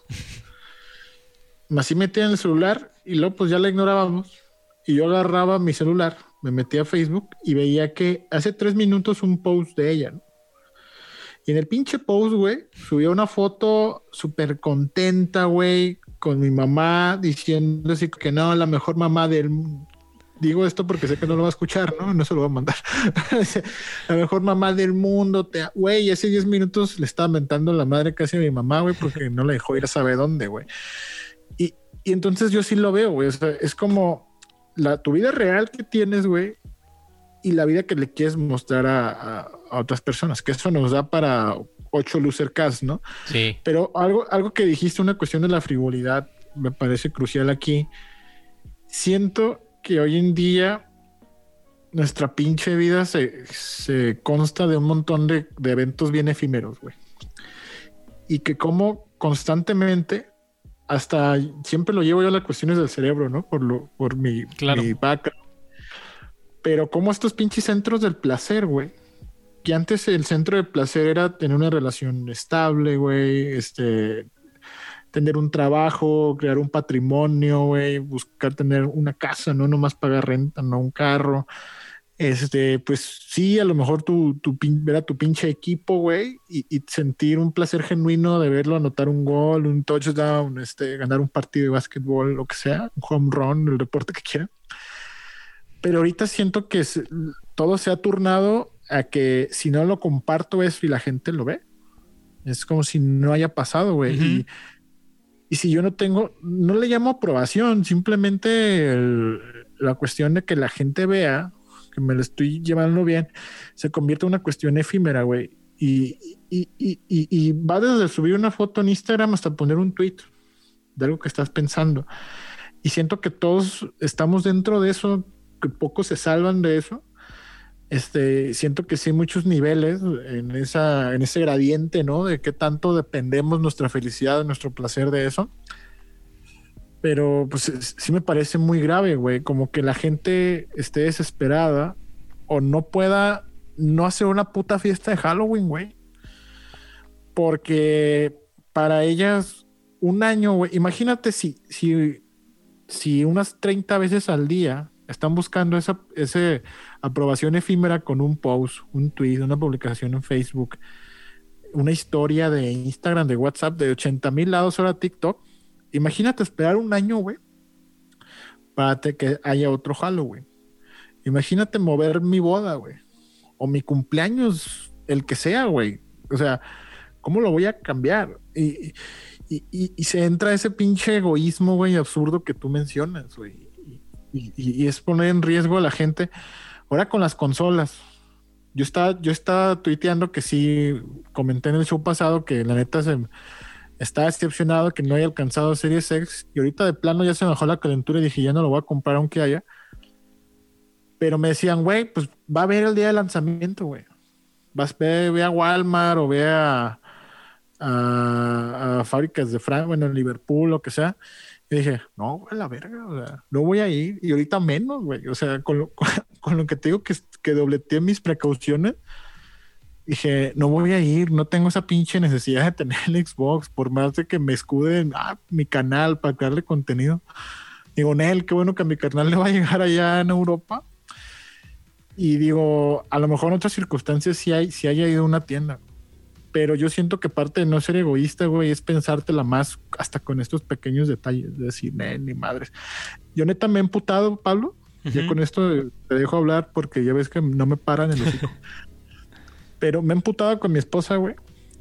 Así metía en el celular y luego pues ya la ignorábamos. Y yo agarraba mi celular, me metía a Facebook y veía que hace 3 minutos un post de ella, ¿no? Y en el pinche post, güey, subió una foto súper contenta, güey, con mi mamá diciendo así que no, la mejor mamá del mundo. Digo esto porque sé que no lo va a escuchar, ¿no? No se lo va a mandar. La mejor mamá del mundo. Güey, hace 10 minutos le estaba mentando la madre casi a mi mamá, güey, porque no la dejó ir a saber dónde, güey. Y entonces yo sí lo veo, güey. O sea, es como tu vida real que tienes, güey, y la vida que le quieres mostrar a otras personas, que eso nos da para 8 Losercast, ¿no? Sí. Pero algo que dijiste, una cuestión de la frivolidad, me parece crucial aquí. Siento que hoy en día nuestra pinche vida se consta de un montón de eventos bien efímeros, güey. Y que como constantemente, hasta siempre lo llevo yo a las cuestiones del cerebro, ¿no? Por mi background. Pero como estos pinches centros del placer, güey. Que antes el centro del placer era tener una relación estable, güey, tener un trabajo, crear un patrimonio, güey, buscar tener una casa, no nomás pagar renta, no un carro. Pues sí, a lo mejor ver a tu pinche equipo, güey, y sentir un placer genuino de verlo anotar un gol, un touchdown, ganar un partido de básquetbol, lo que sea, un home run, el deporte que quieran. Pero ahorita siento que todo se ha turnado a que si no lo comparto eso y la gente lo ve, es como si no haya pasado, güey. Uh-huh. Y si yo no le llamo aprobación, simplemente la cuestión de que la gente vea que me lo estoy llevando bien, se convierte en una cuestión efímera, güey. Y va desde subir una foto en Instagram hasta poner un tweet de algo que estás pensando. Y siento que todos estamos dentro de eso, que pocos se salvan de eso. Siento que sí hay muchos niveles en ese gradiente, ¿no? De qué tanto dependemos nuestra felicidad, nuestro placer de eso. Pero pues sí me parece muy grave, güey. Como que la gente esté desesperada o no pueda no hacer una puta fiesta de Halloween, güey. Porque para ellas un año, güey. Imagínate si unas 30 veces al día están buscando esa aprobación efímera con un post, un tweet, una publicación en Facebook, una historia de Instagram, de WhatsApp, de 80,000 lados ahora TikTok. Imagínate esperar un año, güey, para que haya otro Halloween. Imagínate mover mi boda, güey. o mi cumpleaños, el que sea, güey. O sea, ¿cómo lo voy a cambiar? Y se entra ese pinche egoísmo, güey, absurdo que tú mencionas, güey. Y es poner en riesgo a la gente. Ahora con las consolas. Yo estaba tuiteando que sí, comenté en el show pasado que la neta estaba decepcionado que no haya alcanzado Series X. Y ahorita de plano ya se me bajó la calentura y dije, ya no lo voy a comprar aunque haya. Pero me decían, güey, pues va a haber el día de lanzamiento, güey. Ve a Walmart o ve a fábricas de bueno, en Liverpool, lo que sea. Y dije, no, güey, la verga, o sea, no voy a ir. Y ahorita menos, güey. O sea, con lo que te digo que dobleteé mis precauciones, dije, no voy a ir, no tengo esa pinche necesidad de tener el Xbox, por más de que me escuden mi canal para darle contenido. Digo, Nel, qué bueno que a mi canal le va a llegar allá en Europa. Y digo, a lo mejor en otras circunstancias sí haya ido a una tienda. Pero yo siento que parte de no ser egoísta, güey, es pensártela más hasta con estos pequeños detalles. De decir, ni madres. Yo neta me he emputado, Pablo. Uh-huh. Ya con esto te dejo hablar porque ya ves que no me paran el hocico. Pero me he emputado con mi esposa, güey.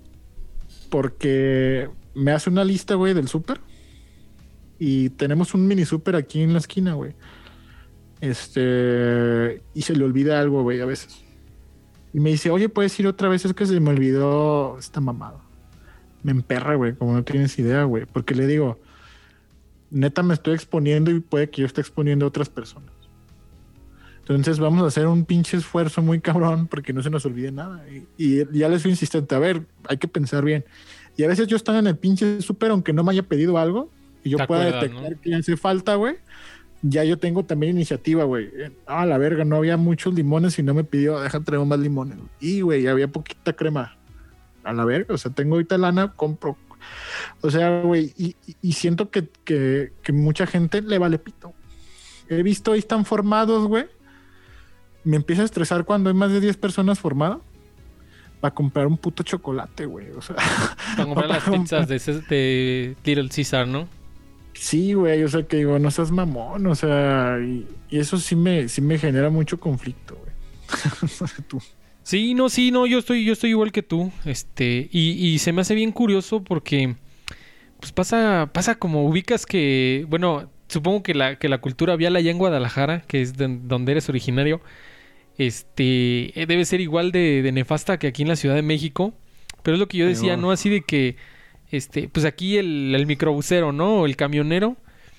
Porque me hace una lista, güey, del súper. Y tenemos un mini súper aquí en la esquina, güey. Y se le olvida algo, güey, a veces. Y me dice, oye, ¿puedes ir otra vez? Es que se me olvidó esta mamada. Me emperra, güey, como no tienes idea, güey. Porque le digo, neta me estoy exponiendo y puede que yo esté exponiendo a otras personas. Entonces vamos a hacer un pinche esfuerzo muy cabrón porque no se nos olvide nada. Y ya les soy insistente, a ver, hay que pensar bien. Y a veces yo estoy en el pinche súper, aunque no me haya pedido algo, y yo pueda detectar, ¿no?, que hace falta, güey. Ya yo tengo también iniciativa, güey. La verga, no había muchos limones y no me pidió, déjame traer más limones. Y, güey, había poquita crema. A la verga, o sea, tengo ahorita lana, compro. O sea, güey, y siento que mucha gente le vale pito. He visto ahí están formados, güey. Me empieza a estresar cuando hay más de 10 personas formadas para comprar un puto chocolate, güey. O sea, para comprar las pizzas de Little Caesar, ¿no? Sí, güey, o sea, que digo, no seas mamón, o sea, y eso sí me genera mucho conflicto, güey. No sé tú. Sí, no, yo estoy igual que tú, y se me hace bien curioso porque, pues pasa como ubicas que, bueno, supongo que la cultura vial allá en Guadalajara, que es donde eres originario, debe ser igual de nefasta que aquí en la Ciudad de México, pero es lo que yo decía, ¿no? Así de que pues aquí el microbusero, ¿no? O el camionero.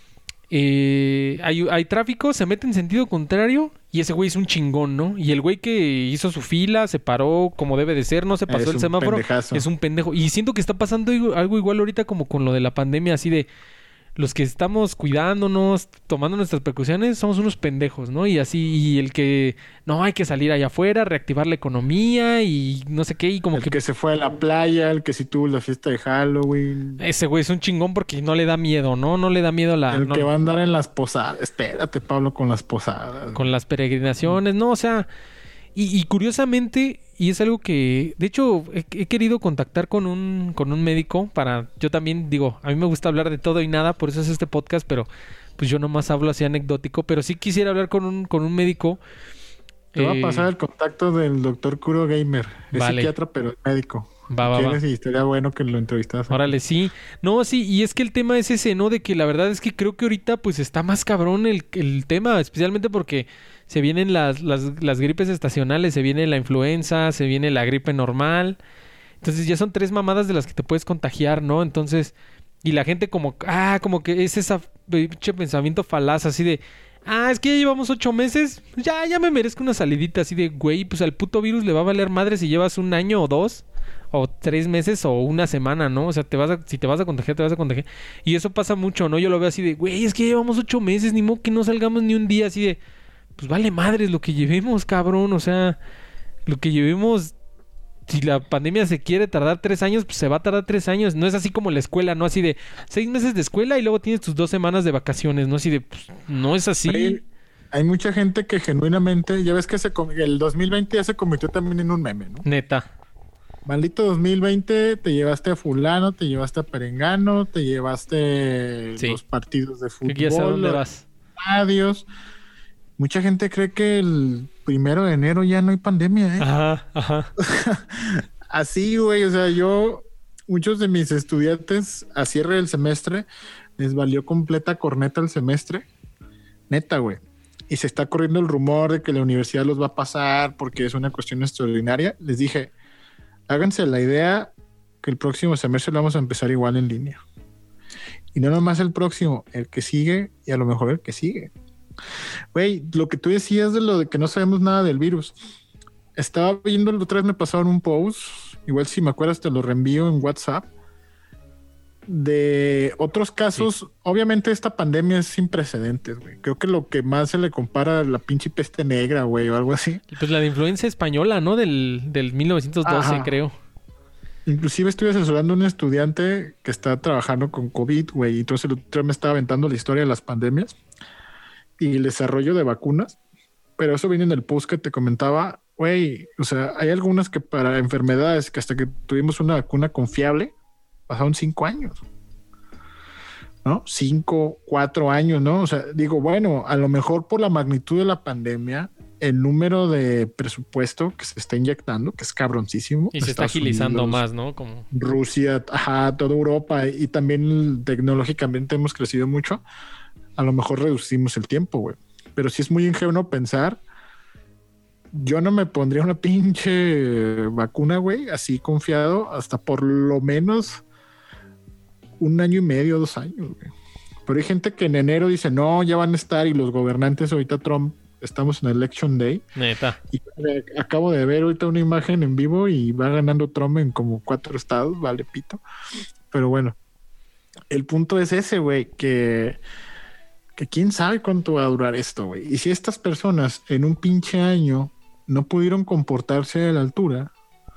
Hay tráfico, se mete en sentido contrario y ese güey es un chingón, ¿no? Y el güey que hizo su fila, se paró como debe de ser, no se pasó el semáforo. Es un pendejo. Y siento que está pasando algo igual ahorita como con lo de la pandemia, así de los que estamos cuidándonos, tomando nuestras precauciones, somos unos pendejos, ¿no? Y así, y el que no hay que salir allá afuera, reactivar la economía y no sé qué, y como el que se fue a la playa, el que sí tuvo la fiesta de Halloween. Ese güey es un chingón porque no le da miedo, ¿no? No le da miedo que va a andar en las posadas. Espérate, Pablo, con las posadas. Con las peregrinaciones, ¿no? O sea, y curiosamente, y es algo que, de hecho, he querido contactar con un médico para, yo también digo, a mí me gusta hablar de todo y nada, por eso es este podcast, pero pues yo nomás hablo así anecdótico, pero sí quisiera hablar con un médico. Te voy a pasar el contacto del doctor Kuro Gamer, es psiquiatra, pero es médico. Va. Y estaría bueno que lo entrevistas. Órale, sí. No, sí, y es que el tema es ese, ¿no? De que la verdad es que creo que ahorita pues está más cabrón el tema, especialmente porque se vienen las gripes estacionales, se viene la influenza, se viene la gripe normal. Entonces ya son 3 mamadas de las que te puedes contagiar, ¿no? Entonces, y la gente como que es ese pensamiento falaz así de, es que ya llevamos 8 meses, ya me merezco una salidita así de, güey, pues al puto virus le va a valer madre si llevas 1 año o 2 o 3 meses o 1 semana, ¿no? O sea, si te vas a contagiar, te vas a contagiar. Y eso pasa mucho, ¿no? Yo lo veo así de, güey, es que llevamos 8 meses, ni modo que no salgamos ni un día, así de, pues vale madres lo que llevemos, cabrón. O sea, lo que llevemos, si la pandemia se quiere tardar 3 años, pues se va a tardar 3 años. No es así como la escuela, ¿no? Así de 6 meses de escuela y luego tienes tus 2 semanas de vacaciones, ¿no? Así de, pues, no es así. Hay mucha gente que genuinamente, ya ves que el 2020 ya se convirtió también en un meme, ¿no? Neta. Maldito 2020, te llevaste a fulano, te llevaste a perengano, te llevaste los partidos de fútbol. ¿A dónde vas? Adiós. Mucha gente cree que 1 de enero ya no hay pandemia, ¿eh? Ajá, ajá. Así, güey, o sea, muchos de mis estudiantes a cierre del semestre les valió completa corneta el semestre. Neta, güey. Y se está corriendo el rumor de que la universidad los va a pasar porque es una cuestión extraordinaria. Les dije, háganse la idea que el próximo semestre lo vamos a empezar igual en línea. Y no nomás el próximo, el que sigue y a lo mejor el que sigue. Güey, lo que tú decías de lo de que no sabemos nada del virus. Estaba viendo, la otra vez me pasaron un post, igual si me acuerdas te lo reenvío en WhatsApp, de otros casos. Sí. Obviamente esta pandemia es sin precedentes, güey. Creo que lo que más se le compara a la pinche peste negra, güey, o algo así. Pues la de influencia española, ¿no? Del 1912, ajá, creo. Inclusive estuve asesorando a un estudiante que está trabajando con COVID, güey, y entonces el otro me estaba aventando la historia de las pandemias y el desarrollo de vacunas, pero eso viene en el post que te comentaba, güey, o sea, hay algunas que para enfermedades que hasta que tuvimos una vacuna confiable, pasaron 5 años, ¿no? 5, 4 años, ¿no? O sea, digo, bueno, a lo mejor por la magnitud de la pandemia, el número de presupuesto que se está inyectando, que es cabroncísimo. Y se está agilizando Unidos, más, ¿no? Como Rusia, ajá, toda Europa, y también tecnológicamente hemos crecido mucho. A lo mejor reducimos el tiempo, güey. Pero sí es muy ingenuo pensar. Yo no me pondría una pinche vacuna, güey, así confiado, hasta por lo menos 1 año y medio, 2 años, güey. Pero hay gente que en enero dice, no, ya van a estar, y los gobernantes, ahorita Trump, estamos en Election Day. Neta. Y acabo de ver ahorita una imagen en vivo y va ganando Trump en como 4 estados, vale pito. Pero bueno, el punto es ese, güey, que quién sabe cuánto va a durar esto, güey. Y si estas personas en un pinche año no pudieron comportarse a la altura,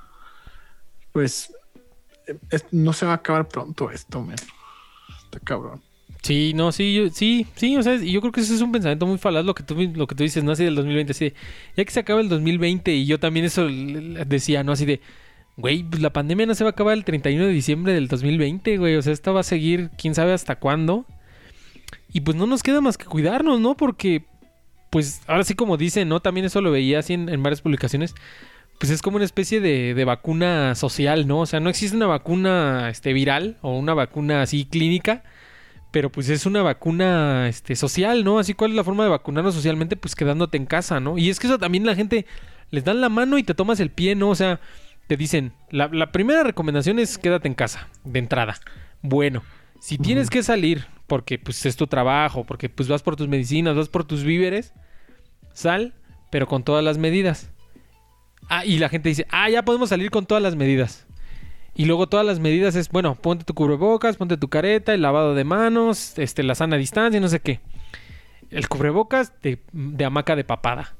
pues no se va a acabar pronto esto, man. Está cabrón. Sí, no, sí, sí, o sea, yo creo que eso es un pensamiento muy falaz lo que tú dices, ¿no? Así del 2020, así de, ya que se acaba el 2020, y yo también eso decía, ¿no? Así de, güey, pues la pandemia no se va a acabar el 31 de diciembre del 2020, güey, o sea, esta va a seguir quién sabe hasta cuándo, y pues no nos queda más que cuidarnos, ¿no? Porque, pues, ahora sí como dicen, ¿no? También eso lo veía así en varias publicaciones, pues es como una especie de vacuna social, ¿no? O sea, no existe una vacuna viral o una vacuna así clínica, pero pues es una vacuna social, ¿no? Así, ¿cuál es la forma de vacunarnos socialmente? Pues quedándote en casa, ¿no? Y es que eso también la gente les dan la mano y te tomas el pie, ¿no? O sea, te dicen, la primera recomendación es quédate en casa, de entrada. Bueno, si tienes que salir, porque pues es tu trabajo, porque pues vas por tus medicinas, vas por tus víveres, sal, pero con todas las medidas. Ah, y la gente dice, ya podemos salir con todas las medidas. Y luego todas las medidas es, bueno, ponte tu cubrebocas, ponte tu careta, el lavado de manos, la sana distancia y no sé qué. El cubrebocas de hamaca de papada.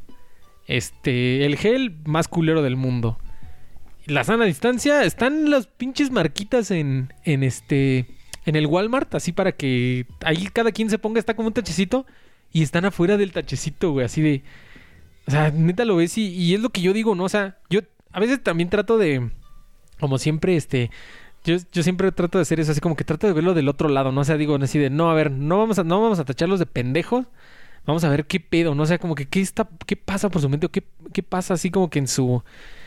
El gel más culero del mundo. La sana distancia, están las pinches marquitas en el Walmart, así para que ahí cada quien se ponga, está como un tachecito, y están afuera del tachecito, güey, así de... O sea, neta lo ves y es lo que yo digo, ¿no? O sea, yo a veces también trato de... Como siempre, yo siempre trato de hacer eso, así como que trato de verlo del otro lado, ¿no? O sea, digo así de, no, a ver, no vamos a tacharlos de pendejos, vamos a ver qué pedo, ¿no? O sea, como que qué pasa por su mente, o qué pasa así como que en su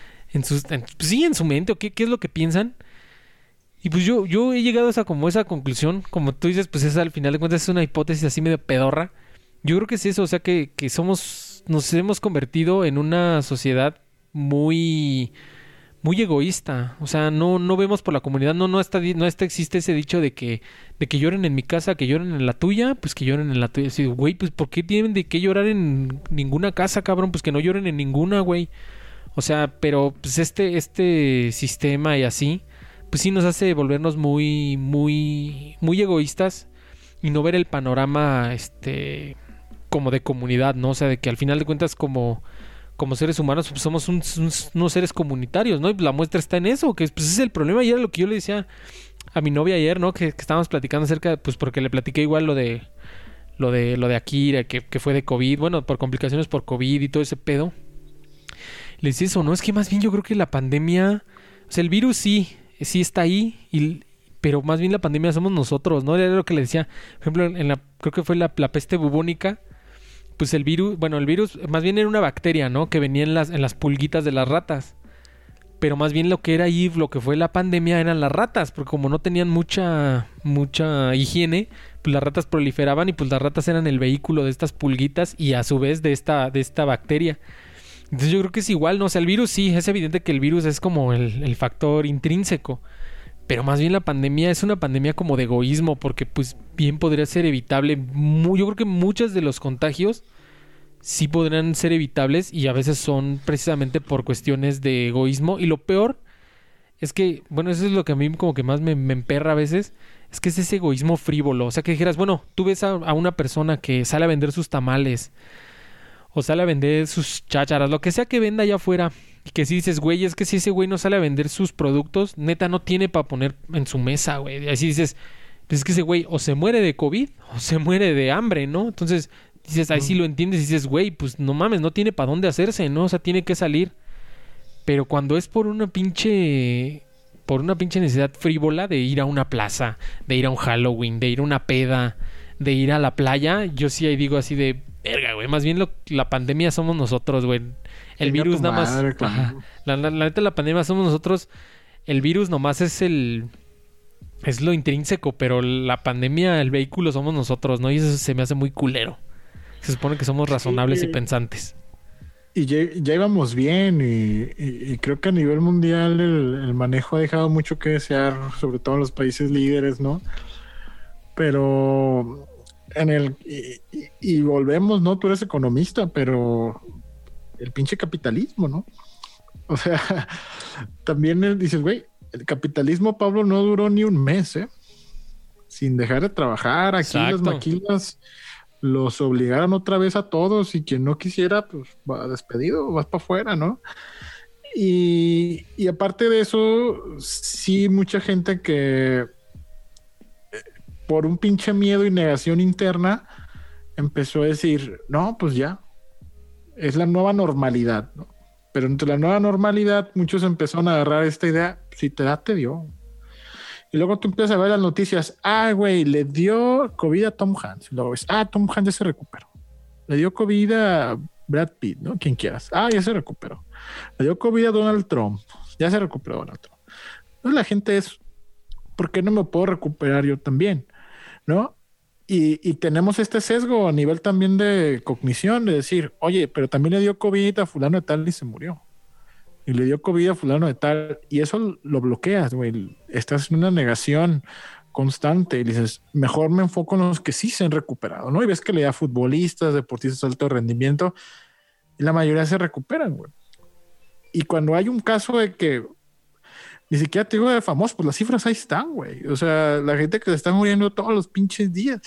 mente, o qué es lo que piensan. Y pues yo he llegado a esa conclusión, como tú dices, pues esa al final de cuentas es una hipótesis así medio pedorra. Yo creo que es eso, o sea, que nos hemos convertido en una sociedad muy egoísta. O sea, no vemos por la comunidad, no existe ese dicho de que lloren en mi casa, que lloren en la tuya, pues que lloren en la tuya. Así, güey, pues ¿por qué tienen de qué llorar en ninguna casa, cabrón? Pues que no lloren en ninguna, güey. O sea, pero pues este sistema y así, pues sí nos hace volvernos muy, muy, muy egoístas y no ver el panorama, como de comunidad, ¿no? O sea, de que al final de cuentas como seres humanos pues somos unos seres comunitarios, ¿no? Y la muestra está en eso, que pues es el problema. Y era lo que yo le decía a mi novia ayer, ¿no? Que estábamos platicando acerca, pues porque le platiqué igual lo de Akira, que fue de COVID, bueno, por complicaciones por COVID y todo ese pedo. Le decía eso, ¿no? Es que más bien yo creo que la pandemia, o sea, el virus sí está ahí, pero más bien la pandemia somos nosotros, ¿no? Era lo que le decía, por ejemplo, creo que fue la peste bubónica. pues el virus, bueno, el virus más bien era una bacteria, ¿no? Que venía en las pulguitas de las ratas. Pero más bien lo que era ahí, lo que fue la pandemia eran las ratas, porque como no tenían mucha higiene, pues las ratas proliferaban y pues las ratas eran el vehículo de estas pulguitas y a su vez de esta bacteria. Entonces yo creo que es igual, ¿no? O sea, el virus sí, es evidente que el virus es como el factor intrínseco, pero más bien la pandemia es una pandemia como de egoísmo, porque pues bien podría ser evitable. Yo creo que muchos de los contagios sí podrían ser evitables y a veces son precisamente por cuestiones de egoísmo. Y lo peor es que, bueno, eso es lo que a mí como que más me emperra a veces, es que es ese egoísmo frívolo. O sea, que dijeras, bueno, tú ves a una persona que sale a vender sus tamales o sale a vender sus chácharas, lo que sea que venda allá afuera. Y que si dices, güey, es que si ese güey no sale a vender sus productos, neta no tiene para poner en su mesa, güey. Así dices, pues es que ese güey o se muere de COVID o se muere de hambre, ¿no? Entonces dices, ahí sí lo entiendes y dices, güey, pues no mames, no tiene para dónde hacerse, ¿no? O sea, tiene que salir. Pero cuando es por una pinche necesidad frívola de ir a una plaza, de ir a un Halloween, de ir a una peda, de ir a la playa, yo sí ahí digo así de, verga, güey, más bien la pandemia somos nosotros, güey. El Venga virus tu nada más... madre, claro. Ajá. La neta, la pandemia somos nosotros. El virus nomás es lo intrínseco, pero la pandemia, el vehículo somos nosotros, ¿no? Y eso se me hace muy culero. Se supone que somos razonables y pensantes. Y ya íbamos bien y creo que a nivel mundial el manejo ha dejado mucho que desear, sobre todo en los países líderes, ¿no? Pero y volvemos, ¿no? Tú eres economista, pero el pinche capitalismo, ¿no? O sea, también dices, güey, el capitalismo, Pablo, no duró ni un mes, ¿eh? Sin dejar de trabajar, aquí las Exacto. maquilas los obligaron otra vez a todos y quien no quisiera, pues va despedido, vas para afuera, ¿no? Y aparte de eso, sí, mucha gente que por un pinche miedo y negación interna empezó a decir, no, pues ya, es la nueva normalidad, ¿no? Pero entre la nueva normalidad, muchos empezaron a agarrar esta idea, si te da, te dio. Y luego tú empiezas a ver las noticias. Ah, güey, le dio COVID a Tom Hanks. Y luego ves, Tom Hanks ya se recuperó. Le dio COVID a Brad Pitt, ¿no? Quien quieras. Ya se recuperó. Le dio COVID a Donald Trump. Ya se recuperó Donald Trump. Entonces la gente es, ¿por qué no me puedo recuperar yo también? ¿No? Y tenemos este sesgo a nivel también de cognición, de decir, oye, pero también le dio COVID a fulano de tal y se murió. Y le dio COVID a fulano de tal, y eso lo bloqueas, güey. Estás en una negación constante y dices, mejor me enfoco en los que sí se han recuperado, ¿no? Y ves que le da futbolistas, deportistas de alto rendimiento, y la mayoría se recuperan, güey. Y cuando hay un caso de que ni siquiera te digo de famoso, pues las cifras ahí están, güey. O sea, la gente que se está muriendo todos los pinches días.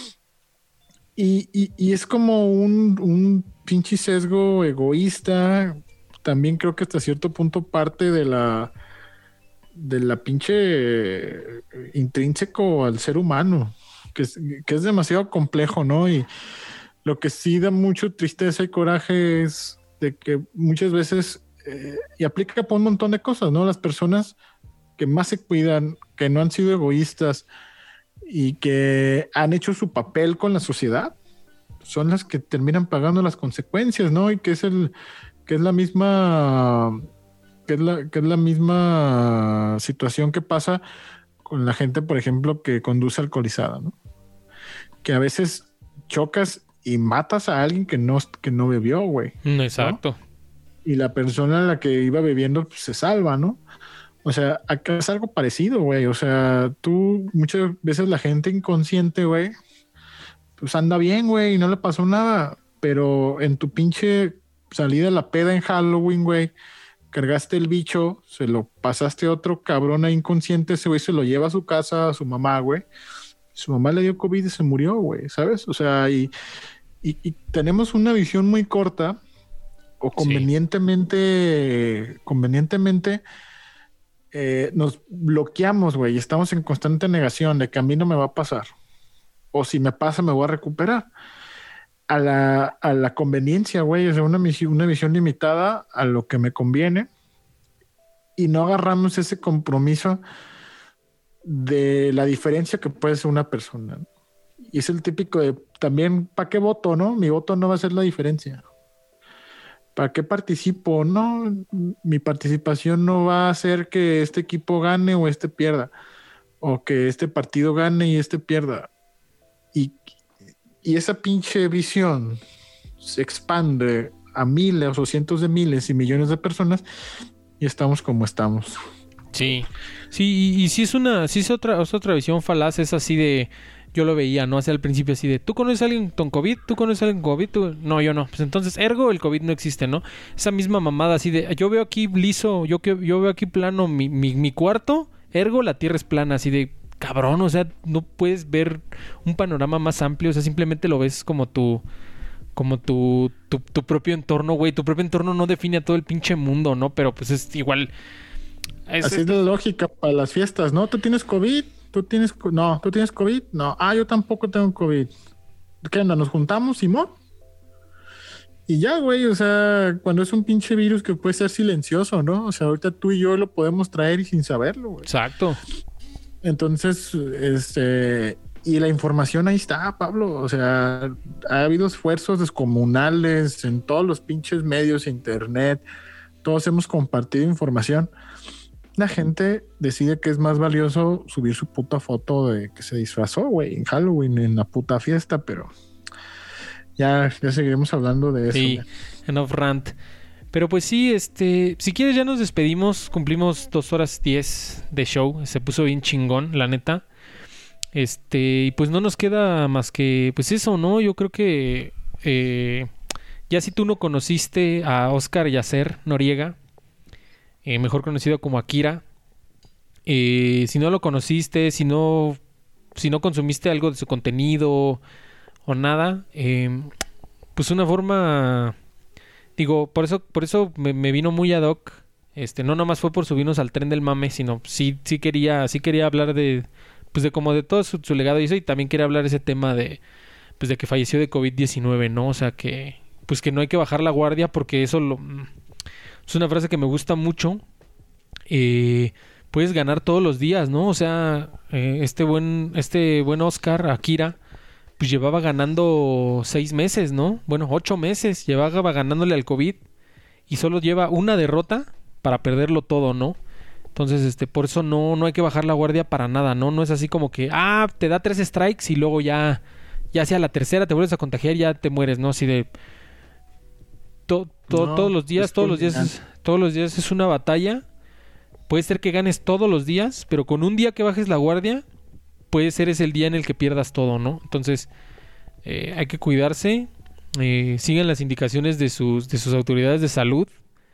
Y es como un pinche sesgo egoísta. También creo que hasta cierto punto parte de la pinche intrínseco al ser humano, que es demasiado complejo, ¿no? Y lo que sí da mucho tristeza y coraje es de que muchas veces, y aplica por un montón de cosas, ¿no? Las personas que más se cuidan, que no han sido egoístas y que han hecho su papel con la sociedad, son las que terminan pagando las consecuencias, ¿no? Y que es la misma situación que pasa con la gente, por ejemplo, que conduce alcoholizada, ¿no? Que a veces chocas y matas a alguien que no bebió, güey. Exacto. ¿No? Y la persona a la que iba bebiendo pues, se salva, ¿no? O sea, acá es algo parecido, güey. O sea, muchas veces la gente inconsciente, güey, pues anda bien, güey, y no le pasó nada. Pero en tu pinche salida a la peda en Halloween, güey, cargaste el bicho, se lo pasaste a otro cabrón ahí inconsciente, ese güey se lo lleva a su casa, a su mamá, güey. Su mamá le dio COVID y se murió, güey, ¿sabes? O sea, y tenemos una visión muy corta o convenientemente nos bloqueamos, güey, y estamos en constante negación de que a mí no me va a pasar. O si me pasa, me voy a recuperar. A la conveniencia, güey, o sea, una visión limitada a lo que me conviene y no agarramos ese compromiso de la diferencia que puede ser una persona. Y es el típico de también, ¿para qué voto, no? Mi voto no va a hacer la diferencia. ¿Para qué participo? No, mi participación no va a hacer que este equipo gane o este pierda, o que este partido gane y este pierda. Y, y esa pinche visión se expande a miles o cientos de miles y millones de personas y estamos como estamos. Sí, sí, y sí es otra visión falaz, es así de, yo lo veía, ¿no? Hace al principio así de, ¿tú conoces a alguien con COVID? ¿Tú conoces a alguien con COVID? No, yo no. Pues entonces, ergo, el COVID no existe, ¿no? Esa misma mamada así de, yo veo aquí liso, yo veo aquí plano mi cuarto, ergo, la tierra es plana, así de, cabrón, o sea, no puedes ver un panorama más amplio, o sea, simplemente lo ves como tu propio entorno, güey. Tu propio entorno no define a todo el pinche mundo, ¿no? Pero pues es igual. Así es la lógica para las fiestas, ¿no? ¿Tú tienes COVID? No, ¿tú tienes COVID? No. Ah, yo tampoco tengo COVID. ¿Qué onda? ¿Nos juntamos, Simón? Y ya, güey, o sea, cuando es un pinche virus que puede ser silencioso, ¿no? O sea, ahorita tú y yo lo podemos traer y sin saberlo, güey. Exacto. Entonces, y la información ahí está, Pablo. O sea, ha habido esfuerzos descomunales en todos los pinches medios, internet. Todos hemos compartido información. La gente decide que es más valioso subir su puta foto de que se disfrazó, güey, en Halloween, en la puta fiesta, pero ya seguiremos hablando de eso. Sí, enough rant. Pero pues sí, si quieres ya nos despedimos, cumplimos 2 horas 10 de show, se puso bien chingón, la neta. Y pues no nos queda más que, pues eso, ¿no? Yo creo que ya si tú no conociste a Oscar Yacer Noriega, mejor conocido como Akira, si no lo conociste, si no consumiste algo de su contenido o nada, pues una forma, digo, por eso me vino muy ad hoc. No nomás fue por subirnos al tren del mame, sino sí quería hablar de, pues de como de todo su legado y eso, y también quería hablar ese tema de, pues de que falleció de COVID-19, ¿no? O sea que, pues que no hay que bajar la guardia porque eso es una frase que me gusta mucho. Puedes ganar todos los días, ¿no? O sea, este buen Oscar Akira, pues llevaba ganando 6 meses, ¿no? Bueno, 8 meses llevaba ganándole al COVID y solo lleva una derrota para perderlo todo, ¿no? Entonces, por eso no hay que bajar la guardia para nada, ¿no? No es así como que, te da 3 strikes y luego ya hacia la tercera te vuelves a contagiar y ya te mueres, ¿no? Así de todos los días es una batalla. Puede ser que ganes todos los días, pero con un día que bajes la guardia, puede ser es el día en el que pierdas todo, ¿no? Entonces, hay que cuidarse, sigan las indicaciones de sus autoridades de salud.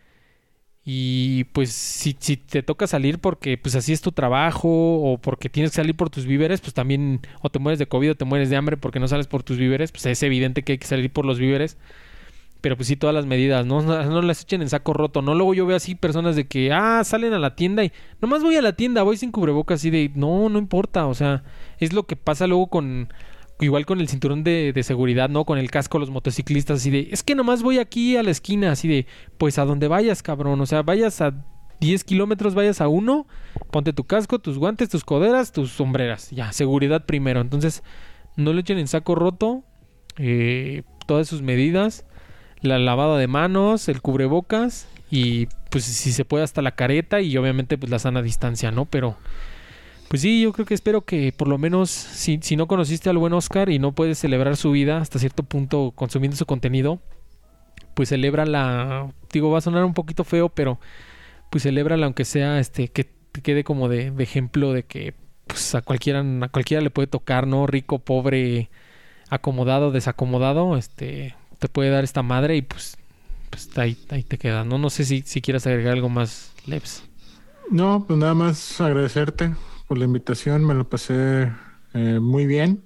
Y pues si te toca salir porque pues así es tu trabajo o porque tienes que salir por tus víveres, pues también o te mueres de COVID o te mueres de hambre porque no sales por tus víveres, pues es evidente que hay que salir por los víveres. Pero pues sí, todas las medidas, no las echen en saco roto, ¿no? Luego yo veo así personas de que, salen a la tienda y nomás voy a la tienda, voy sin cubrebocas, así de, no importa, o sea, es lo que pasa luego igual con el cinturón de seguridad, ¿no? Con el casco, los motociclistas, así de, es que nomás voy aquí a la esquina, así de, pues a donde vayas, cabrón, o sea, vayas a 10 kilómetros, vayas a 1, ponte tu casco, tus guantes, tus coderas, tus sombreras, ya, seguridad primero. Entonces, no le echen en saco roto todas sus medidas. La lavada de manos, el cubrebocas y pues si se puede hasta la careta y obviamente pues la sana distancia, ¿no? Pero pues sí, yo creo que espero que por lo menos si no conociste al buen Oscar y no puedes celebrar su vida hasta cierto punto consumiendo su contenido, pues celébrala, digo, va a sonar un poquito feo, pero pues celébrala aunque sea que te quede como de ejemplo de que pues a cualquiera le puede tocar, ¿no? Rico, pobre, acomodado, desacomodado, te puede dar esta madre y pues ahí te queda, ¿no? No sé si quieras agregar algo más, Leps. No, pues nada más agradecerte por la invitación, me lo pasé muy bien.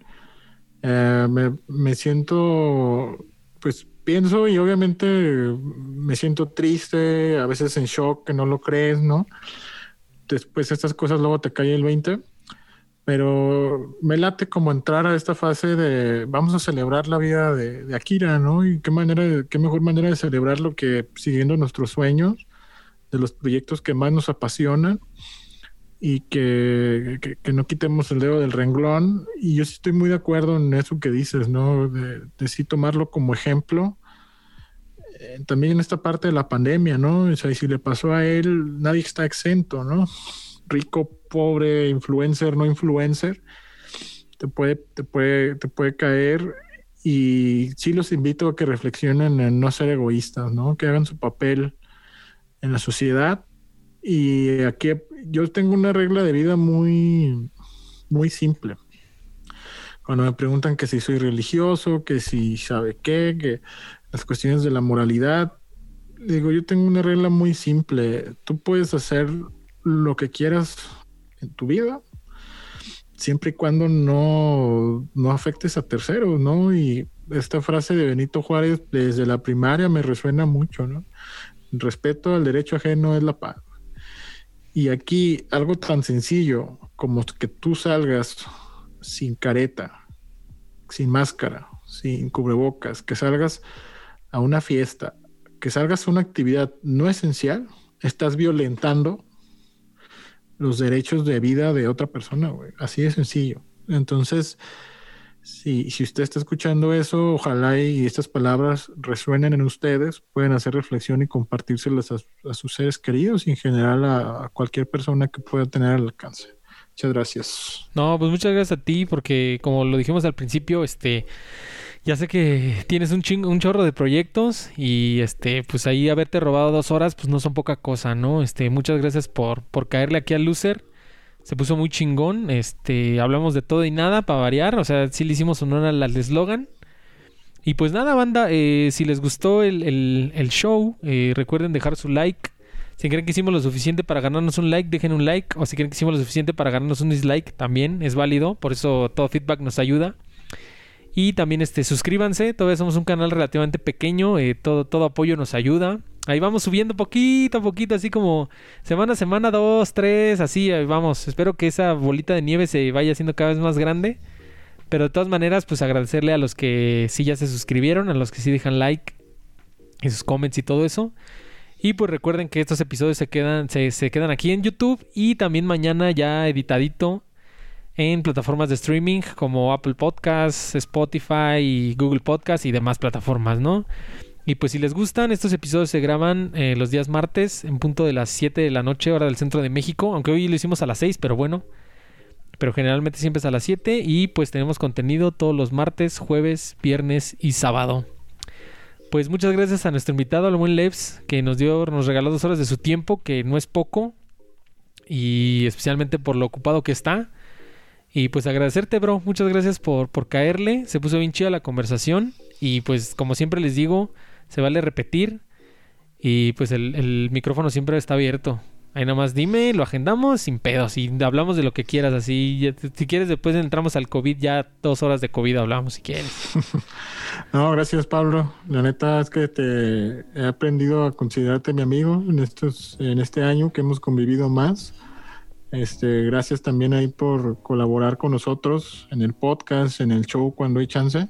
Me siento, pues pienso y obviamente me siento triste, a veces en shock, que no lo crees, ¿no? Después estas cosas luego te cae el 20. Pero me late como entrar a esta fase de vamos a celebrar la vida de Akira, ¿no? Y qué mejor manera de celebrarlo que siguiendo nuestros sueños, de los proyectos que más nos apasionan y que no quitemos el dedo del renglón. Y yo sí estoy muy de acuerdo en eso que dices, ¿no? De sí tomarlo como ejemplo. También en esta parte de la pandemia, ¿no? O sea, y si le pasó a él, nadie está exento, ¿no? Rico, pobre, influencer, no influencer, te puede caer. Y sí los invito a que reflexionen en no ser egoístas, ¿no? Que hagan su papel en la sociedad. Y aquí yo tengo una regla de vida muy, muy simple. Cuando me preguntan que si soy religioso, que si sabe qué, que las cuestiones de la moralidad, digo, yo tengo una regla muy simple. Tú puedes hacer lo que quieras en tu vida, siempre y cuando no afectes a terceros, ¿no? Y esta frase de Benito Juárez desde la primaria me resuena mucho, ¿no? El respeto al derecho ajeno es la paz. Y aquí algo tan sencillo como que tú salgas sin careta, sin máscara, sin cubrebocas, que salgas a una fiesta, que salgas a una actividad no esencial, estás violentando los derechos de vida de otra persona, güey. Así de sencillo. Entonces, si usted está escuchando eso, ojalá y estas palabras resuenen en ustedes, pueden hacer reflexión y compartírselas a sus seres queridos y en general a cualquier persona que pueda tener al alcance. Muchas gracias. No, pues muchas gracias a ti porque como lo dijimos al principio, ya sé que tienes un chorro de proyectos y pues ahí haberte robado 2 horas, pues no son poca cosa, ¿no? Muchas gracias por caerle aquí al loser. Se puso muy chingón. Hablamos de todo y nada para variar. O sea, sí le hicimos honor al eslogan. Y pues nada, banda. Si les gustó el show, recuerden dejar su like. Si creen que hicimos lo suficiente para ganarnos un like, dejen un like. O si creen que hicimos lo suficiente para ganarnos un dislike, también es válido. Por eso todo feedback nos ayuda. Y también suscríbanse. Todavía somos un canal relativamente pequeño. Todo apoyo nos ayuda. Ahí vamos subiendo poquito a poquito, así como semana a semana, 2, 3, así vamos. Espero que esa bolita de nieve se vaya haciendo cada vez más grande. Pero de todas maneras, pues agradecerle a los que sí ya se suscribieron, a los que sí dejan like, y sus comments y todo eso. Y pues recuerden que estos episodios se quedan aquí en YouTube y también mañana ya editadito en plataformas de streaming como Apple Podcasts, Spotify y Google Podcasts y demás plataformas, ¿no? Y pues si les gustan, estos episodios se graban los días martes en punto de las 7 de la noche, hora del centro de México. Aunque hoy lo hicimos a las 6, pero bueno. Pero generalmente siempre es a las 7. Y pues tenemos contenido todos los martes, jueves, viernes y sábado. Pues muchas gracias a nuestro invitado, al buen Levs, que nos regaló 2 horas de su tiempo, que no es poco. Y especialmente por lo ocupado que está. Y pues agradecerte, bro. Muchas gracias por caerle. Se puso bien chida la conversación. Y pues como siempre les digo, se vale repetir. Y pues el micrófono siempre está abierto. Ahí nada más dime, lo agendamos sin pedos. Y hablamos de lo que quieras. Así, si quieres, después entramos al COVID. Ya 2 horas de COVID hablamos si quieres. No, gracias, Pablo. La neta es que he aprendido a considerarte mi amigo en este año que hemos convivido más. Gracias también ahí por colaborar con nosotros en el podcast, en el show cuando hay chance.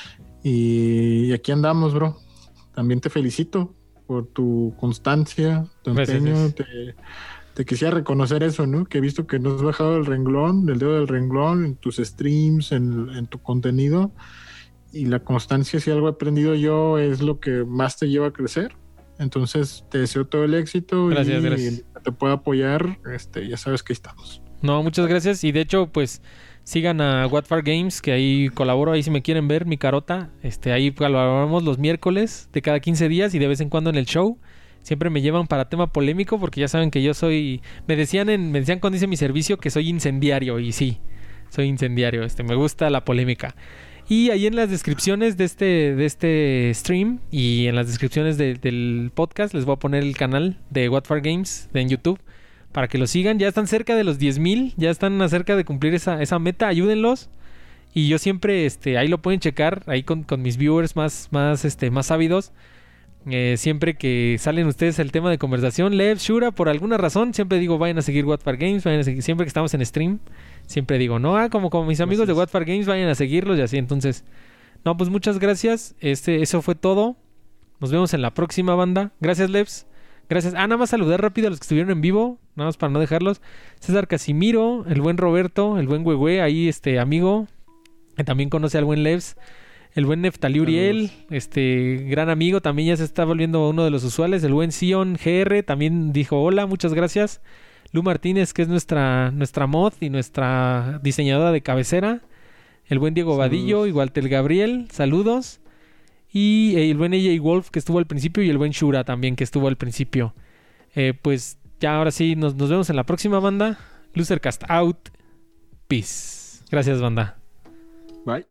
Y aquí andamos, bro. También te felicito por tu constancia, tu empeño. Te quisiera reconocer eso, ¿no? Que he visto que no has bajado el dedo del renglón en tus streams, en tu contenido. Y la constancia, si algo he aprendido yo, es lo que más te lleva a crecer. Entonces, te deseo todo el éxito. Gracias. Te puedo apoyar. Ya sabes que estamos. No, muchas gracias. Y de hecho, pues sigan a What Far Games, que ahí colaboro. Ahí si me quieren ver, mi carota. Ahí colaboramos los miércoles de cada 15 días y de vez en cuando en el show. Siempre me llevan para tema polémico porque ya saben que yo soy... Me decían cuando hice mi servicio que soy incendiario. Y sí, soy incendiario. Me gusta la polémica. Y ahí en las descripciones de este stream y en las descripciones del podcast les voy a poner el canal de What Far Games en YouTube para que lo sigan. Ya están cerca de los 10,000, ya están cerca de cumplir esa meta. Ayúdenlos. Y yo siempre, ahí lo pueden checar, ahí con mis viewers más ávidos. Siempre que salen ustedes el tema de conversación, Lev, Shura, por alguna razón, siempre digo, vayan a seguir What Far Games, siempre que estamos en stream, siempre digo, no, como mis amigos de What Far Games, vayan a seguirlos y así. Entonces, no, pues muchas gracias. Eso fue todo. Nos vemos en la próxima, banda. Gracias, Levs. Gracias. Nada más saludar rápido a los que estuvieron en vivo, nada más para no dejarlos. César Casimiro, el buen Roberto, el buen Huehue, ahí amigo, que también conoce al buen Levs. El buen Neftali Uriel, gran amigo, también ya se está volviendo uno de los usuales. El buen Sion GR también dijo hola, muchas gracias. Lu Martínez, que es nuestra mod y nuestra diseñadora de cabecera. El buen Diego Vadillo, igual Tel Gabriel, saludos. Y el buen AJ Wolf, que estuvo al principio, y el buen Shura también, que estuvo al principio. Pues ya ahora sí, nos vemos en la próxima, banda. Losercast out. Peace. Gracias, banda. Bye.